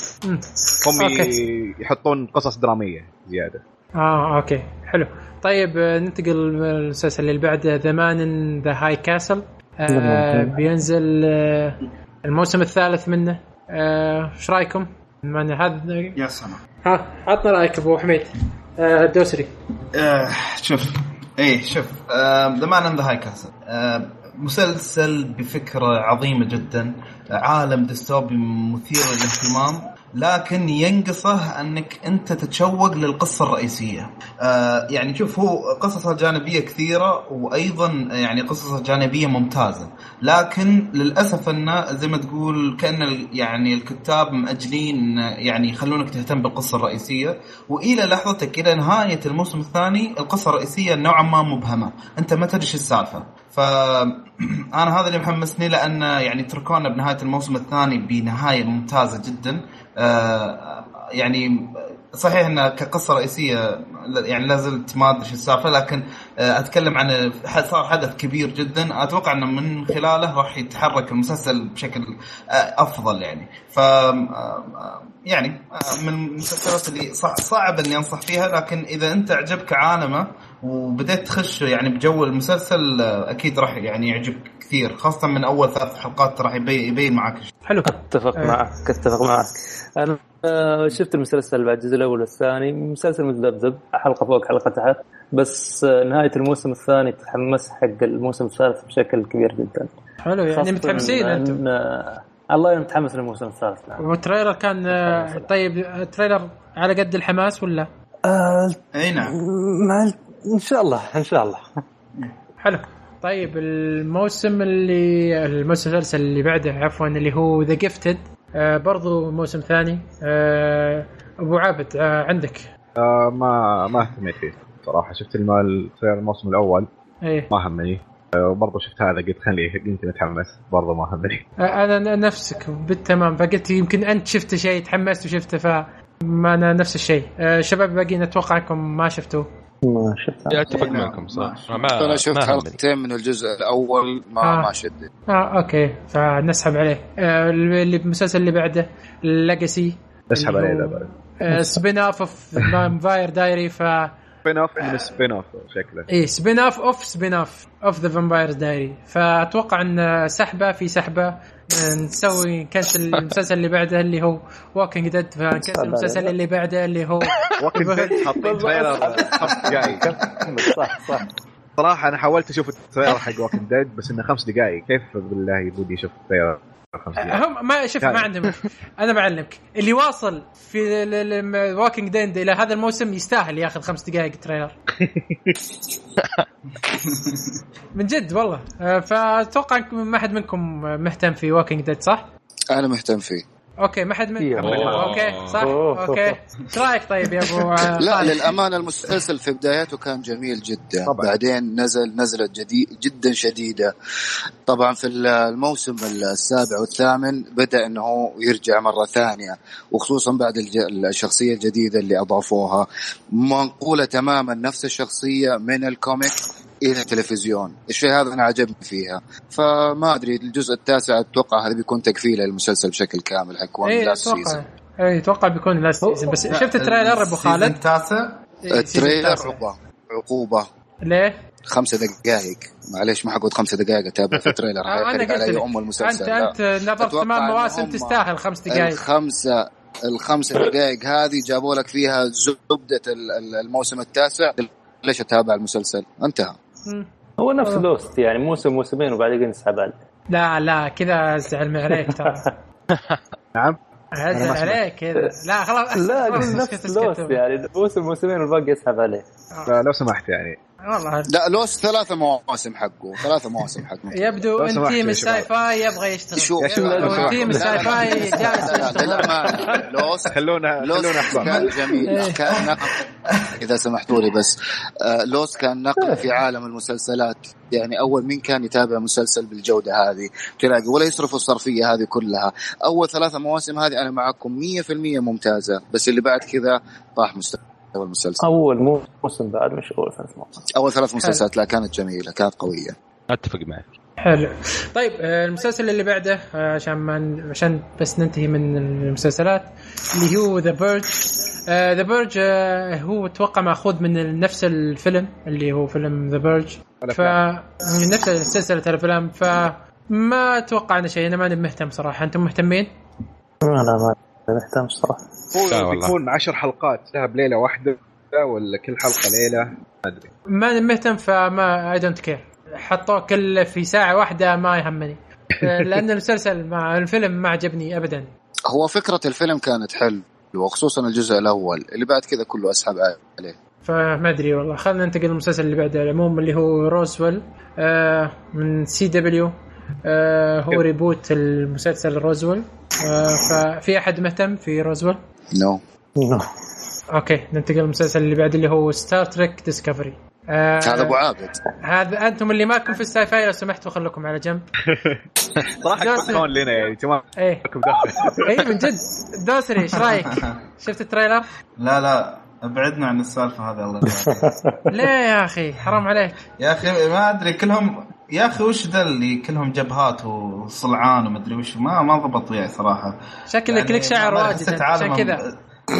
هم أوكي. يحطون قصص دراميه زياده. اه اوكي حلو. طيب ننتقل للمسلسل اللي بعده ذا مان ان ذا هاي كاسل. بينزل آه الموسم الثالث منه. ايش آه رايكم؟ من هذا يا سلام. ها عطنا رايك ابو حميد. آه الدوسري. آه شوف ايه شوف ذا مان ان ذا هاي كاسل مسلسل بفكرة عظيمة جدا، عالم ديستوبي مثير للاهتمام، لكن ينقصه أنك أنت تتشوق للقصة الرئيسية. آه يعني شوف، هو قصص جانبية كثيرة وأيضا يعني قصص جانبية ممتازة، لكن للأسف أنه زي ما تقول كأن يعني الكتاب مأجلين يعني يخلونك تهتم بالقصة الرئيسية، وإلى لحظتك إلى نهاية الموسم الثاني القصة الرئيسية نوعا ما مبهمة، أنت ما تدري السالفة. فأنا هذا اللي محمسني، لأن يعني تركونا بنهاية الموسم الثاني بنهاية ممتازة جدا. آه يعني صحيح أنها كقصة رئيسية يعني لازلت ما أدري شو السالفة، لكن آه أتكلم عن صار حدث كبير جدا، أتوقع أنه من خلاله راح يتحرك المسلسل بشكل آه أفضل يعني. ف آه يعني آه من المسلسلات اللي صعب أني أنصح فيها، لكن إذا أنت أعجبك عالمه وبدأت تخش يعني بجو المسلسل آه أكيد راح يعني يعجبك كثير، خاصة من أول ثلاث حلقات راح يبين معك. حلو، اتفق أه. معك اتفق معك أنا شفت المسلسل بعد الجزء الأول والثاني، مسلسل مذبذب، حلقة فوق حلقة تحت، بس نهاية الموسم الثاني تحمس حق الموسم الثالث بشكل كبير جدا. حلو، يعني متحمسين أنتم؟ الله متحمس للموسم الثالث. والتريلر كان طيب، التريلر على قد الحماس ولا؟ آه أي نعم، مع إن شاء الله إن شاء الله. حلو. طيب الموسم اللي المسلسل اللي بعده عفوا اللي هو ذا جيفتد، آه برضو موسم ثاني. آه ابو عابد آه عندك؟ آه ما ما اهتميت فيه صراحه، شفت المال في الموسم الاول ايه ما همني، آه برضو شفت هذا قلت خليه قلت نتحمس برضو ما همني. آه انا نفسك بالتمام، فقلت يمكن انت شفت شيء تحمست وشفته، فما انا نفس الشيء. آه شباب باقيين اتوقعكم ما شفتوه. ما شفت. اتفق معكم صح، ما انا شفت حلقتين من الجزء الاول ما آه. ما شدت. اه اوكي، فنسحب عليه. آه اللي المسلسل اللي بعده الليجاسي، اسحب عليه لا بعد. آه سبين اوف اوف فامباير دايري. ف سبين اوف من سبين اوف شكله ايه سبين اوف اوف سبين اوف اوف ذا فامباير دايري. فاتوقع ان سحبه في سحبه نسوي كنسل المسلسل اللي بعده اللي هو ووكينج ديد، فنكنسل المسلسل اللي بعده اللي هو ووكينج ديد. حاطين تريلر خمس دقائق. صح صح صراحه انا حاولت اشوف التريلر حق ووكينج ديد بس انه خمس دقائق، كيف بالله يبودي يشوف التريلر خمس دقائق؟ هم ما شوف ما عندهم. انا بعلمك اللي واصل في ووكينج ديد الى هذا الموسم يستاهل ياخذ خمس دقائق تريلر من جد والله. فاتوقع ما حد منكم مهتم في ووكينج ديد صح؟ انا مهتم فيه. اوكي ما حد منكم. اوكي صح. اوكي ايش رايك طيب يا ابو؟ لا للامانه المسلسل في بدايته كان جميل جدا طبعا. بعدين نزل نزله جديد جدا شديده طبعا. في الموسم السابع والثامن بدا انه يرجع مره ثانيه، وخصوصا بعد الشخصيه الجديده اللي اضافوها، منقوله تماما نفس الشخصيه من الكوميك إلى التلفزيون. الشيء هذا أنا عجبني فيها. فما أدري الجزء التاسع أتوقع هذا بيكون تكفيله المسلسل بشكل كامل، حيكون إيه لاست سيزن. إيه أتوقع بيكون لاست سيزن. بس شفت التريلر أبو خالد؟ التاسع التريلر عقوبة عقوبة ليه؟ خمسة دقائق معليش ما حقود خمسة دقائق أتابع في التريلر. أنا قلت أم المسلسل. أنت أنت نظرت ثمان مواسم تستاهل خمس دقائق. الخمسة الخمسة دقائق هذه جابوا لك فيها زبدة الموسم التاسع. ليش أتابع المسلسل؟ انتهى. هو نفس لوست يعني موسم موسمين وبعدين نسحب عليه. لا لا كذا زعل عليك ترى. نعم هزل عليك كذا. لا خلاص لا نفس لوست يعني موسم موسمين والباقي يسحب عليه. لا لو سمحت يعني والله لا لوست ثلاثة مواسم حقه ثلاثة مواسم حقه. يبدو ان تيم الساي فاي يبغى يشتغل. تيم الساي فاي جالس يشتغل. لوست خلونا خلونا كان جميل كان نقل اذا سمحتوا لي بس. لوست كان نقل في عالم المسلسلات يعني. اول مين كان يتابع مسلسل بالجوده هذه تلاقي ولا يصرفوا الصرفيه هذه كلها. اول ثلاثة مواسم هذه انا معكم مية في المية ممتازه، بس اللي بعد كذا طاح مستوى المسلسل. اول موسم بعد مش اول ثلاث مواسم. اول ثلاث مسلسلات لا كانت جميله كانت قويه. اتفق معك. حلو. طيب المسلسل اللي بعده عشان ما عشان بس ننتهي من المسلسلات اللي هو ذا بيرج. ذا بيرج هو توقع ماخوذ من نفس الفيلم اللي هو فيلم ذا بيرج، ف نفس سلسله الافلام. فما اتوقع انا شيء، انا ماني مهتم صراحه. انتم مهتمين؟ انا ما مهتم صراحه. هو بيكون عشر حلقات ذهب ليله واحده ولا كل حلقه ليله؟ ما ادري ماني مهتم، فما اي دونت كير. حطوه كله في ساعة واحدة ما يهمني لأن المسلسل مع الفيلم ما عجبني أبدا. هو فكرة الفيلم كانت حلو وخصوصا الجزء الأول، اللي بعد كذا كله أسحب عليه. فما أدري والله. خلنا ننتقل للمسلسل اللي بعده العموم اللي هو روزويل آه من سي دبليو. آه هو ريبوت المسلسل روزويل. آه ففي أحد مهتم في روزويل؟ نو no. no. أوكي ننتقل للمسلسل اللي بعده اللي هو ستار تريك ديسكفري. آه هذا أبو عابد. هذا أنتم اللي ماكم في الساي فاي لو سمحتوا خلوكم على جنب. صراحة تكون لنا يعني تمام. إيه إيه من جد. دوسري إيش رأيك؟ شفت التريلر؟ لا لا ابعدنا عن السالفة هذا الله. ليه يا أخي حرام عليك يا أخي ما أدري كلهم يا أخي وش ذا اللي كلهم جبهات وصلعان وما أدري وش ما ما ضبط وياي صراحة. شكلك يعني لك شعر واجد عشان كذا.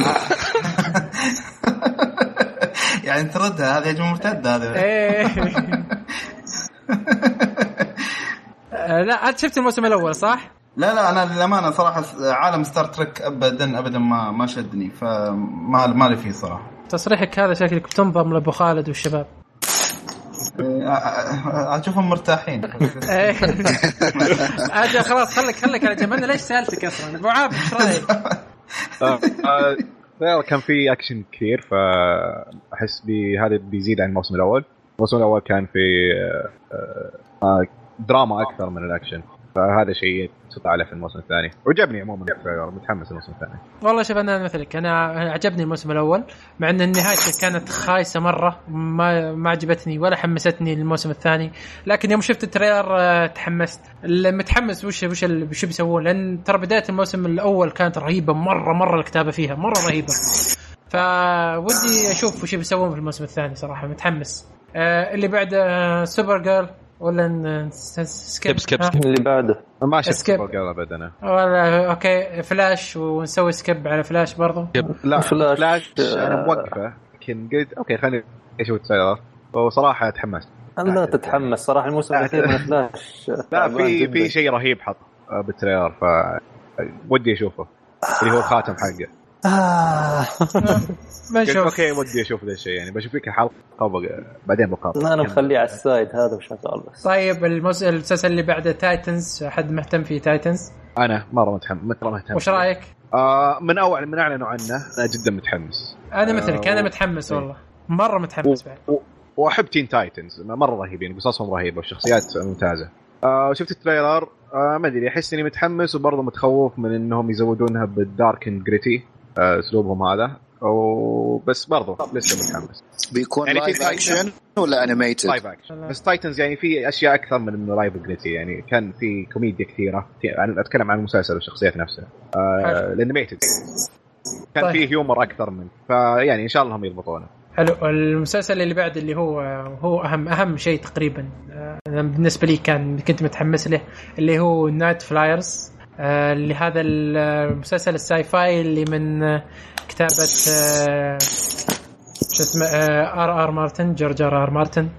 يعني تردها هذه هجمة مرتدة هذه. لا أنت شفت الموسم الأول صح؟ لا لا أنا للأمانة صراحة عالم ستار تريك أبدا أبدا ما ما شدني فما ما لي فيه صراحة. تصريحك هذا شكلك بتنضم لأبو خالد والشباب. أشوفهم مرتاحين. أجل خلاص خليك خليك على جنب. أنا ليش سألتك أصلا أبو عابد إيش رأيك؟ كان في أكشن كثير فأحس بهذا بيزيد عن الموسم الأول. الموسم الأول كان في دراما أكثر من الأكشن فهذا شيء سطع عليه في الموسم الثاني وعجبني عموما. متحمس الموسم الثاني والله. شوف أنا مثلك أنا عجبني الموسم الأول مع أن النهاية كانت خايسة مرة ما ما عجبتني ولا حمستني الموسم الثاني. لكن يوم شفت التريلر تحمست. المتحمس وش وش وش بيسوون لأن ترى بداية الموسم الأول كانت رهيبة مرة مرة. الكتابة فيها مرة رهيبة فودي أشوف وش بيسوون في الموسم الثاني صراحة متحمس. آه اللي بعد آه سوبر جيرل ولا سكيب سكيب اللي بعده ما شفت سوبر جيرل بدنا ولا اوكي فلاش ونسوي سكيب على فلاش برضو. لا فلاش, فلاش انا موقفه لكن قلت اوكي خليني اشوف التريلر وصراحه تحمست. لا تتحمس صراحه الموسم الاخير من فلاش. لا في في شيء رهيب حط بالتريلر فودي اشوفه اللي هو الخاتم حقه. آه. بنشوف. اوكي ودي اشوف ذا الشيء يعني بشوف فيك حلقه بعدين بقاطع. لا انا مخليه على السايد هذا وشغال بس. طيب المسلسل اللي بعده تايتنز. حد مهتم في تايتنز؟ انا مره متحمس مره مهتم. وش رايك؟ آه من اول من اعلنوا عنه انا جدا متحمس. انا مثلك آه انا متحمس والله مره متحمس بعد. واحب تين تايتنز مره رهيبين قصصهم رهيبه والشخصيات ممتازه. آه شفت التريلر آه ما ادري احس اني متحمس وبرضه متخوف من انهم يزودونها بالدارك اند جريتي اسلوبهم هذا وبس برضه لسه متحمس. بيكون يعني لايف اكشن ولا انيميتد؟ لايف اكشن بس تايتنز يعني في اشياء اكثر من انه لايف جريتي يعني كان في كوميديا كثيره. يعني اتكلم عن المسلسل والشخصيات نفسها. آه الانيميتد كان طيب. فيه هيومر اكثر من فيعني ان شاء الله هم يضبطونه. حلو. المسلسل اللي بعد اللي هو هو اهم اهم شيء تقريبا أنا بالنسبه لي كان كنت متحمس له اللي هو نايت فلايرز. آه اللي هذا المسلسل الساي فاي اللي من كتابة آه شو اسمه آه ار ار مارتن جورج ار ار مارتن.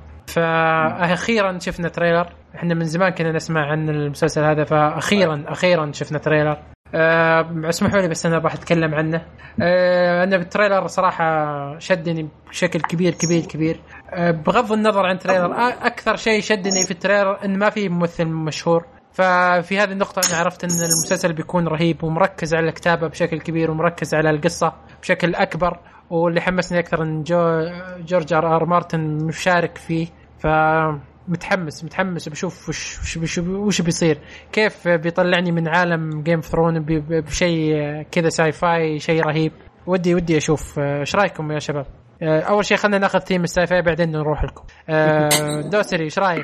فأخيرا شفنا تريلر. احنا من زمان كنا نسمع عن المسلسل هذا فأخيرا أخيرا شفنا تريلر. آه اسمحوا لي بس أنا راح أتكلم عنه. آه أنا بالتريلر صراحة شدني بشكل كبير كبير كبير. آه بغض النظر عن تريلر أكثر شيء شدني في التريلر إن ما في ممثل مشهور. ففي هذه النقطة أنا عرفت أن المسلسل بيكون رهيب ومركز على الكتابة بشكل كبير ومركز على القصة بشكل أكبر. واللي حمسني أكثر أن جو جورج آر آر مارتن مشارك فيه فمتحمس متحمس بشوف وش وش وش بيصير كيف بيطلعني من عالم جيم اوف ثرون بشيء كذا ساي فاي شيء رهيب. ودي ودي أشوف. إيش رأيكم يا شباب؟ أول شيء خلنا نأخذ ثيم الساي فاي بعدين نروح لكم. دوسري إيش رأيك؟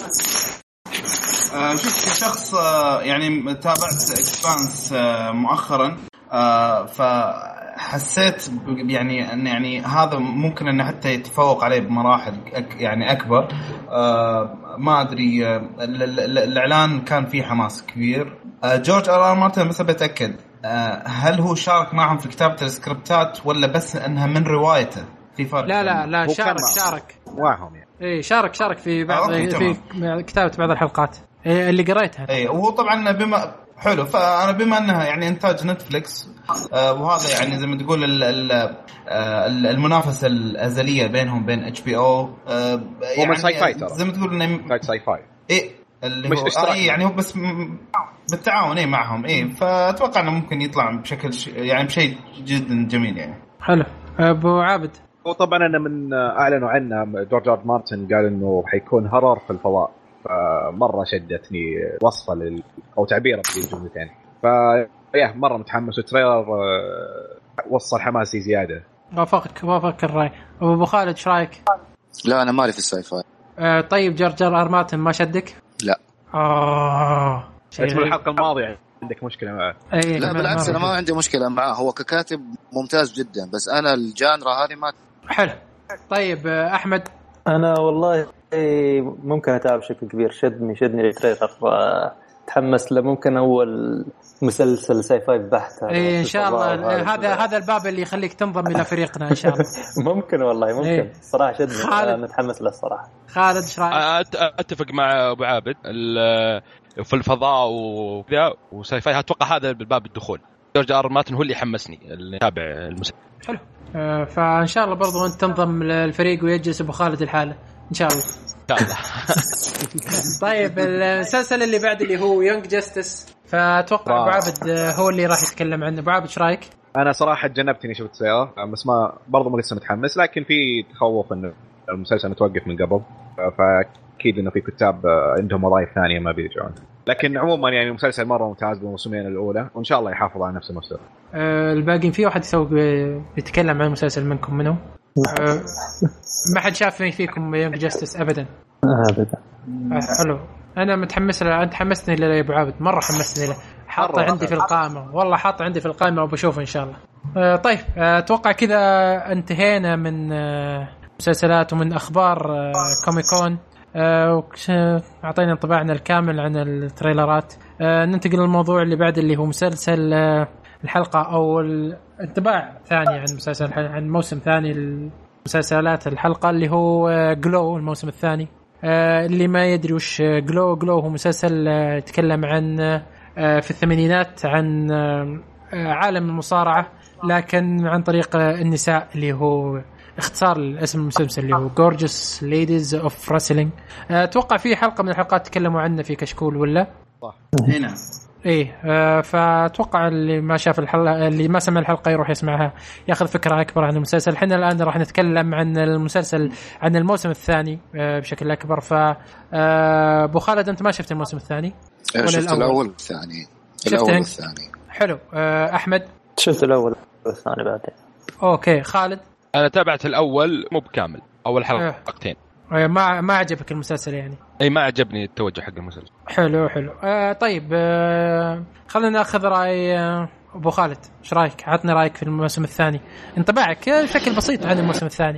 آه شفت شخص آه يعني تابعت إكسبانس آه مؤخرا آه فحسيت يعني أن يعني هذا ممكن أنه حتى يتفوق عليه بمراحل أك يعني أكبر. آه ما أدري آه الإعلان كان فيه حماس كبير. آه جورج آر آر مارتن بس بتأكد آه هل هو شارك معهم في كتابة السكريبتات ولا بس أنها من روايته؟ في فرق. لا لا لا شارك شارك معهم يعني. إيه شارك شارك في بعض في كتابة بعض الحلقات اللي قريتها. اي وهو طبعا بما حلو فانا بما انها يعني انتاج نتفليكس آه وهذا يعني زي ما تقول ال ال المنافسه الازليه بينهم بين اتش بي او يعني ساي فاي زي ما تقول انه ساي فاي ايه اللي هو آه يعني هو بس بالتعاون ايه معهم ايه فاتوقع انه ممكن يطلع بشكل ش... يعني بشيء جدا جميل يعني. حلو. ابو عابد وطبعا انا من اعلنوا عنه جورج ار مارتن قال انه حيكون هرر في الفضاء فمره شدتني وصفه لل... او تعبيره بالجملتين ف يا مره متحمس التريلر وصل حماسي زياده. وافقك وافقك الراي. ابو خالد ايش رايك؟ لا انا مالي في الساي فاي. آه طيب جورج ار مارتن ما شدك؟ لا اه اسمه الحلقه الماضيه عندك مشكله معه؟ أيه لا بالعكس انا ما عندي مشكله معه هو ككاتب ممتاز جدا بس انا الجانرا هذه ما حلو. طيب احمد انا والله ممكن اتابع بشكل كبير شدني شدني التريلر تحمس له ممكن اول مسلسل ساي فاي بحت إيه ان شاء الله هذا هذا الباب اللي يخليك تنضم الى فريقنا ان شاء الله. ممكن والله ممكن إيه. صراحه شدني متحمس له الصراحه. خالد ايش رايك؟ اتفق مع ابو عابد في الفضاء وكذا وساي فاي اتوقع هذا بالباب الدخول. جورج ار مارتن هو اللي حمسني اللي تابع المسلسل. حلو. آه فان شاء الله برضو انت تنضم للفريق ويجلس ابو خالد الحاله ان شاء الله. ان شاء الله. طيب المسلسل اللي بعد اللي هو يونج جاستس فاتوقع ابو عابد هو اللي راح يتكلم عنه. ابو عابد ايش رايك؟ انا صراحه تجنبت اني شفت سياره بس ما برضو ما لسه متحمس لكن في تخوف انه المسلسل متوقف من قبل فاكيد انه في كتاب عندهم وظائف ثانيه ما بيرجعون لكن عموما يعني المسلسل مره ممتاز بالموسمين الاولى وان شاء الله يحافظ على نفس المستوى. أه الباقيين في واحد يسوي بيتكلم عن المسلسل منكم منه؟ أه ما حد شاف فيكم يونج جاستس ابدا؟ ابدا. أه حلو. انا متحمس له. انت حمستني له يا ابو عابد مره حمستني له. حاطه عندي في القائمه والله حاطه عندي في القائمه وبشوفه ان شاء الله. أه طيب اتوقع كذا انتهينا من أه مسلسلات ومن اخبار أه كوميكون. أه اعطينا انطباعنا الكامل عن التريلرات. أه ننتقل للموضوع اللي بعد اللي هو مسلسل أه الحلقه او الانطباع ثاني عن مسلسل عن موسم ثاني المسلسلات الحلقه اللي هو جلو الموسم الثاني. أه اللي ما يدري وش جلو جلو هو مسلسل أه يتكلم عن أه في الثمانينات عن أه عالم المصارعه لكن عن طريق النساء اللي هو اختصار الاسم المسلسل اللي هو Gorgeous Ladies of Wrestling. اتوقع في حلقه من الحلقات تكلموا عنه في كشكول ولا صح هنا ايه. آه فاتوقع اللي ما شاف الحلقه اللي ما سمع الحلقه يروح يسمعها ياخذ فكره اكبر عن المسلسل. احنا الان راح نتكلم عن المسلسل عن الموسم الثاني آه بشكل اكبر. ف آه ابو خالد انت ما شفت الموسم الثاني ولا شفت الاول والثاني؟ الاول والثاني. حلو. آه احمد شفت الاول والثاني بعدين. اوكي. خالد انا تابعت الاول مو بكامل اول حلقتين. أه. ما ما عجبك المسلسل يعني؟ اي ما عجبني التوجه حق المسلسل. حلو حلو. آه طيب آه خلينا ناخذ راي آه ابو خالد. ايش رايك؟ عطني رايك في الموسم الثاني انطباعك بشكل بسيط عن الموسم الثاني.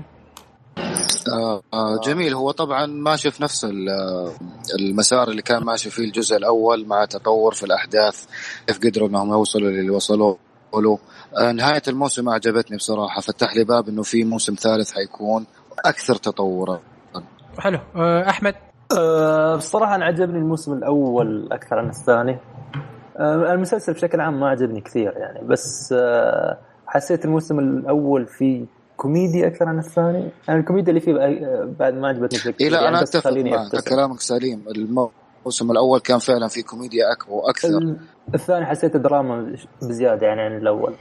آه آه جميل. هو طبعا ماشي في نفس المسار اللي كان ماشي فيه الجزء الاول مع تطور في الاحداث كيف قدروا انهم يوصلوا للي وصلوا له. آه نهاية الموسم عجبتني بصراحة فتح لي باب انه في موسم ثالث حيكون اكثر تطورا. حلو. آه احمد. أه بصراحة أنا عجبني الموسم الأول أكثر عن الثاني. أه المسلسل بشكل عام ما عجبني كثير يعني بس أه حسيت الموسم الأول فيه كوميديا أكثر عن الثاني. يعني الكوميديا اللي فيه بعد ما عجبتني بشكل كثير. إيه لا يعني أنا أتفق معك كلامك سليم. الموسم الأول كان فعلا فيه كوميديا أكثر. الثاني حسيت دراما بزيادة يعني عن الأول.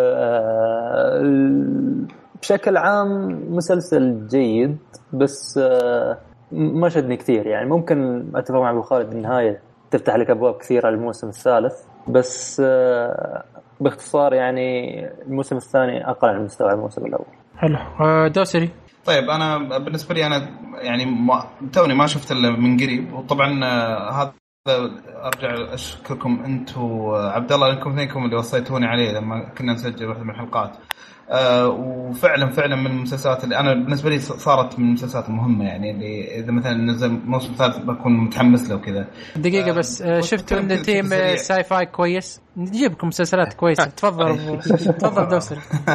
أه بشكل عام مسلسل جيد بس أه ما شدني كثير يعني. ممكن أتفق مع أبو خالد النهاية تفتح لك أبواب كثيرة للموسم الثالث بس باختصار يعني الموسم الثاني أقل عن مستوى الموسم الأول. حلو. دوسري. طيب أنا بالنسبة لي أنا يعني ما توني ما شفت إلا من قريب وطبعا هذا أرجع أشكركم أنتوا عبد الله لكم اثنينكم اللي وصيتوني عليه لما كنا نسجل واحدة من الحلقات. أه وفعلا فعلا من المسلسلات اللي انا بالنسبه لي صارت من المسلسلات المهمه يعني اللي اذا مثلا نزل موسم ثالث بكون متحمس له وكذا. دقيقه بس أه شفتوا ان تيم ساي فاي كويس نجيبكم مسلسلات كويسه. تفضل تفضل دوسري.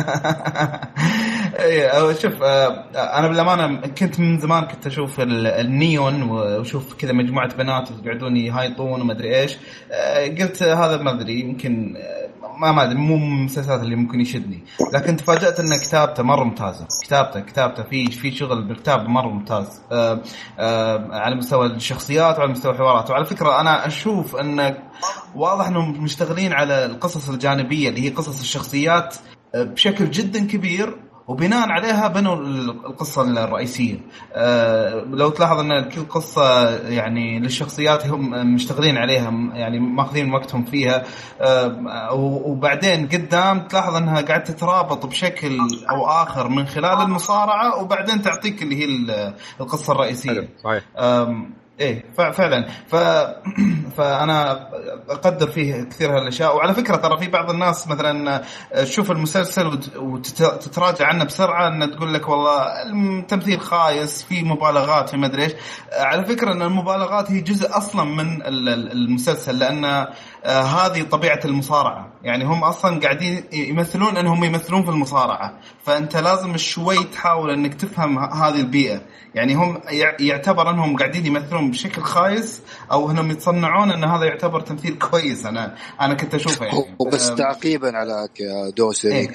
اي شوف أه انا بالامانه كنت من زمان كنت اشوف النيون واشوف كذا مجموعه بنات يقعدون يهايطون وما ادري ايش. أه قلت هذا ما ادري يمكن ما ما ادري مو من المسلسلات اللي ممكن يشدني، لكن تفاجأت ان كتابته مره ممتازه. كتابته كتابته في في شغل بالكتاب مره ممتاز آه آه على مستوى الشخصيات وعلى مستوى الحوارات. وعلى فكره انا اشوف ان واضح انهم مشتغلين على القصص الجانبيه اللي هي قصص الشخصيات بشكل جدا كبير، وبناء عليها بنوا القصة الرئيسية. أه لو تلاحظ أن كل قصة يعني للشخصيات هم مشتغلين عليها، يعني ماخذين وقتهم فيها. أه وبعدين قدام تلاحظ أنها قاعدة تترابط بشكل أو آخر من خلال المصارعة، وبعدين تعطيك اللي هي القصة الرئيسية. صحيح. ايه فعلا. ف... فانا اقدر فيه كثير هالاشياء. وعلى فكره ترى في بعض الناس مثلا تشوف المسلسل وتتراجع عنه بسرعه، ان تقول لك والله التمثيل خايس، في مبالغات، في مدري ايش. على فكره ان المبالغات هي جزء اصلا من المسلسل، لان هذه طبيعه المصارعه. يعني هم اصلا قاعدين يمثلون انهم يمثلون في المصارعه، فانت لازم شوي تحاول انك تفهم هذه البيئه. يعني هم يعتبر انهم قاعدين يمثلون بشكل خايس، او انهم يتصنعون ان هذا يعتبر تمثيل كويس. انا انا كنت اشوفه يعني. وبس تعقيبا على دوسري، إيه؟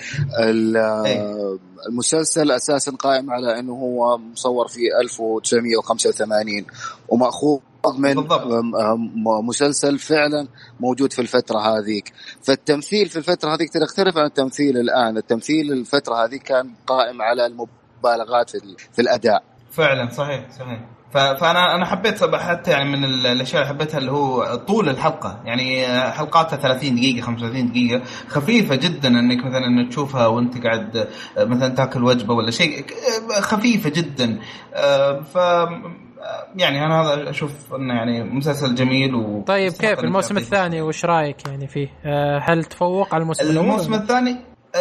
المسلسل اساسا قائم على انه هو مصور في ألف وتسعمية وخمسة وثمانين ومأخوذ من بالضبط. مسلسل فعلا موجود في الفترة هذيك. فالتمثيل في الفترة هذيك تختلف عن التمثيل الآن. التمثيل الفترة هذيك كان قائم على المبالغات في الأداء. فعلا صحيح صحيح. فانا انا حبيت حتى يعني من الاشياء اللي حبيتها اللي هو طول الحلقه. يعني حلقاتها ثلاثين دقيقه خمسة وثلاثين دقيقه، خفيفه جدا انك مثلا تشوفها وانت قاعد مثلا تاكل وجبه ولا شيء، خفيفه جدا. ف يعني انا هذا اشوف انه يعني مسلسل جميل. و طيب كيف الموسم الثاني وش رايك يعني فيه؟ هل تفوق على الموسم الاول؟ الموسم الثاني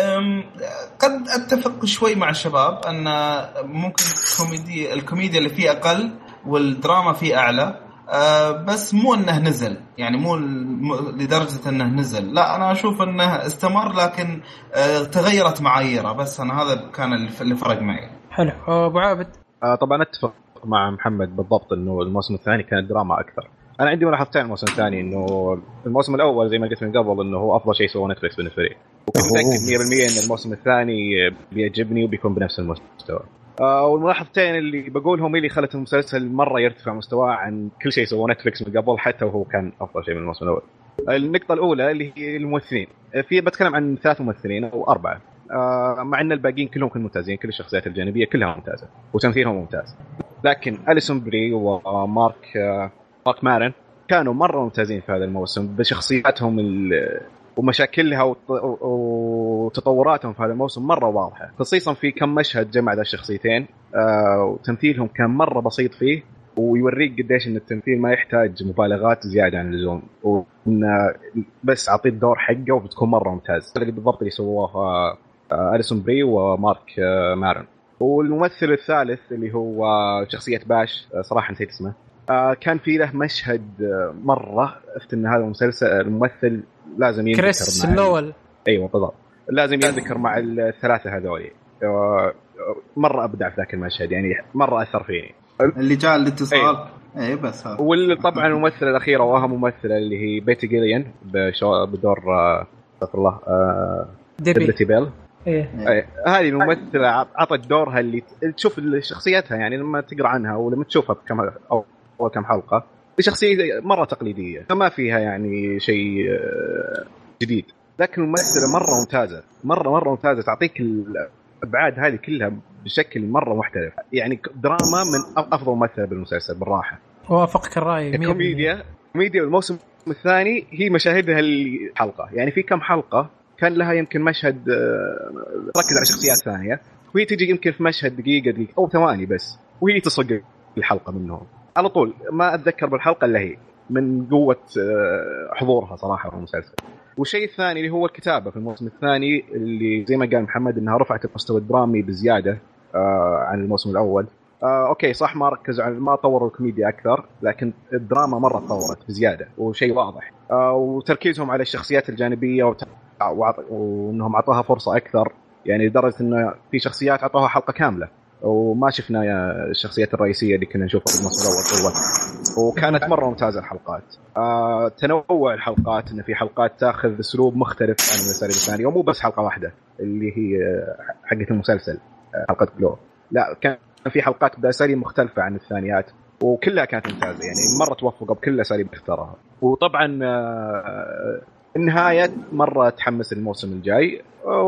قد اتفق شوي مع الشباب ان ممكن الكوميديا الكوميديا اللي فيه اقل والدراما فيه اعلى، بس مو انه نزل، يعني مو لدرجه انه نزل. لا انا اشوف انه استمر، لكن تغيرت معاييره. بس انا هذا كان اللي فرق معي. حلو. ابو عابد؟ طبعا اتفق مع محمد بالضبط انه الموسم الثاني كان دراما اكثر. انا عندي ملاحظتين الموسم الثاني، انه الموسم الاول زي ما قلت من قبل انه هو افضل شيء سواه نتفلكس بالنسبه لي، وكنت متاكد مية بالمية ان الموسم الثاني بيعجبني وبيكون بنفس المستوى. آه والملاحظتين اللي بقولهم اللي خلت المسلسل مره يرتفع مستواه عن كل شيء سواه نتفلكس من قبل، حتى وهو كان افضل شيء من الموسم الاول. النقطه الاولى اللي هي الممثلين. في بتكلم عن ثلاث ممثلين او اربعه، آه مع ان الباقيين كلهم كانوا ممتازين، كل الشخصيات الجانبيه كلها ممتازه وتمثيلهم ممتاز، لكن أليسون بري ومارك آه مارك مارن كانوا مرة ممتازين في هذا الموسم بشخصياتهم ومشاكلها وتطوراتهم في هذا الموسم مرة واضحة، خصيصا في كم مشهد جمع ذا الشخصيتين. آه وتمثيلهم كان مرة بسيط فيه، ويوريك قديش ان التمثيل ما يحتاج مبالغات زيادة عن اللزوم، وإن بس عطيت دور حقه وبتكون مرة ممتاز. بالضبط اللي سووه آه أليسون بري ومارك آه مارن. والممثل الثالث اللي هو شخصية باش، آه صراحة نسيت اسمه، آه كان في له مشهد آه مرة أفت إن هذا المسلسل الممثل لازم ينذكر كريس مع لويل. أيوة بالضبط، لازم ينذكر مع الثلاثة هذولي. آه مرة أبدع في ذاك المشهد، يعني مرة أثر فيني. اللي جاء الاتصال. أيوة. ايه بس هذا. وطبعا الممثلة الأخيرة وأهم ممثلة اللي هي بيتي جيليان بدور استغفر آه الله آه ديبي بيل. إيه. إيه. هذه الممثلة عطت دورها اللي تشوف شخصيتها، يعني لما تقرأ عنها ولما تشوفها بكم أو كم حلقة، شخصية مرة تقليدية ما فيها يعني شيء جديد، لكن الممثلة مرة ممتازة مرة مرة ممتازة، تعطيك الأبعاد هذه كلها بشكل مرة محترف. يعني دراما من أفضل ممثلة بالمسلسل بالراحة. وافقك الرأي. كوميديا كوميديا الموسم الثاني هي مشاهدها الحلقة، يعني في كم حلقة كان لها يمكن مشهد ركز على شخصيات ثانية، وهي تجي يمكن في مشهد دقيقة دقيقة أو ثواني بس، وهي تصق الحلقة منهم على طول. ما أتذكر بالحلقة اللي هي من قوة حضورها صراحة في المسلسل. والشيء الثاني اللي هو الكتابة في الموسم الثاني، اللي زي ما قال محمد إنها رفعت المستوى الدرامي بزيادة عن الموسم الأول. آه، أوكي صح، ما ركزوا على ما طوروا الكوميديا أكثر، لكن الدراما مرة تطورت بزيادة وشيء واضح. آه، وتركيزهم على الشخصيات الجانبية وت... وعط... وإنهم عطوها فرصة أكثر، يعني لدرجة إنه في شخصيات عطوها حلقة كاملة وما شفنا الشخصيات الرئيسيه اللي كنا نشوفها في الموسم الاول طول الوقت. وكانت مره ممتازه الحلقات. آه تنوع الحلقات، ان في حلقات تاخذ اسلوب مختلف عن الاساليب الثانيه، ومو بس حلقه واحده اللي هي حقه المسلسل حلقه جلو، لا كان في حلقات باساليب مختلفه عن الثانيات وكلها كانت ممتازه. يعني مره توفقوا بكل الاساليب اللي اختارها. وطبعا آه النهايه مره تحمس الموسم الجاي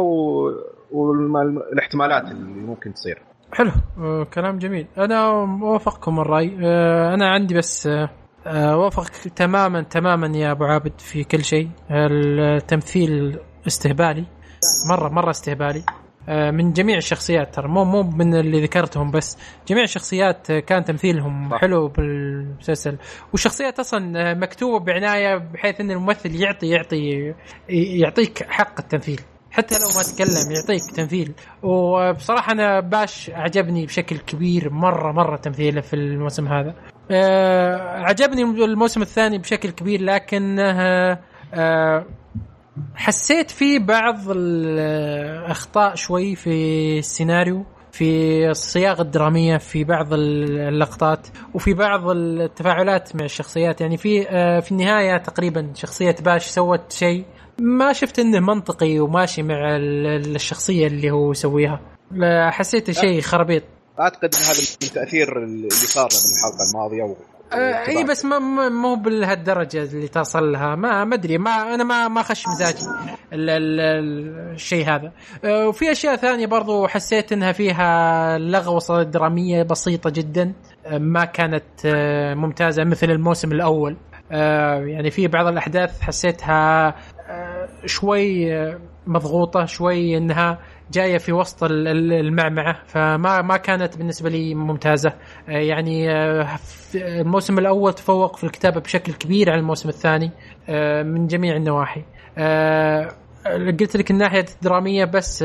والاحتمالات اللي ممكن تصير. حلو. آه، كلام جميل. انا اوافقكم الراي. آه، انا عندي بس آه، اوافق تماما تماما يا ابو عابد في كل شيء. التمثيل استهبالي مره مره استهبالي آه، من جميع الشخصيات، ترى مو مو من اللي ذكرتهم بس، جميع الشخصيات كان تمثيلهم حلو بالمسلسل. والشخصيات اصلا مكتوبه بعنايه بحيث ان الممثل يعطي يعطي يعطيك حق التمثيل، حتى لو ما تكلم يعطيك تمثيل. وبصراحة أنا باش أعجبني بشكل كبير مرة مرة تمثيله في الموسم هذا. أه عجبني الموسم الثاني بشكل كبير، لكن أه أه حسيت فيه بعض الأخطاء شوي في السيناريو، في الصياغة الدرامية، في بعض اللقطات، وفي بعض التفاعلات مع الشخصيات. يعني في أه في النهاية تقريبا شخصية باش سوت شيء ما شفت انه منطقي وماشي مع الشخصيه اللي هو يسويها. حسيت شيء خربيط. اعتقد ان هذا من تاثير اللي صار بالحلقه الماضيه و... آه اي بس ما مو بهالدرجه اللي تصل لها. ما ما ادري، ما انا ما ما خش مزاجي الشيء هذا. آه وفي اشياء ثانيه برضو حسيت انها فيها لغوصه دراميه بسيطه جدا، آه ما كانت آه ممتازه مثل الموسم الاول. آه يعني في بعض الاحداث حسيتها شوي مضغوطة، شوي انها جاية في وسط المعمعة، فما ما كانت بالنسبة لي ممتازة. يعني الموسم الاول تفوق في الكتابة بشكل كبير على الموسم الثاني من جميع النواحي. قلت لك الناحية الدرامية بس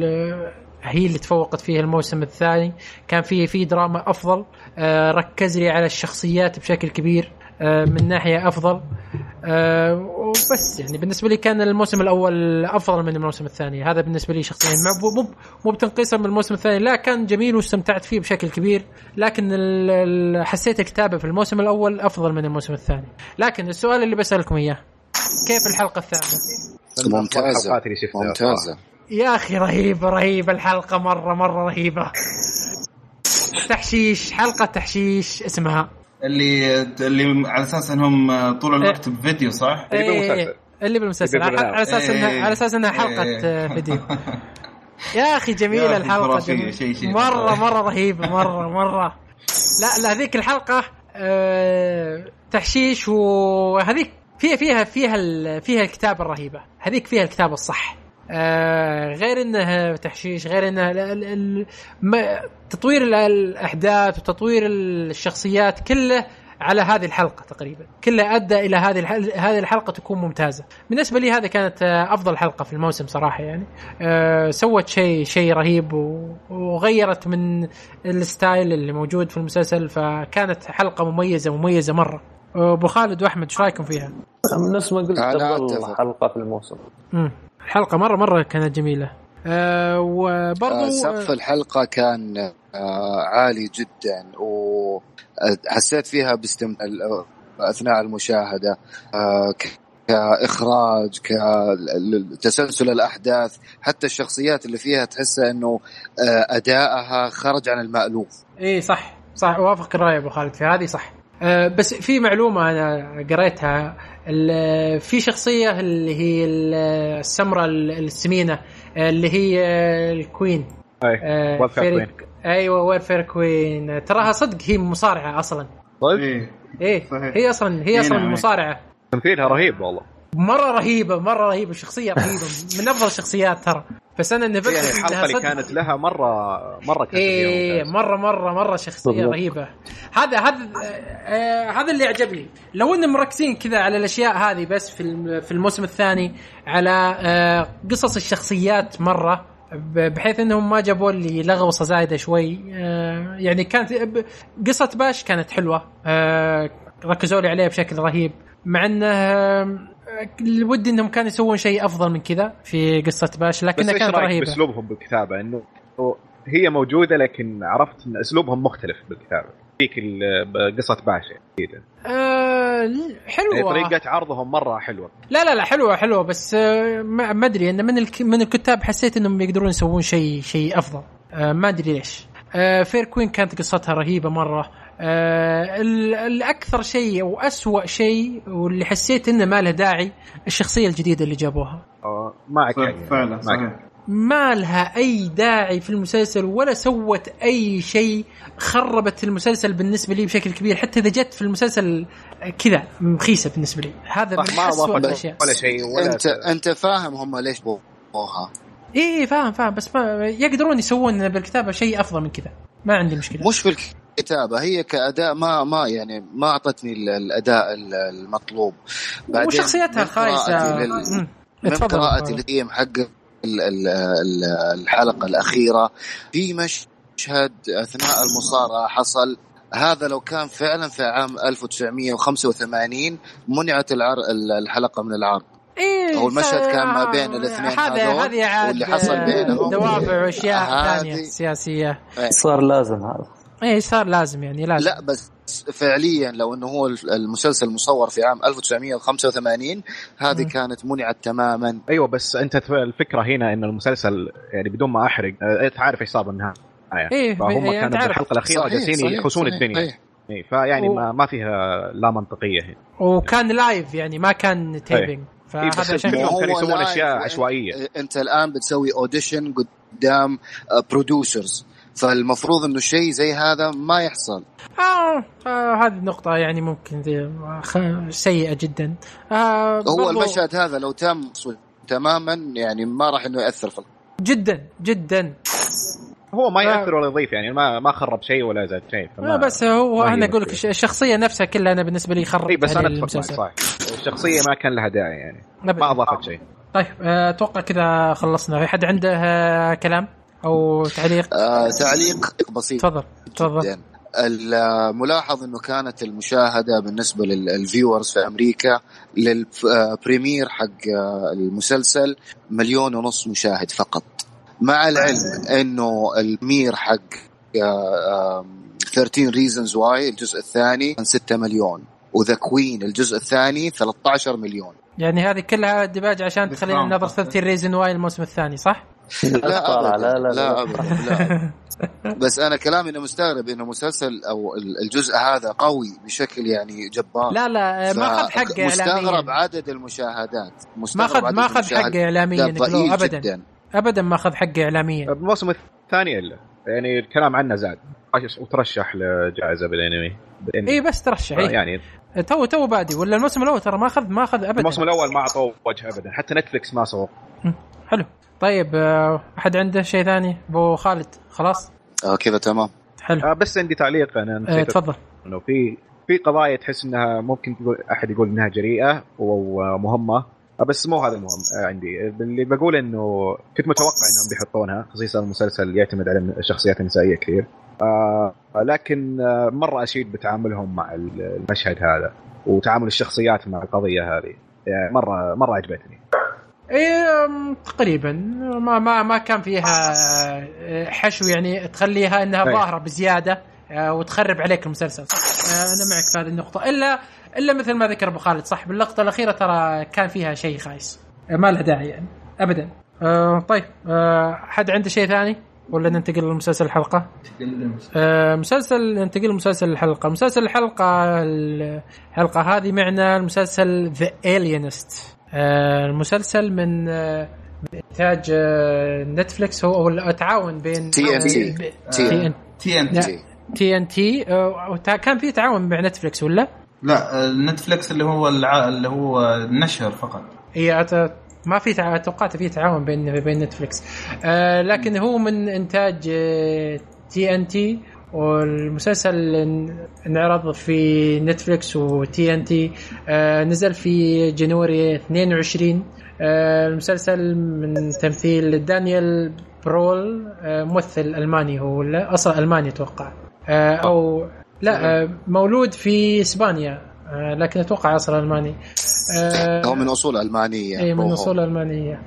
هي اللي تفوقت فيها الموسم الثاني، كان فيه في دراما افضل، ركز لي على الشخصيات بشكل كبير من ناحية افضل. أه وبس يعني بالنسبه لي كان الموسم الاول افضل من الموسم الثاني. هذا بالنسبه لي شخصيا، مو مو بتنقيصا من الموسم الثاني، لا كان جميل واستمتعت فيه بشكل كبير، لكن حسيت الكتابه في الموسم الاول افضل من الموسم الثاني. لكن السؤال اللي بسالكم اياه، كيف الحلقه الثانيه؟ ممتازه ممتازه يا اخي، رهيبه رهيبه الحلقه، مره مره رهيبه. تحشيش، حلقه تحشيش اسمها، اللي اللي على اساس انهم طول الوقت إيه. بفيديو صح؟ اللي بالمسلسل اللي بالمسلسل على اساس انها على اساس انها حلقه إيه. فيديو. يا اخي جميله الحلقه، جميلة. شي شي مره مره رهيبه، مره مره لا لا هذيك الحلقه أه تحشيش، وهذيك فيها فيها فيها فيها الكتابه الرهيبه، هذيك فيها الكتابه الصح. آه غير انها تحشيش، غير انها تطوير الاحداث وتطوير الشخصيات كله على هذه الحلقه تقريبا، كله ادى الى هذه هذه الحلقه تكون ممتازه. بالنسبه لي هذه كانت افضل حلقه في الموسم صراحه. يعني آه سوت شيء شيء رهيب وغيرت من الستايل اللي موجود في المسلسل، فكانت حلقه مميزه مميزه مره. ابو خالد واحمد ايش رايكم فيها؟ نفس ما قلت افضل حلقه في الموسم. امم الحلقه مره مره كانت جميله. آه وبرضو آه سقف الحلقه كان آه عالي جدا، وحسيت فيها باستمتاع اثناء المشاهده. آه كاخراج، كتسلسل الاحداث، حتى الشخصيات اللي فيها تحسها انه آه ادائها خرج عن المألوف. ايه صح صح، وافق الراي ابو خالد في هذه صح. أه بس في معلومة أنا قريتها، في شخصية اللي هي السمرة السمينة اللي هي الكوين. أه كوين. أيوة ويرفير كوين، تراها صدق هي مصارعة أصلا. طيب إيه هي أصلا هي أصلا مصارعة. تمثيلها رهيب والله، مرة رهيبة مرة رهيبة، شخصية رهيبة من أفضل الشخصيات ترى. بس أنا نفكر يعني الحلقة اللي كانت لها مرة مرة كانت إيه مرة مرة مرة شخصية بالضبط. رهيبة. هذا هذا آه هذا اللي عجبني. لو إن مركزين كذا على الأشياء هذه بس في في الموسم الثاني على آه قصص الشخصيات مرة، بحيث إنهم ما جابوا لي لغوصة زايدة شوي. آه يعني كانت قصة باش كانت حلوة، آه ركزوا لي عليها بشكل رهيب، مع إنه ودي انهم كانوا يسوون شيء افضل من كذا في قصه باش، لكنها كانت رهيبه. باسلوبهم بالكتابه انه هي موجوده لكن عرفت ان اسلوبهم مختلف بالكتابه فيك قصه باشا جدا. أه حلوه طريقه عرضهم مره حلوه. لا لا لا حلوه حلوه بس أه ما ادري ان من الك... من الكتاب حسيت انهم يقدرون يسوون شيء شيء افضل. أه ما ادري ليش. أه فير كوين كانت قصتها رهيبه مره. أه الاكثر شيء واسوأ شيء واللي حسيت انه ما له داعي الشخصيه الجديده اللي جابوها. اه معك فعلا صحيح. ما لها أي داعي في المسلسل ولا سوت أي شيء، خربت المسلسل بالنسبة لي بشكل كبير. حتى إذا جت في المسلسل كذا مخيسة بالنسبة لي. هذا من أسوأ الأشياء. ولا شيء ولا أنت أنت فاهم هم ليش بوها؟ إيه فاهم فاهم بس ما يقدرون يسوون بالكتابة شيء أفضل من كذا. ما عندي مشكلة. مش في الكتابة، هي كأداء ما ما يعني ما أعطتني الأداء المطلوب. وشخصيتها خايسة. لل... من قراءتي للتقييم حق الحلقة الأخيرة في مشهد أثناء المصارعة حصل، هذا لو كان فعلا في عام ألف وتسعمية وخمسة وثمانين منعت الحلقة من العرض. إيه هو المشهد كان ما بين الاثنين هذول واللي حصل بينهم دوافع وأشياء ثانية سياسية. صار لازم هذا. إيه صار لازم يعني لازم. لا بس فعليا لو انه هو المسلسل مصور في عام ألف وتسعمية وخمسة وثمانين هذه م. كانت منعت تماما. ايوه بس انت الفكره هنا ان المسلسل يعني بدون ما احرق انت عارف ايش صار بالنهايه. إيه فهم يعني كانوا بالحلقه الاخيره جالسين يحوسون الدنيا. اي فيعني و... ما ما فيها لا منطقيه هنا. وكان لايف يعني ما كان تيبينج. فهذا عشان كانوا يسوون اشياء عشوائيه. انت الان بتسوي اوديشن قدام بروديوسرز، فالمفروض انه شيء زي هذا ما يحصل. آه, آه هذه النقطة يعني ممكن سيئة جدا. آه هو المشهد هذا لو تم تماما يعني ما راح انه يأثر في جدا جدا. هو ما يأثر ولا يضيف يعني ما ما خرب شيء ولا زاد شيء. لا بس هو انا اقول لك الشخصية نفسها كلها انا بالنسبة لي خربت. اي بس انا اتفق صح الشخصية ما كان لها داعي يعني ما اضافت شيء. طيب اتوقع كذا خلصنا. في حد عنده كلام او تعليق؟ آه تعليق بسيط. تفضل تفضل. الملاحظ انه كانت المشاهده بالنسبه للفيورز في امريكا للبريمير حق المسلسل مليون ونص مشاهد فقط، مع العلم انه البريمير حق ثلاثة عشر reasons why الجزء الثاني كان ستة مليون، وذا كوين الجزء الثاني ثلاثة عشر مليون. يعني هذه كلها دباج عشان تخلينا ننظر ثلاثة عشر reasons why الموسم الثاني صح؟ لا أبداً. لا لا لا, أبداً. لا. بس أنا كلامي إنه مستغرب إنه مسلسل أو الجزء هذا قوي بشكل يعني جبار. لا لا ما أخذ حقه إعلاميا. مستغرب عدد المشاهدات. ما أخذ ما أخذ حقه إعلاميا أبدا جداً. أبدا ما أخذ حقه إعلاميا. الموسم الثاني إلا يعني الكلام عنه زاد وترشح لجائزة بالأنمي. إيه بس ترشح إيه. يعني تو تو بادي ولا الموسم الأول ترى ما أخذ ما أخذ أبدا. الموسم الأول ما عطوا وجه أبدا حتى نتفليكس ما سووا. حلو. طيب أحد عنده شيء ثاني أبو خالد؟ خلاص آه كذا تمام. حلو. آه بس عندي تعليق أنا نسيت. تفضل. إنه في في قضايا تحس إنها ممكن تقول أحد يقول إنها جريئة ومهمة بس مو هذا المهم. آه عندي اللي بقول إنه كنت متوقع إنهم بيحطونها خصيصا المسلسل يعتمد على الشخصيات النسائية كثير. آه لكن آه مرة أشيد بتعاملهم مع المشهد هذا وتعامل الشخصيات مع القضية هذه يعني مرة مرة عجبتني. ايه تقريبا ما ما ما كان فيها حشو يعني تخليها انها ظاهره بزياده وتخرب عليك المسلسل. انا معك في هذه النقطه الا الا مثل ما ذكر ابو خالد صح باللقطه الاخيره ترى كان فيها شيء خايس ما له داعي يعني ابدا. أه طيب أه حد عنده شيء ثاني ولا ننتقل للمسلسل الحلقه؟ أه مسلسل ننتقل لمسلسل الحلقه. مسلسل الحلقه الحلقه هذه معنا المسلسل The Alienist. آه المسلسل من آه إنتاج آه نتفليكس هو أو تعاون بين تي إن تي تي إن تي تي إن تي كان في تعاون مع نتفليكس ولا لا؟ نتفليكس اللي هو الع... اللي هو النشر فقط. هي ما في تع... توقعت في تعاون بين بين نتفليكس آه لكن هو من إنتاج آه تي إن تي والمسلسل انعرض في نتفليكس وتي ان تي آه نزل في جنوري اثنين وعشرين. آه المسلسل من تمثيل دانيال برول آه ممثل ألماني هو ولا أصلا ألماني توقع آه أو لا آه مولود في إسبانيا آه لكن اتوقع اصل الماني. آه هو من اصول المانيه. اي من اصول المانيه.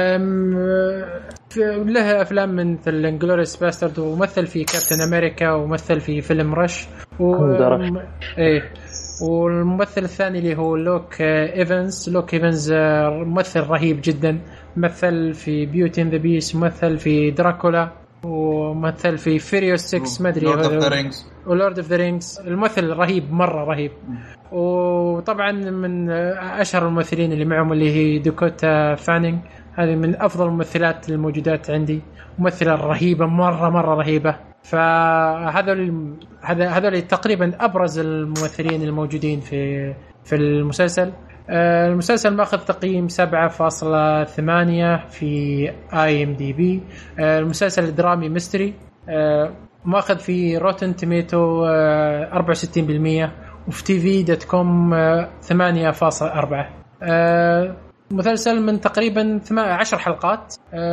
له افلام مثل انجلوريس باسترد، ومثل في كابتن امريكا، ومثل في فيلم رش و... ايه والممثل الثاني اللي هو لوك ايفنز. لوك ايفنز ممثل رهيب جدا، مثل في بيوتي اند ذا بيست، مثل في دراكولا، ومثل في فيريوس ستة ما ادري لورد اوف ذا رينجز ولورد اوف ذا رينجز. الممثل رهيب مره رهيب. وطبعا من اشهر الممثلين اللي معهم اللي هي داكوتا فانينج، هذه من افضل الممثلات الموجودات عندي، ممثله رهيبه مره مره رهيبه. فهذول هذا هذول تقريبا ابرز الممثلين الموجودين في في المسلسل. المسلسل ماخذ تقييم سبعة فاصلة ثمانية في اي ام دي بي. المسلسل الدرامي ميستري، ماخذ في روتن توميتو أربعة وستين بالمية، وفي تي في دوت كوم ثمانية فاصلة أربعة. مسلسل من تقريبا عشر حلقات.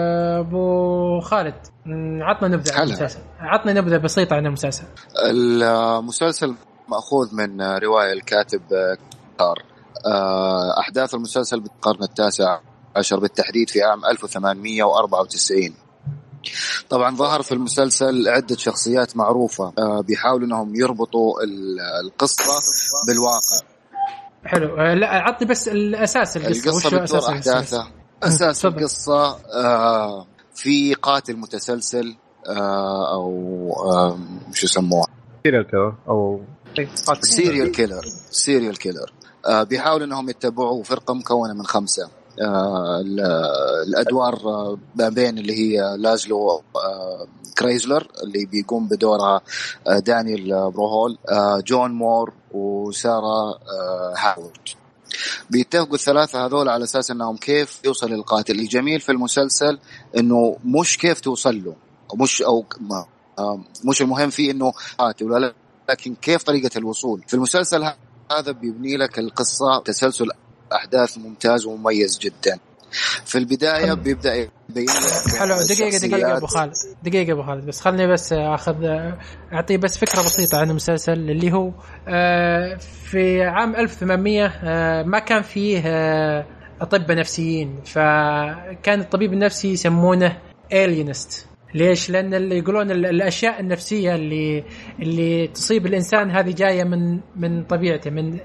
ابو خالد عطنا نبذه عن المسلسل، عطنا نبذه بسيطه عن المسلسل. المسلسل مأخوذ من روايه الكاتب كار. احداث المسلسل بالقرن التاسع عشر، بالتحديد في عام ألف وثمانمائة وأربعة وتسعين. طبعا ظهر في المسلسل عده شخصيات معروفه بيحاولوا انهم يربطوا القصه بالواقع. حلو. لا عطني بس الاساس القصه. القصه بتدور احداثها اساس القصه آه في قاتل متسلسل آه او آه شو يسموه سيريال كيلر او سيريال كيلر سيريال كيلر آه بيحاولوا انهم يتبعوا فرقه مكونه من خمسه. آه الادوار ما بين اللي هي لازلو آه كرايزلر اللي بيقوم بدورها آه دانيال بروهول، آه جون مور، وسارة آه هاورد. بيتفقوا الثلاثة هذول على أساس أنهم كيف يوصل للقاتل. الجميل في المسلسل أنه مش كيف توصل له، مش أو آه مش المهم فيه أنه قاتل ولا، لكن كيف طريقة الوصول. في المسلسل هذا بيبني لك القصة تسلسل أحداث ممتاز ومميز جدا. في البداية حلو. بيبدأ يبين لك حلو. دقيقة دقيقة أبو خالد، دقيقة أبو خالد، بس خلني بس أخذ أعطي بس فكرة بسيطة عن المسلسل. اللي هو في عام ألف وثمانمائة ما كان فيه أطباء نفسيين، فكان الطبيب النفسي يسمونه alienist. ليش؟ لأن اللي يقولون الأشياء النفسية اللي اللي تصيب الإنسان هذه جاية من من طبيعته، من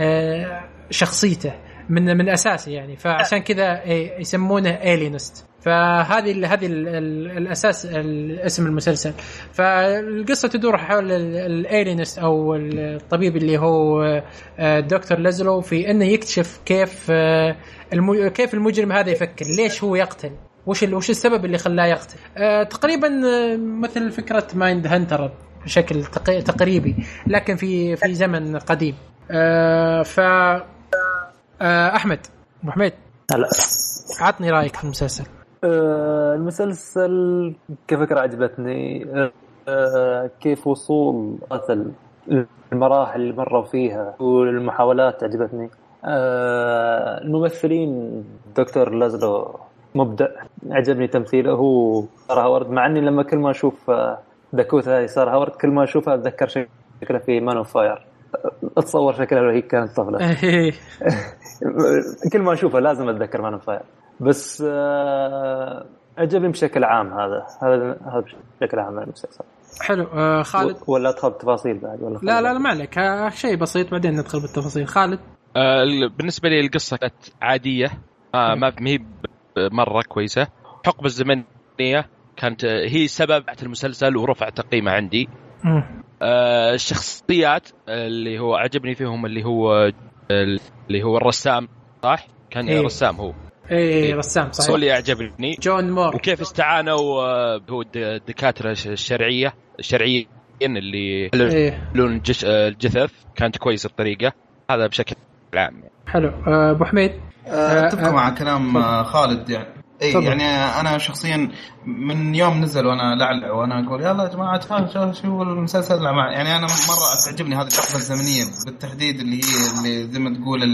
شخصيته، من من أساسه يعني. فعشان كذا يسمونه alienist. فهذه هذه الأساس الاسم المسلسل. فالقصة تدور حول الالينست أو الطبيب اللي هو دكتور لازلو، في إنه يكتشف كيف كيف المجرم هذا يفكر، ليش هو يقتل، وش وش السبب اللي خلاه يقتل. تقريبا مثل فكرة مايند هانتر بشكل تقريبي، لكن في في زمن قديم. ف أحمد أبو حميد، هلا عطني رأيك في المسلسل. أه المسلسل كفكرة عجبتني. أه كيف وصول قتل المراحل اللي مروا فيها والمحاولات عجبتني. أه الممثلين دكتور لازلو مبدع، عجبني تمثيله. هو سارة هاورد، مع اني لما كل ما اشوف داكوتا هاي سارة هاورد كل ما اشوفها اتذكر شكلها في مان اوف فاير. اتصور شكلها لو هي كانت طفلة. كل ما اشوفها لازم اتذكر مان اوف فاير. بس آه عجبني بشكل عام. هذا هذا هذا بشكل عام المسلسل حلو. آه خالد، ولا ادخل بالتفاصيل بعد ولا لا لا لا ما عليك، آه شيء بسيط بعدين ندخل بالتفاصيل. خالد، آه بالنسبه لي القصه كانت عاديه، آه ما هي مره كويسه. حقبه الزمنيه كانت هي سبب المسلسل ورفع تقييمه عندي. آه الشخصيات اللي هو عجبني فيهم اللي هو اللي هو الرسام، صح؟ كان إيه. رسام هو ايه, إيه رسام صحيح. هو اللي يعجبني جون مور، وكيف استعانوا هو الدكاترة الشرعية الشرعيين اللي يحلون إيه. الجثث. كانت كويس الطريقة هذا بشكل عام. حلو. أبو حميد، اتفق مع كلام خالد يعني. اي يعني انا شخصيا من يوم نزل وانا لعلع وانا اقول يلا يا جماعه تعالوا شوفوا المسلسل. يعني انا مره تعجبني هذه الحقبه الزمنيه بالتحديد اللي هي اللي زي ما تقول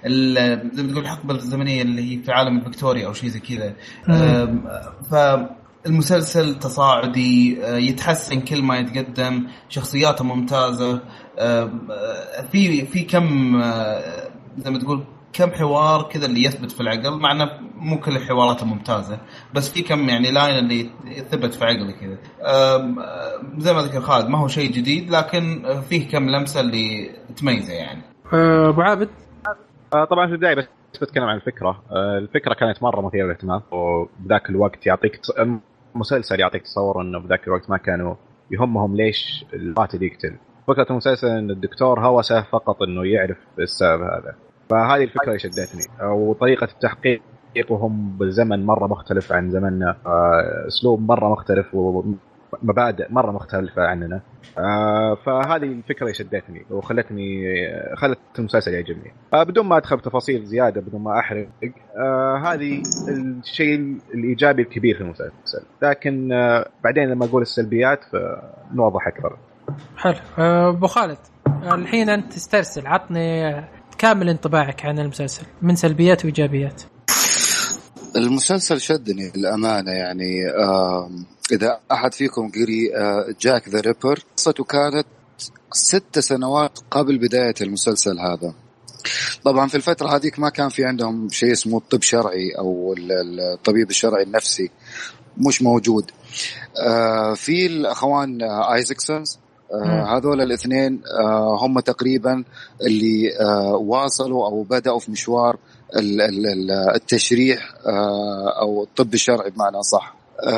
زي ما تقول الحقبه الزمنيه اللي هي في عالم فيكتوريا او شيء زي كذا. ف المسلسل تصاعدي، يتحسن كل ما يتقدم، شخصياته ممتازة، في في كم زي ما تقول كم حوار كذا اللي يثبت في العقل، مع انه مو كل حواراته ممتازة، بس في كم يعني لاين اللي يثبت في عقلي كذا. زي ما ذكر خالد ما هو شيء جديد، لكن فيه كم لمسة اللي تميزه يعني. أبو عابد. طبعا في البداية بس بتكلم عن الفكرة. الفكرة كانت مرة مثيرة للاهتمام، وبذاك الوقت يعطيك المسلسل يعطيك تصور انه بذاك الوقت ما كانوا يهمهم ليش القاتل يقتل. فكرة المسلسل ان الدكتور هوسه فقط انه يعرف السبب هذا، فهذه الفكرة اللي شدتني. وطريقة التحقيق وهم بالزمن مرة مختلف عن زمننا، اسلوب مرة مختلف ومبادئ مرة مختلفة عننا، فهذه الفكرة اللي شدتني وخلتني خلت المسلسل يعجبني. بدون ما ادخل تفاصيل زيادة، بدون ما احرق، هذه الشيء الايجابي الكبير في المسلسل. لكن بعدين لما اقول السلبيات فنوضح اكثر. حلو. ابو خالد، الحين انت تسترسل، عطني كامل انطباعك عن المسلسل من سلبيات وايجابيات. المسلسل شدني الأمانة يعني. إذا أحد فيكم قري جاك ذا ريبر، قصته كانت ست سنوات قبل بداية المسلسل هذا. طبعا في الفترة هذيك ما كان في عندهم شيء اسمه الطب شرعي أو الطبيب الشرعي النفسي، مش موجود. في الأخوان آيزاكسونز، هذول الاثنين هم تقريبا اللي واصلوا أو بدأوا في مشوار التشريح أو الطب الشرعي بمعنى صح.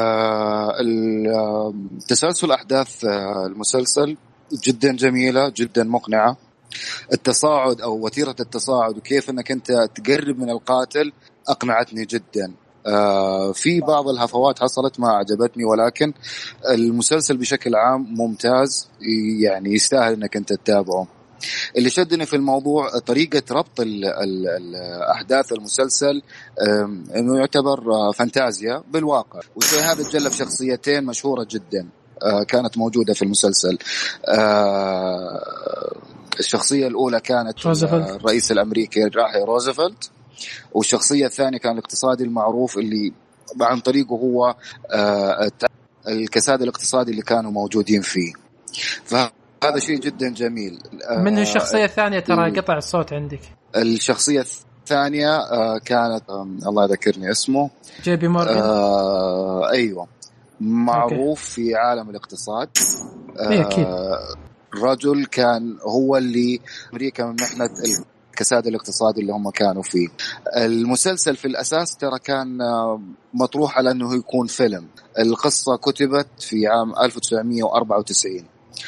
تسلسل أحداث المسلسل جدا جميلة، جدا مقنعة. التصاعد أو وتيرة التصاعد وكيف أنك أنت تقرب من القاتل أقنعتني جدا. في بعض الهفوات حصلت ما عجبتني، ولكن المسلسل بشكل عام ممتاز، يعني يستاهل أنك أنت تتابعه. اللي شدني في الموضوع طريقة ربط ال ال ال أحداث المسلسل، إنه يعتبر فانتازيا بالواقع، والشيء هذا تجلب شخصيتين مشهورة جدا كانت موجودة في المسلسل. الشخصية الأولى كانت روزفلت. الرئيس الأمريكي راهي روزفلت، والشخصية الثانية كان الاقتصادي المعروف اللي عن طريقه هو الكساد الاقتصادي اللي كانوا موجودين فيه. فهذا شيء جدا جميل. من الشخصية الثانية ترى قطع الصوت عندك. الشخصية الثانية كانت الله يذكرني اسمه، جي بي مورغان. آه أيوة، معروف أوكي. في عالم الاقتصاد. آه أكيد. رجل كان هو اللي أمريكا من محنة الكساد الاقتصادي اللي هم كانوا فيه. المسلسل في الأساس ترى كان مطروح على أنه يكون فيلم. القصة كتبت في عام ألف وتسعمائة وأربعة وتسعين،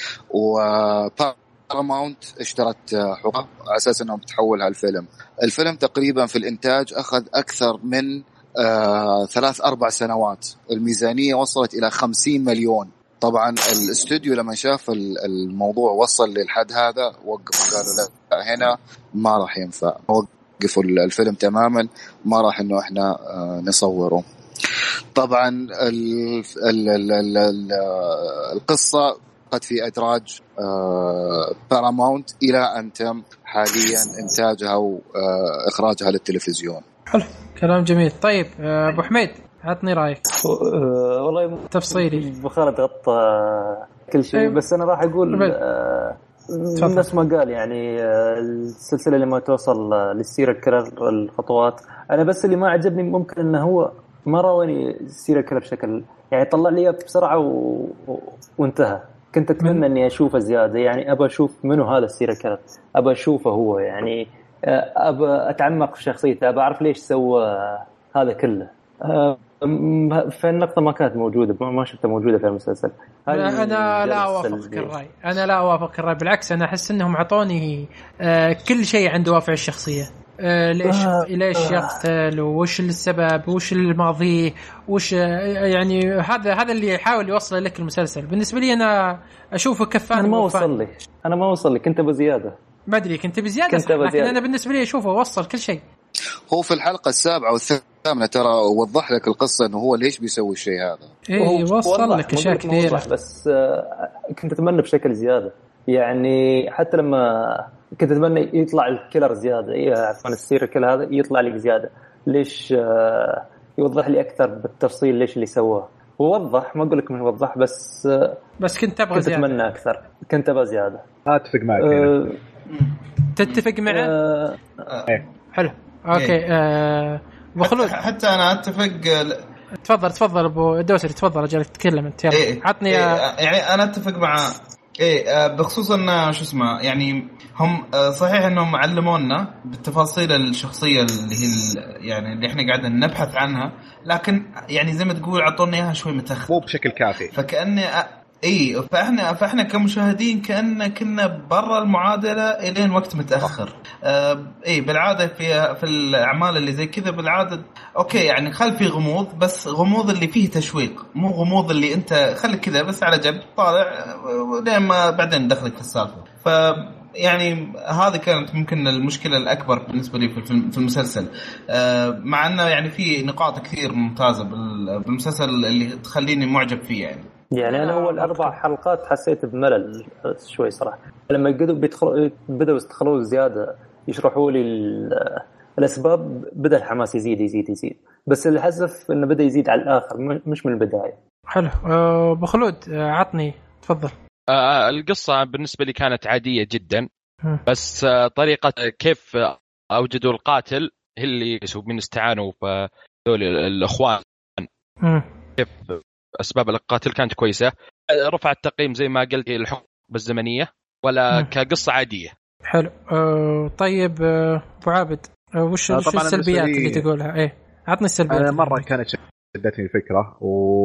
وباراماونت اشترت حقوق على أساس أنهم تحولها الفيلم. الفيلم تقريبا في الإنتاج أخذ أكثر من آه ثلاث أربع سنوات. الميزانية وصلت إلى خمسين مليون. طبعا الاستوديو لما شاف الموضوع وصل للحد هذا وقفوا، قالوا لا هنا ما راح ينفع، وقفوا الفيلم تماما، ما راح انه احنا نصوره. طبعا ال ال ال ال القصة قد في ادراج باراماونت الى ان تم حاليا انتاجها واخراجها للتلفزيون. حلو، كلام جميل. طيب ابو حميد، عطني رايك. أه والله تفصيلي. بخالد غطى كل شيء، بس انا راح اقول أه نفس ما قال يعني أه السلسله اللي ما توصل للسيرة كيلر الخطوات. انا بس اللي ما عجبني ممكن انه هو ما راوني السيرة كيلر بشكل يعني طلع لي بسرعه و... و... وانتهى. كنت اتمنى اني اشوفه زياده، يعني ابى اشوف منو هذا السيرة كيلر، ابى اشوفه هو، يعني ابى اتعمق في شخصيته، ابى اعرف ليش سوى هذا كله. فالنقطة ما كانت موجودة، ما شفتها موجودة في المسلسل. أنا لا أوافقك الرأي، أنا لا أوافقك الرأي، بالعكس أنا أحس أنهم عطوني كل شيء عند دوافع الشخصية. ليش آه ليش يقتل، وش السبب، وش الماضي، وش يعني هذا هذا اللي يحاول يوصل لك المسلسل. بالنسبة لي أنا أشوفه كفان. أنا ما وصل لي أنا ما وصل لي كنت بزيادة، ما أدري كنت بزيادة, كنت بزيادة. لكن أنا بالنسبة لي أشوفه وصل كل شيء. هو في الحلقة السابعة والثامنة ترى وضح لك القصة إنه هو ليش بيسوي الشيء هذا. إيه وصل لك أشياء كثيرة، بس كنت أتمنى بشكل زيادة. يعني حتى لما كنت أتمنى يطلع الكيلر زيادة، إيه عفوا السيرة كل هذا يطلع لك زيادة. ليش يوضح لي أكثر بالتفصيل ليش اللي سواه. ووضح، ما اقول لك مش وضح، بس بس كنت ابغى كنت زياده. اتمنى اكثر، كنت ابغى زياده. اتفق معك. أه تتفق معه؟ أه ايه حلو اوكي. أه بخلود حتى انا اتفق. تفضل تفضل ابو دوسري، تفضل اجل تتكلم انت. يلا إيه عطني إيه يعني انا اتفق مع ايه بخصوص ان شو اسمه، يعني هم صحيح انهم علمونا بالتفاصيل الشخصيه اللي هي يعني اللي احنا قاعدين نبحث عنها، لكن يعني زي ما تقول عطونا اياها شوي متاخر مو بشكل كافي. فكأني اي فاحنا فاحنا كمشاهدين كأن كنا برا المعادله الين وقت متاخر. آه اي بالعاده في في الاعمال اللي زي كذا بالعاده اوكي يعني خل في غموض، بس غموض اللي فيه تشويق، مو غموض اللي انت خليك كذا بس على جنب طالع لين ما بعدين دخلك في السالفه. ف يعني هذه كانت ممكن المشكله الاكبر بالنسبه لي في المسلسل. آه مع انه يعني في نقاط كثير ممتازه بالمسلسل اللي تخليني معجب فيه. يعني يعني أنا أول أربع حلقات حسيت بملل شوي صراحة، لما بدوا بيدخلوا بدوا يستخلوا زيادة يشرحوا لي الأسباب، بدأ الحماس يزيد يزيد يزيد، بس الحزف إنه بدأ يزيد على الآخر مش من البداية. حلو. أه بخلود أه عطني تفضل. أه القصة بالنسبة لي كانت عادية جدا، بس أه طريقة كيف أوجدوا القاتل هي اللي من استعانوا فدول الأخوان، كيف أسباب القاتل كانت كويسة. رفع التقييم زي ما قلت الحقبة الزمنية ولا م. كقصة عادية. حلو. أه طيب أبو عابد أه وش, وش السلبيات اللي تقولها؟ إيه عطني السلبيات. أنا مرة كانت شدتني الفكرة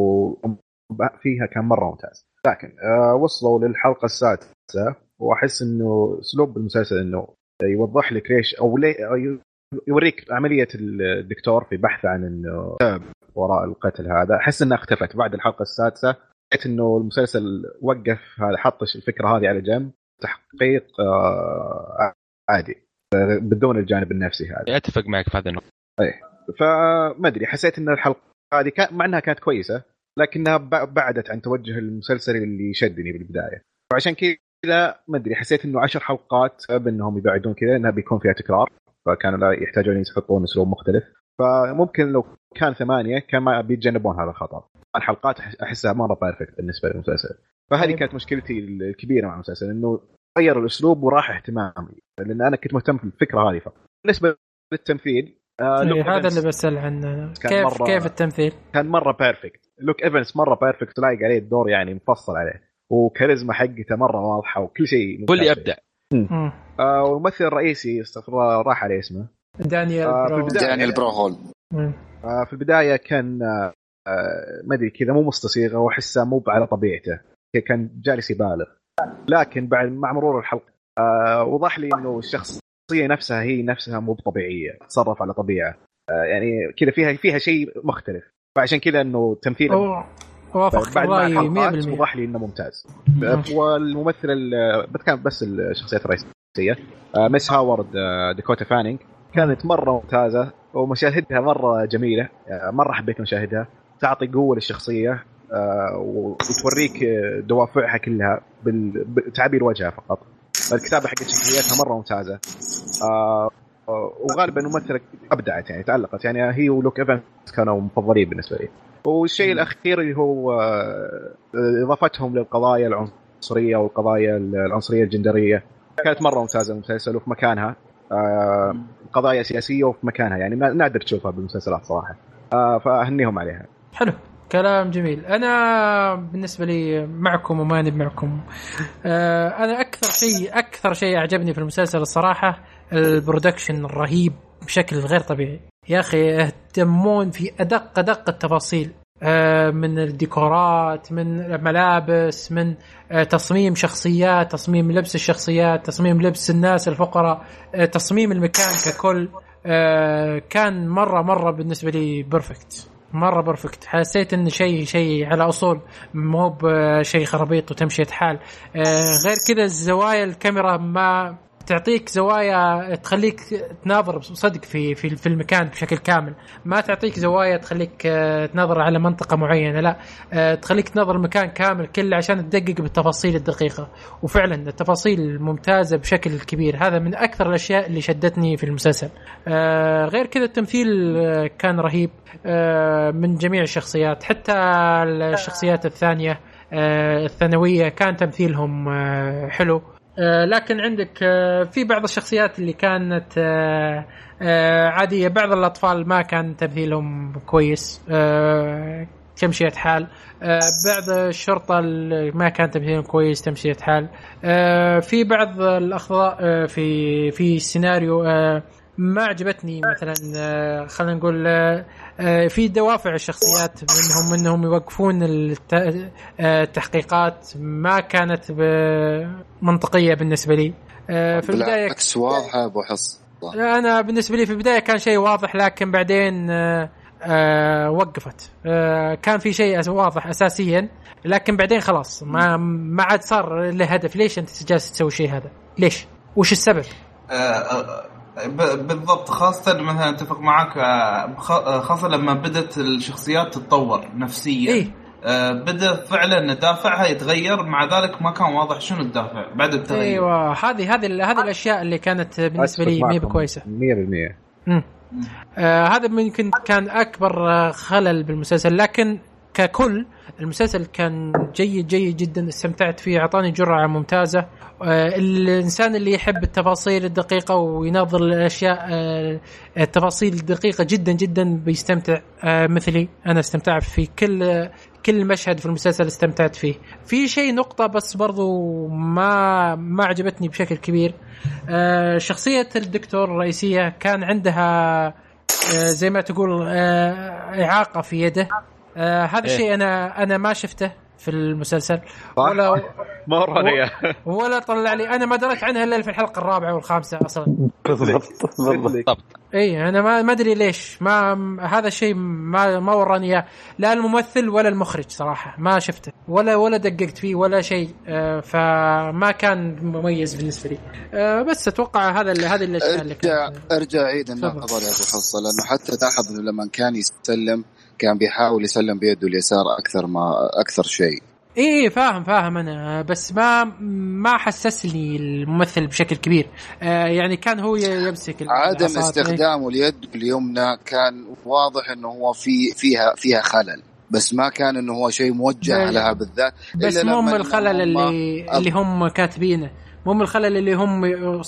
وفيها كان مرة ممتاز، لكن أه وصلوا للحلقة السادسة وأحس إنه أسلوب المسلسل إنه يوضح لك ليش أو ليه يوريك عملية الدكتور في بحث عن إنه وراء القتل هذا. أحس إنها اختفت بعد الحلقة السادسة، حيث إنه المسلسل وقف هذا، حط الفكرة هذه على جنب، تحقيق آه عادي بدون الجانب النفسي هذا. أتفق معك في هذا النقطة. أيه فما أدري، حسيت إن الحلقة هذه كان مع إنها كانت كويسة لكنها بعدت عن توجه المسلسل اللي شدني بالبداية، وعشان كذا ما أدري حسيت إنه عشر حلقات بأنهم يبعدون كذا إنها بيكون فيها تكرار، فكانوا لا يحتاجون يحطون أسلوب مختلف. فممكن لو كان ثمانية كان ما بيتجنبون هذا الخطأ. الحلقات أحسها مرة بيرفكت بالنسبة للمسلسل، فهذه كانت مشكلتي الكبيرة مع المسلسل، إنه غير الأسلوب وراح اهتمامي، لأن أنا كنت مهتم بالفكرة هذه فقط. بالنسبة للتمثيل آه إيه هذا اللي بسأل عنه، كيف كيف التمثيل كان مرة بيرفكت. لوك إيفنس مرة بيرفكت، لايق عليه الدور يعني مفصل عليه، وكاريزما حقته مرة واضحة وكل شيء كل يبدأ. آه والممثل الرئيسي راح عليه اسمه دانيال آه برو. دانيال براهول. آه في البداية كان آه ما أدري كذا مو مستصيغة وحسه مو على طبيعته، كان جالس يبالغ، لكن بعد مع مرور الحلقة آه وضح لي إنه الشخصية نفسها هي نفسها مو طبيعية، تتصرف على طبيعة آه يعني كذا فيها فيها شيء مختلف، فعشان كذا إنه تمثيل وافق رأيي مية بالمية. وضح لي إنه ممتاز. والممثل كانت بس الشخصيات الرئيسية آه ميس هاورد آه ديكوتا فانينج كانت مرة ممتازة، ومشاهدها مرة جميلة، مرة حبيت مشاهدها، تعطي قوة للشخصية وتوريك دوافعها كلها بتعبير وجهها فقط. الكتابة حق شخصياتها مرة ممتازة، وغالبا الممثلة أبدعت يعني تعلقت، يعني هي ولوك إيفنس كانوا مفضلين بالنسبة لي. والشيء الأخير اللي هو إضافتهم للقضايا العنصرية والقضايا العنصرية الجندرية كانت مرة ممتازة المسلسل وفي مكانها. آه قضايا سياسية وفي مكانها، يعني نادر تشوفها بالمسلسلات صراحة. آه فأهنيهم عليها. حلو كلام جميل. أنا بالنسبة لي معكم وما نب معكم. آه أنا أكثر شيء أكثر شيء أعجبني في المسلسل الصراحة البرودكشن الرهيب بشكل غير طبيعي يا أخي، يهتمون في أدق أدق التفاصيل، من الديكورات، من الملابس، من تصميم شخصيات، تصميم لبس الشخصيات، تصميم لبس الناس الفقراء، تصميم المكان ككل. كان مرة مرة بالنسبة لي بيرفكت، مرة بيرفكت. حسيت إن شيء شيء على أصول، مو بشيء خرابيط وتمشي حال. غير كذا الزوايا الكاميرا ما تعطيك زوايا تخليك تناظر صدق في في في المكان بشكل كامل، ما تعطيك زوايا تخليك تناظر على منطقة معينة، لا تخليك تناظر المكان كامل كله عشان تدقق بالتفاصيل الدقيقة. وفعلا التفاصيل ممتازة بشكل كبير، هذا من أكثر الأشياء اللي شدتني في المسلسل. غير كذا التمثيل كان رهيب من جميع الشخصيات، حتى الشخصيات الثانية الثانوية كان تمثيلهم حلو. لكن عندك في بعض الشخصيات اللي كانت عادية، بعض الأطفال ما كان تمثيلهم كويس تمشية حال، بعض الشرطة اللي ما كان تمثيلهم كويس تمشية حال، في بعض الأخطاء في في السيناريو ما عجبتني. مثلا خلينا نقول في دوافع الشخصيات منهم منهم يوقفون التحقيقات ما كانت منطقية بالنسبة لي في البداية. بالعكس واضحة أبو حص. أنا بالنسبة لي في البداية كان شيء واضح، لكن بعدين وقفت. كان في شيء واضح أساسيا، لكن بعدين خلاص ما ما عاد صار له هدف. ليش أنت جالس تسوي شيء هذا؟ ليش؟ وش السبب؟ بالضبط. خاصة مثلا اتفق معك، خاصة لما بدت الشخصيات تتطور نفسيا. إيه؟ بدأ فعلا دافعها يتغير، مع ذلك ما كان واضح شنو الدافع بعد التغير. ايوه هذه هذه هذه الاشياء اللي كانت بالنسبه لي مية كويسه مية بالمية. آه هذا ممكن كان اكبر خلل بالمسلسل، لكن ككل المسلسل كان جيد جيد جدا، استمتعت فيه، اعطاني جرعه ممتازه. آه الانسان اللي يحب التفاصيل الدقيقه وينظر الاشياء آه التفاصيل الدقيقه جدا جدا بيستمتع آه مثلي. انا استمتعت في كل كل مشهد في المسلسل، استمتعت فيه. في شيء نقطه بس برضو ما ما عجبتني بشكل كبير، آه شخصيه الدكتور الرئيسيه كان عندها آه زي ما تقول آه اعاقه في يده. آه هذا الشيء إيه؟ انا انا ما شفته في المسلسل ولا مرة لي ولا طلع لي. انا ما دريت عنها الا في الحلقه الرابعه والخامسه اصلا. بالضبط بالضبط. اي انا ما ما ادري ليش ما هذا الشيء ما ما وراني اياه، لا الممثل ولا المخرج صراحه ما شفته ولا ولا دققت فيه ولا شيء. آه فما كان مميز بالنسبه لي. آه بس اتوقع هذا هذه الاشياء اللي ارجع ارجع عيد النظر يا ابو حصه، لانه حتى لاحظ انه لما كان يسلم كان بيحاول يسلم بيده اليسار أكثر ما أكثر شيء. إيه فاهم فاهم أنا، بس ما ما حسسني الممثل بشكل كبير. آه يعني كان هو يمسك عدم استخدامه اليد اليمنى كان واضح إنه هو في فيها فيها خلل، بس ما كان إنه هو شيء موجه لها بالذات. بس مو من الخلل اللي أب... اللي هم كاتبينه، مو من الخلل اللي هم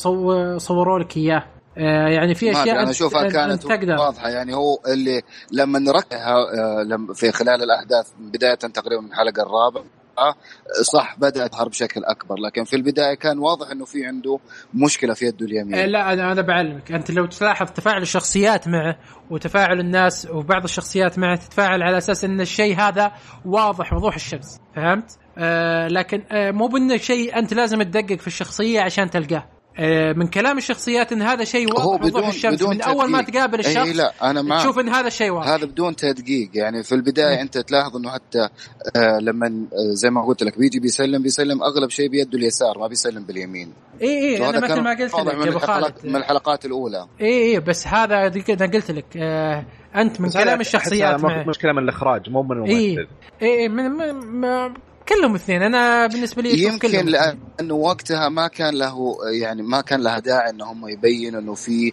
صوروا لك إياه. آه يعني في اشياء انا اشوفها كانت واضحه، يعني هو اللي لما نركها آه في خلال الاحداث بدايه تقريبا من الحلقه الرابعه آه صح بدات تظهر بشكل اكبر، لكن في البدايه كان واضح انه في عنده مشكله في يده اليمين. آه لا انا انا بعلمك، انت لو تلاحظ تفاعل الشخصيات معه وتفاعل الناس وبعض الشخصيات معه تتفاعل على اساس ان الشيء هذا واضح وضوح الشمس، فهمت؟ آه لكن آه مو بانه شيء انت لازم تدقق في الشخصيه عشان تلقاه. من كلام الشخصيات ان هذا شيء واضح وضوح الشمس من اول ما تقابل الشخص. أي لا انا ما تشوف ان هذا الشيء واضح، هذا بدون تدقيق. يعني في البدايه م. انت تلاحظ انه حتى آه لما آه زي ما قلت لك بيجي بيسلم بيسلم اغلب شيء بيده اليسار، ما بيسلم باليمين. اي اي انا مثل ما قلت لك من الحلقات من الحلقات الاولى. اي اي بس هذا انا قلت لك آه انت من كلام الشخصيات مشكله من الاخراج مو من الممثل. اي اي من ما كلهم اثنين. انا بالنسبه لي يمكن لانه وقتها ما كان له يعني ما كان لها داعي ان هم يبينوا انه في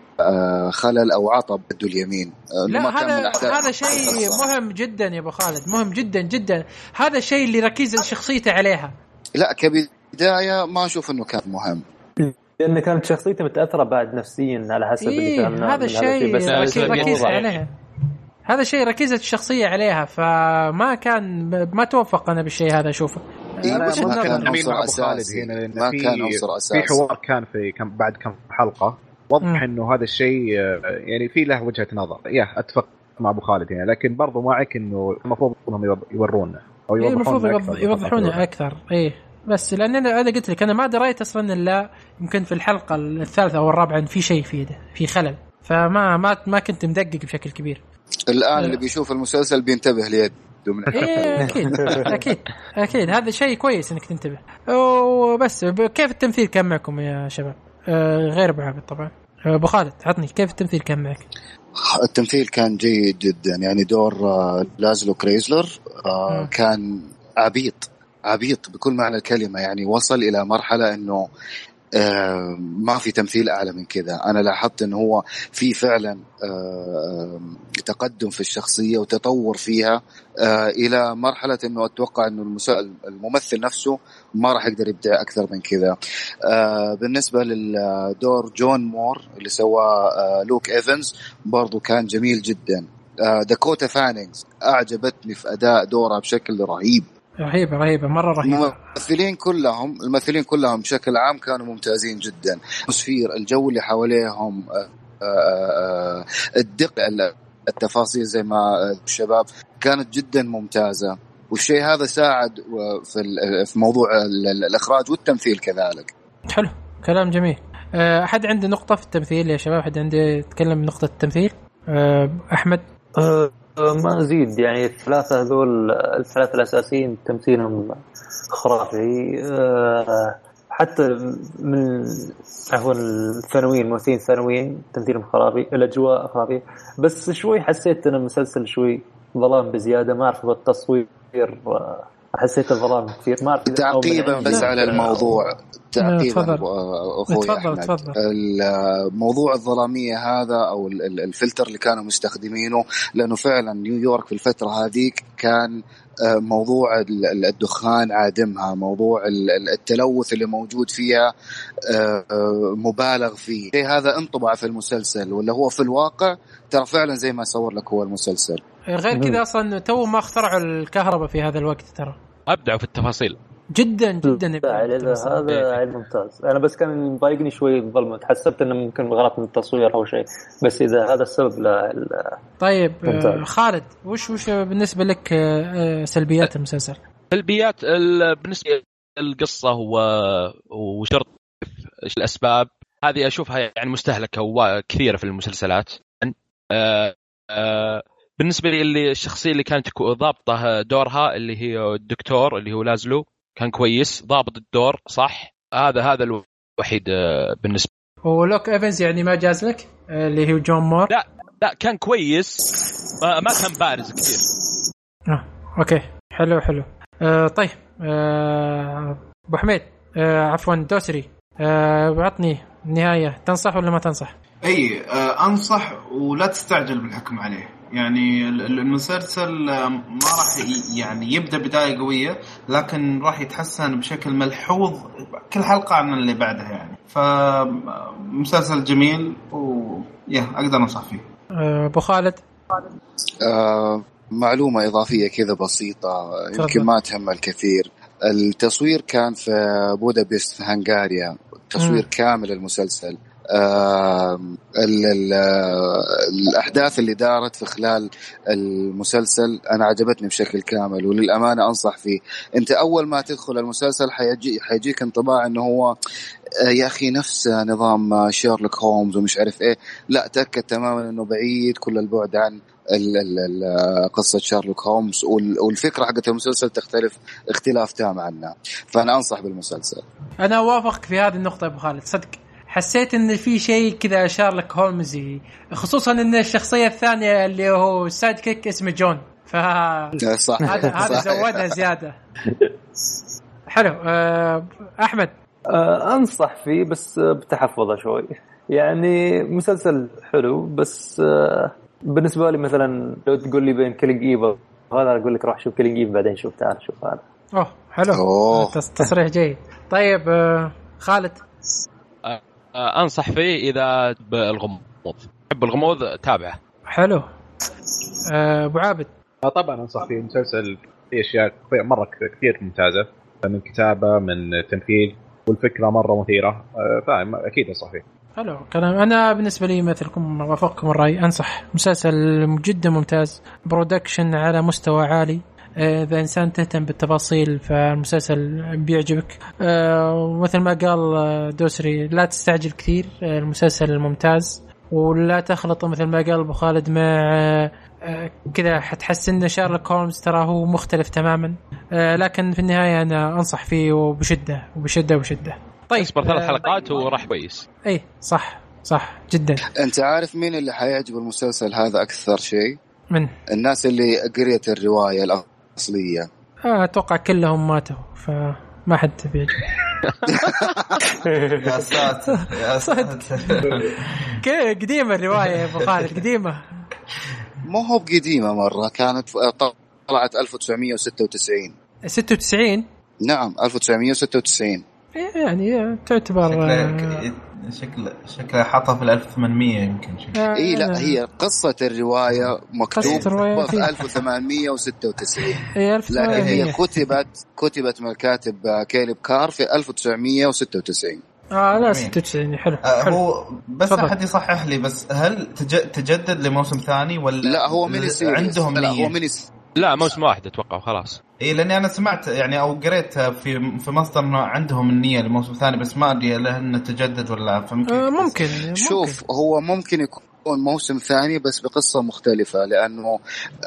خلل او عطب بده اليمين. لا هذا هذا شيء مهم جدا يا ابو خالد، مهم جدا جدا. هذا الشيء اللي ركز شخصيته عليها. لا كبدايه ما اشوف انه كان مهم، لان كانت شخصيته متاثره بعد نفسيا على حسب إيه اللي فهمناه. هذا الشيء بس ركز عليها، هذا الشيء ركزت الشخصية عليها، فما كان ما توفق أنا بالشيء هذا. أشوفه إيه ما كان عنصر أساسي، ما كان عنصر أساسي. في حوار كان في كم بعد كم حلقة وضح إنه هذا الشيء يعني في له وجهة نظر. يا أتفق مع أبو خالد يعني، لكن برضو معك إنه المفروض إنهم يورونا أو يوضحون أكثر يوضحونه أكثر. إيه بس لأن أنا أنا قلت لك أنا ما دريت أصلاً إلا يمكن في الحلقة الثالثة أو الرابعة إن في شيء في يده في خلل، فما ما ما كنت مدقق بشكل كبير. الآن اللي بيشوف المسلسل بينتبه ليد من إيه أكيد أكيد أكيد هذا شيء كويس إنك تنتبه. وبس كيف التمثيل كان معكم يا شباب؟ آه غير ابو عابد طبعا. ابو خالد عطني كيف التمثيل كان معك؟ التمثيل كان جيد جدا، يعني دور لازلو كريزلر كان عبيط عبيط بكل معنى الكلمة، يعني وصل إلى مرحلة أنه ما في تمثيل أعلى من كذا. أنا لاحظت أنه هو في فعلا تقدم في الشخصية وتطور فيها إلى مرحلة أنه أتوقع أنه الممثل نفسه ما راح يقدر يبدع أكثر من كذا. بالنسبة للدور جون مور اللي سوى لوك إيفنز برضو كان جميل جدا. داكوتا فانينغز أعجبتني في أداء دورها بشكل رهيب، رهيبة رهيبة مرة رهيبة. الممثلين كلهم الممثلين كلهم بشكل عام كانوا ممتازين جدا. مسفير الجو اللي حواليهم، الدقة التفاصيل زي ما الشباب كانت جدا ممتازة، والشيء هذا ساعد في في موضوع الإخراج والتمثيل كذلك. حلو، كلام جميل. أحد عنده نقطة في التمثيل يا شباب؟ أحد عنده يتكلم بنقطة التمثيل؟ أحمد. أه ما أزيد، يعني الثلاثة هذول الثلاثة الأساسيين تمثيلهم خرافي. أه حتى من عفوا الثانويين الممثلين الثانويين تمثيلهم خرافي، الأجواء خرافية، بس شوي حسيت أن المسلسل شوي ظلام بزيادة. ما أعرف بالتصوير، حسيت الظلام كثير. ما أعرف تعقيبا بس على الموضوع، تعقيبا أخوي أحمد، الموضوع الظلامية هذا أو الفلتر اللي كانوا مستخدمينه، لأنه فعلا نيويورك في الفترة هذيك كان موضوع الدخان عادمها، موضوع التلوث اللي موجود فيها مبالغ فيه. هذا انطبع في المسلسل، ولا هو في الواقع ترى فعلا زي ما صور لك هو المسلسل. غير كذا أصلا تو ما اخترعوا الكهرباء في هذا الوقت، ترى أبدعوا في التفاصيل جدا جدا. هذا عيب ممتاز. أنا بس كان مضايقني شوي الظلمة، حسبت إنه ممكن غلط من التصوير أو شيء، بس إذا هذا السبب لا. طيب ممتاز. خالد وش وش بالنسبة لك سلبيات المسلسل؟ سلبيات بالنسبة للقصة وشرط الأسباب هذه أشوفها يعني مستهلكة وكثيرة في المسلسلات. أه أه بالنسبة لي اللي الشخصية اللي كانت ضابطة دورها اللي هي الدكتور اللي هو لازلو كان كويس، ضابط الدور صح. هذا هذا الوحيد بالنسبة. ولوك إيفنز يعني ما جاز لك اللي هو جون مور؟ لا لا كان كويس، ما, ما كان بارز كثير. آه أوكي حلو حلو. آه طيب آه أبو حميد آه عفوا دوسري آه بعطني النهاية، تنصح ولا ما تنصح؟ أي آه أنصح، ولا تستعجل بالحكم عليه. يعني المسلسل ما راح يعني يبدأ بداية قوية، لكن راح يتحسن بشكل ملحوظ كل حلقة عن اللي بعدها، يعني فمسلسل جميل ويا أقدر أنصح فيه. أبو خالد. آه معلومة إضافية كذا بسيطة يمكن ما تهم الكثير. التصوير كان في بودابست في هنغاريا، تصوير م. كامل المسلسل. آه ال ال الأحداث اللي دارت في خلال المسلسل أنا عجبتني بشكل كامل، وللأمانة أنصح فيه. أنت أول ما تدخل المسلسل حيجي حيجيك انطباع أنه هو يا أخي نفس نظام شيرلوك هومز ومش عارف إيه. لا، تأكد تماما أنه بعيد كل البعد عن ال ال قصة شيرلوك هومز، والفكرة حقت المسلسل تختلف اختلاف تام عنها. فأنا أنصح بالمسلسل. أنا وافقك في هذه النقطة أبو خالد، صدق حسيت ان في شيء كذا شارلوك هولمزي، خصوصا ان الشخصيه الثانيه اللي هو سايد كيك اسمه جون، ف هذا هذا زودها زياده. حلو. احمد. انصح فيه بس بتحفظ شوي، يعني مسلسل حلو بس بالنسبه لي مثلا لو تقول لي بين كيلينج ايف هذا اقول لك روح شوف كيلينج ايف بعدين شوف تعال شوف هذا. اوه حلو. أوه. تصريح جيد. طيب خالد. أنصح فيه إذا بالغموض، حب الغموض تابعه. حلو. أبو عابد. طبعا أنصح فيه، مسلسل فيه أشياء مرة كثير ممتازة، من كتابة من تمثيل، والفكرة مرة مثيرة، فاهم أكيد أنصح فيه. حلو كلام. أنا بالنسبة لي مثلكم وافقكم الرأي، أنصح مسلسل جدا ممتاز، برودكشن على مستوى عالي. إذا إنسان تهتم بالتفاصيل فالمسلسل بيعجبك. ومثل ما قال دوسري لا تستعجل كثير، المسلسل الممتاز، ولا تخلط مثل ما قال أبو خالد مع كذا حتحس إن شارلوك هولمز ترى هو مختلف تماما. لكن في النهاية أنا أنصح فيه وبشدة وبشدة وبشدة. طيب اصبر ثلاث آه حلقات وراح كويس. اي صح صح جدا. انت عارف مين اللي حيعجب المسلسل هذا اكثر شيء؟ من الناس اللي قريت الروايه الاصليه. آه اتوقع كلهم ماتوا فما حد بيعجب. يا ساتر يا ساتر. قديمه الروايه يا ابو خالد قديمه. ما هو بقديمه مره، كانت طلعت ألف وتسعمية وستة وتسعين. ستة وتسعين نعم ألف وتسعمية وستة وتسعين. يعني تعتبر شكل شكل حاطها في الألف وثمانمية يمكن شيء. آه اي لا هي قصة الرواية مكتوبة في ألف وثمانمية وستة وتسعين لكن هي كتبت كتبت من الكاتب كيليب كار في ألف وتسعمية وستة وتسعين. اه لا ستة وتسعين. حلو. آه حلو. هو بس فضل. أحد يصحح لي بس هل تجدد لموسم ثاني ولا لا هو ميني سيريز. عندهم لا نية؟ هو ميني لا موسم واحد اتوقع خلاص. اي لاني انا سمعت يعني او قريت في في مصدر انه عندهم النية لموسم ثاني بس ما ادري هل انه تجدد ولا فممكن. آه ممكن. شوف ممكن. هو ممكن يكون موسم ثاني بس بقصة مختلفة لأنه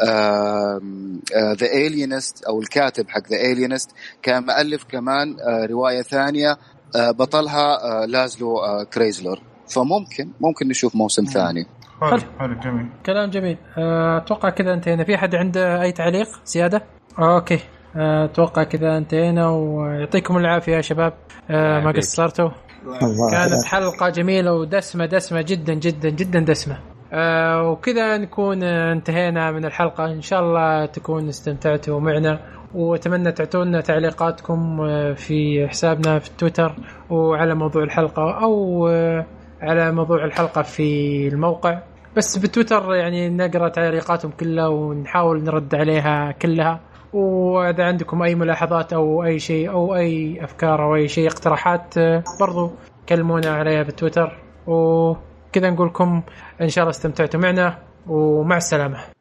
ذا إيلينست أو الكاتب حق ذا إيلينست كان مؤلف كمان رواية ثانية بطلها لازلو كريزلر فممكن ممكن نشوف موسم مم. ثاني. حلو حلو جميل كلام جميل. أتوقع كذا انتهينا. في حد عنده أي تعليق زيادة؟ أوكي أتوقع كذا انتهينا ويعطيكم العافية يا شباب. أه ما قصرتوا. كانت حلقة جميلة ودسمة دسمة جدا جدا جدا دسمة. أه وكذا نكون انتهينا من الحلقة. إن شاء الله تكون استمتعتوا معنا وأتمنى تعطونا تعليقاتكم في حسابنا في تويتر وعلى موضوع الحلقة أو على موضوع الحلقة في الموقع. بس بالتويتر يعني نقرأ تعليقاتهم كلها ونحاول نرد عليها كلها. وإذا عندكم أي ملاحظات أو أي شيء أو أي أفكار أو أي شيء اقتراحات برضو كلمونا عليها بالتويتر. وكذا نقولكم إن شاء الله استمتعتوا معنا ومع السلامة.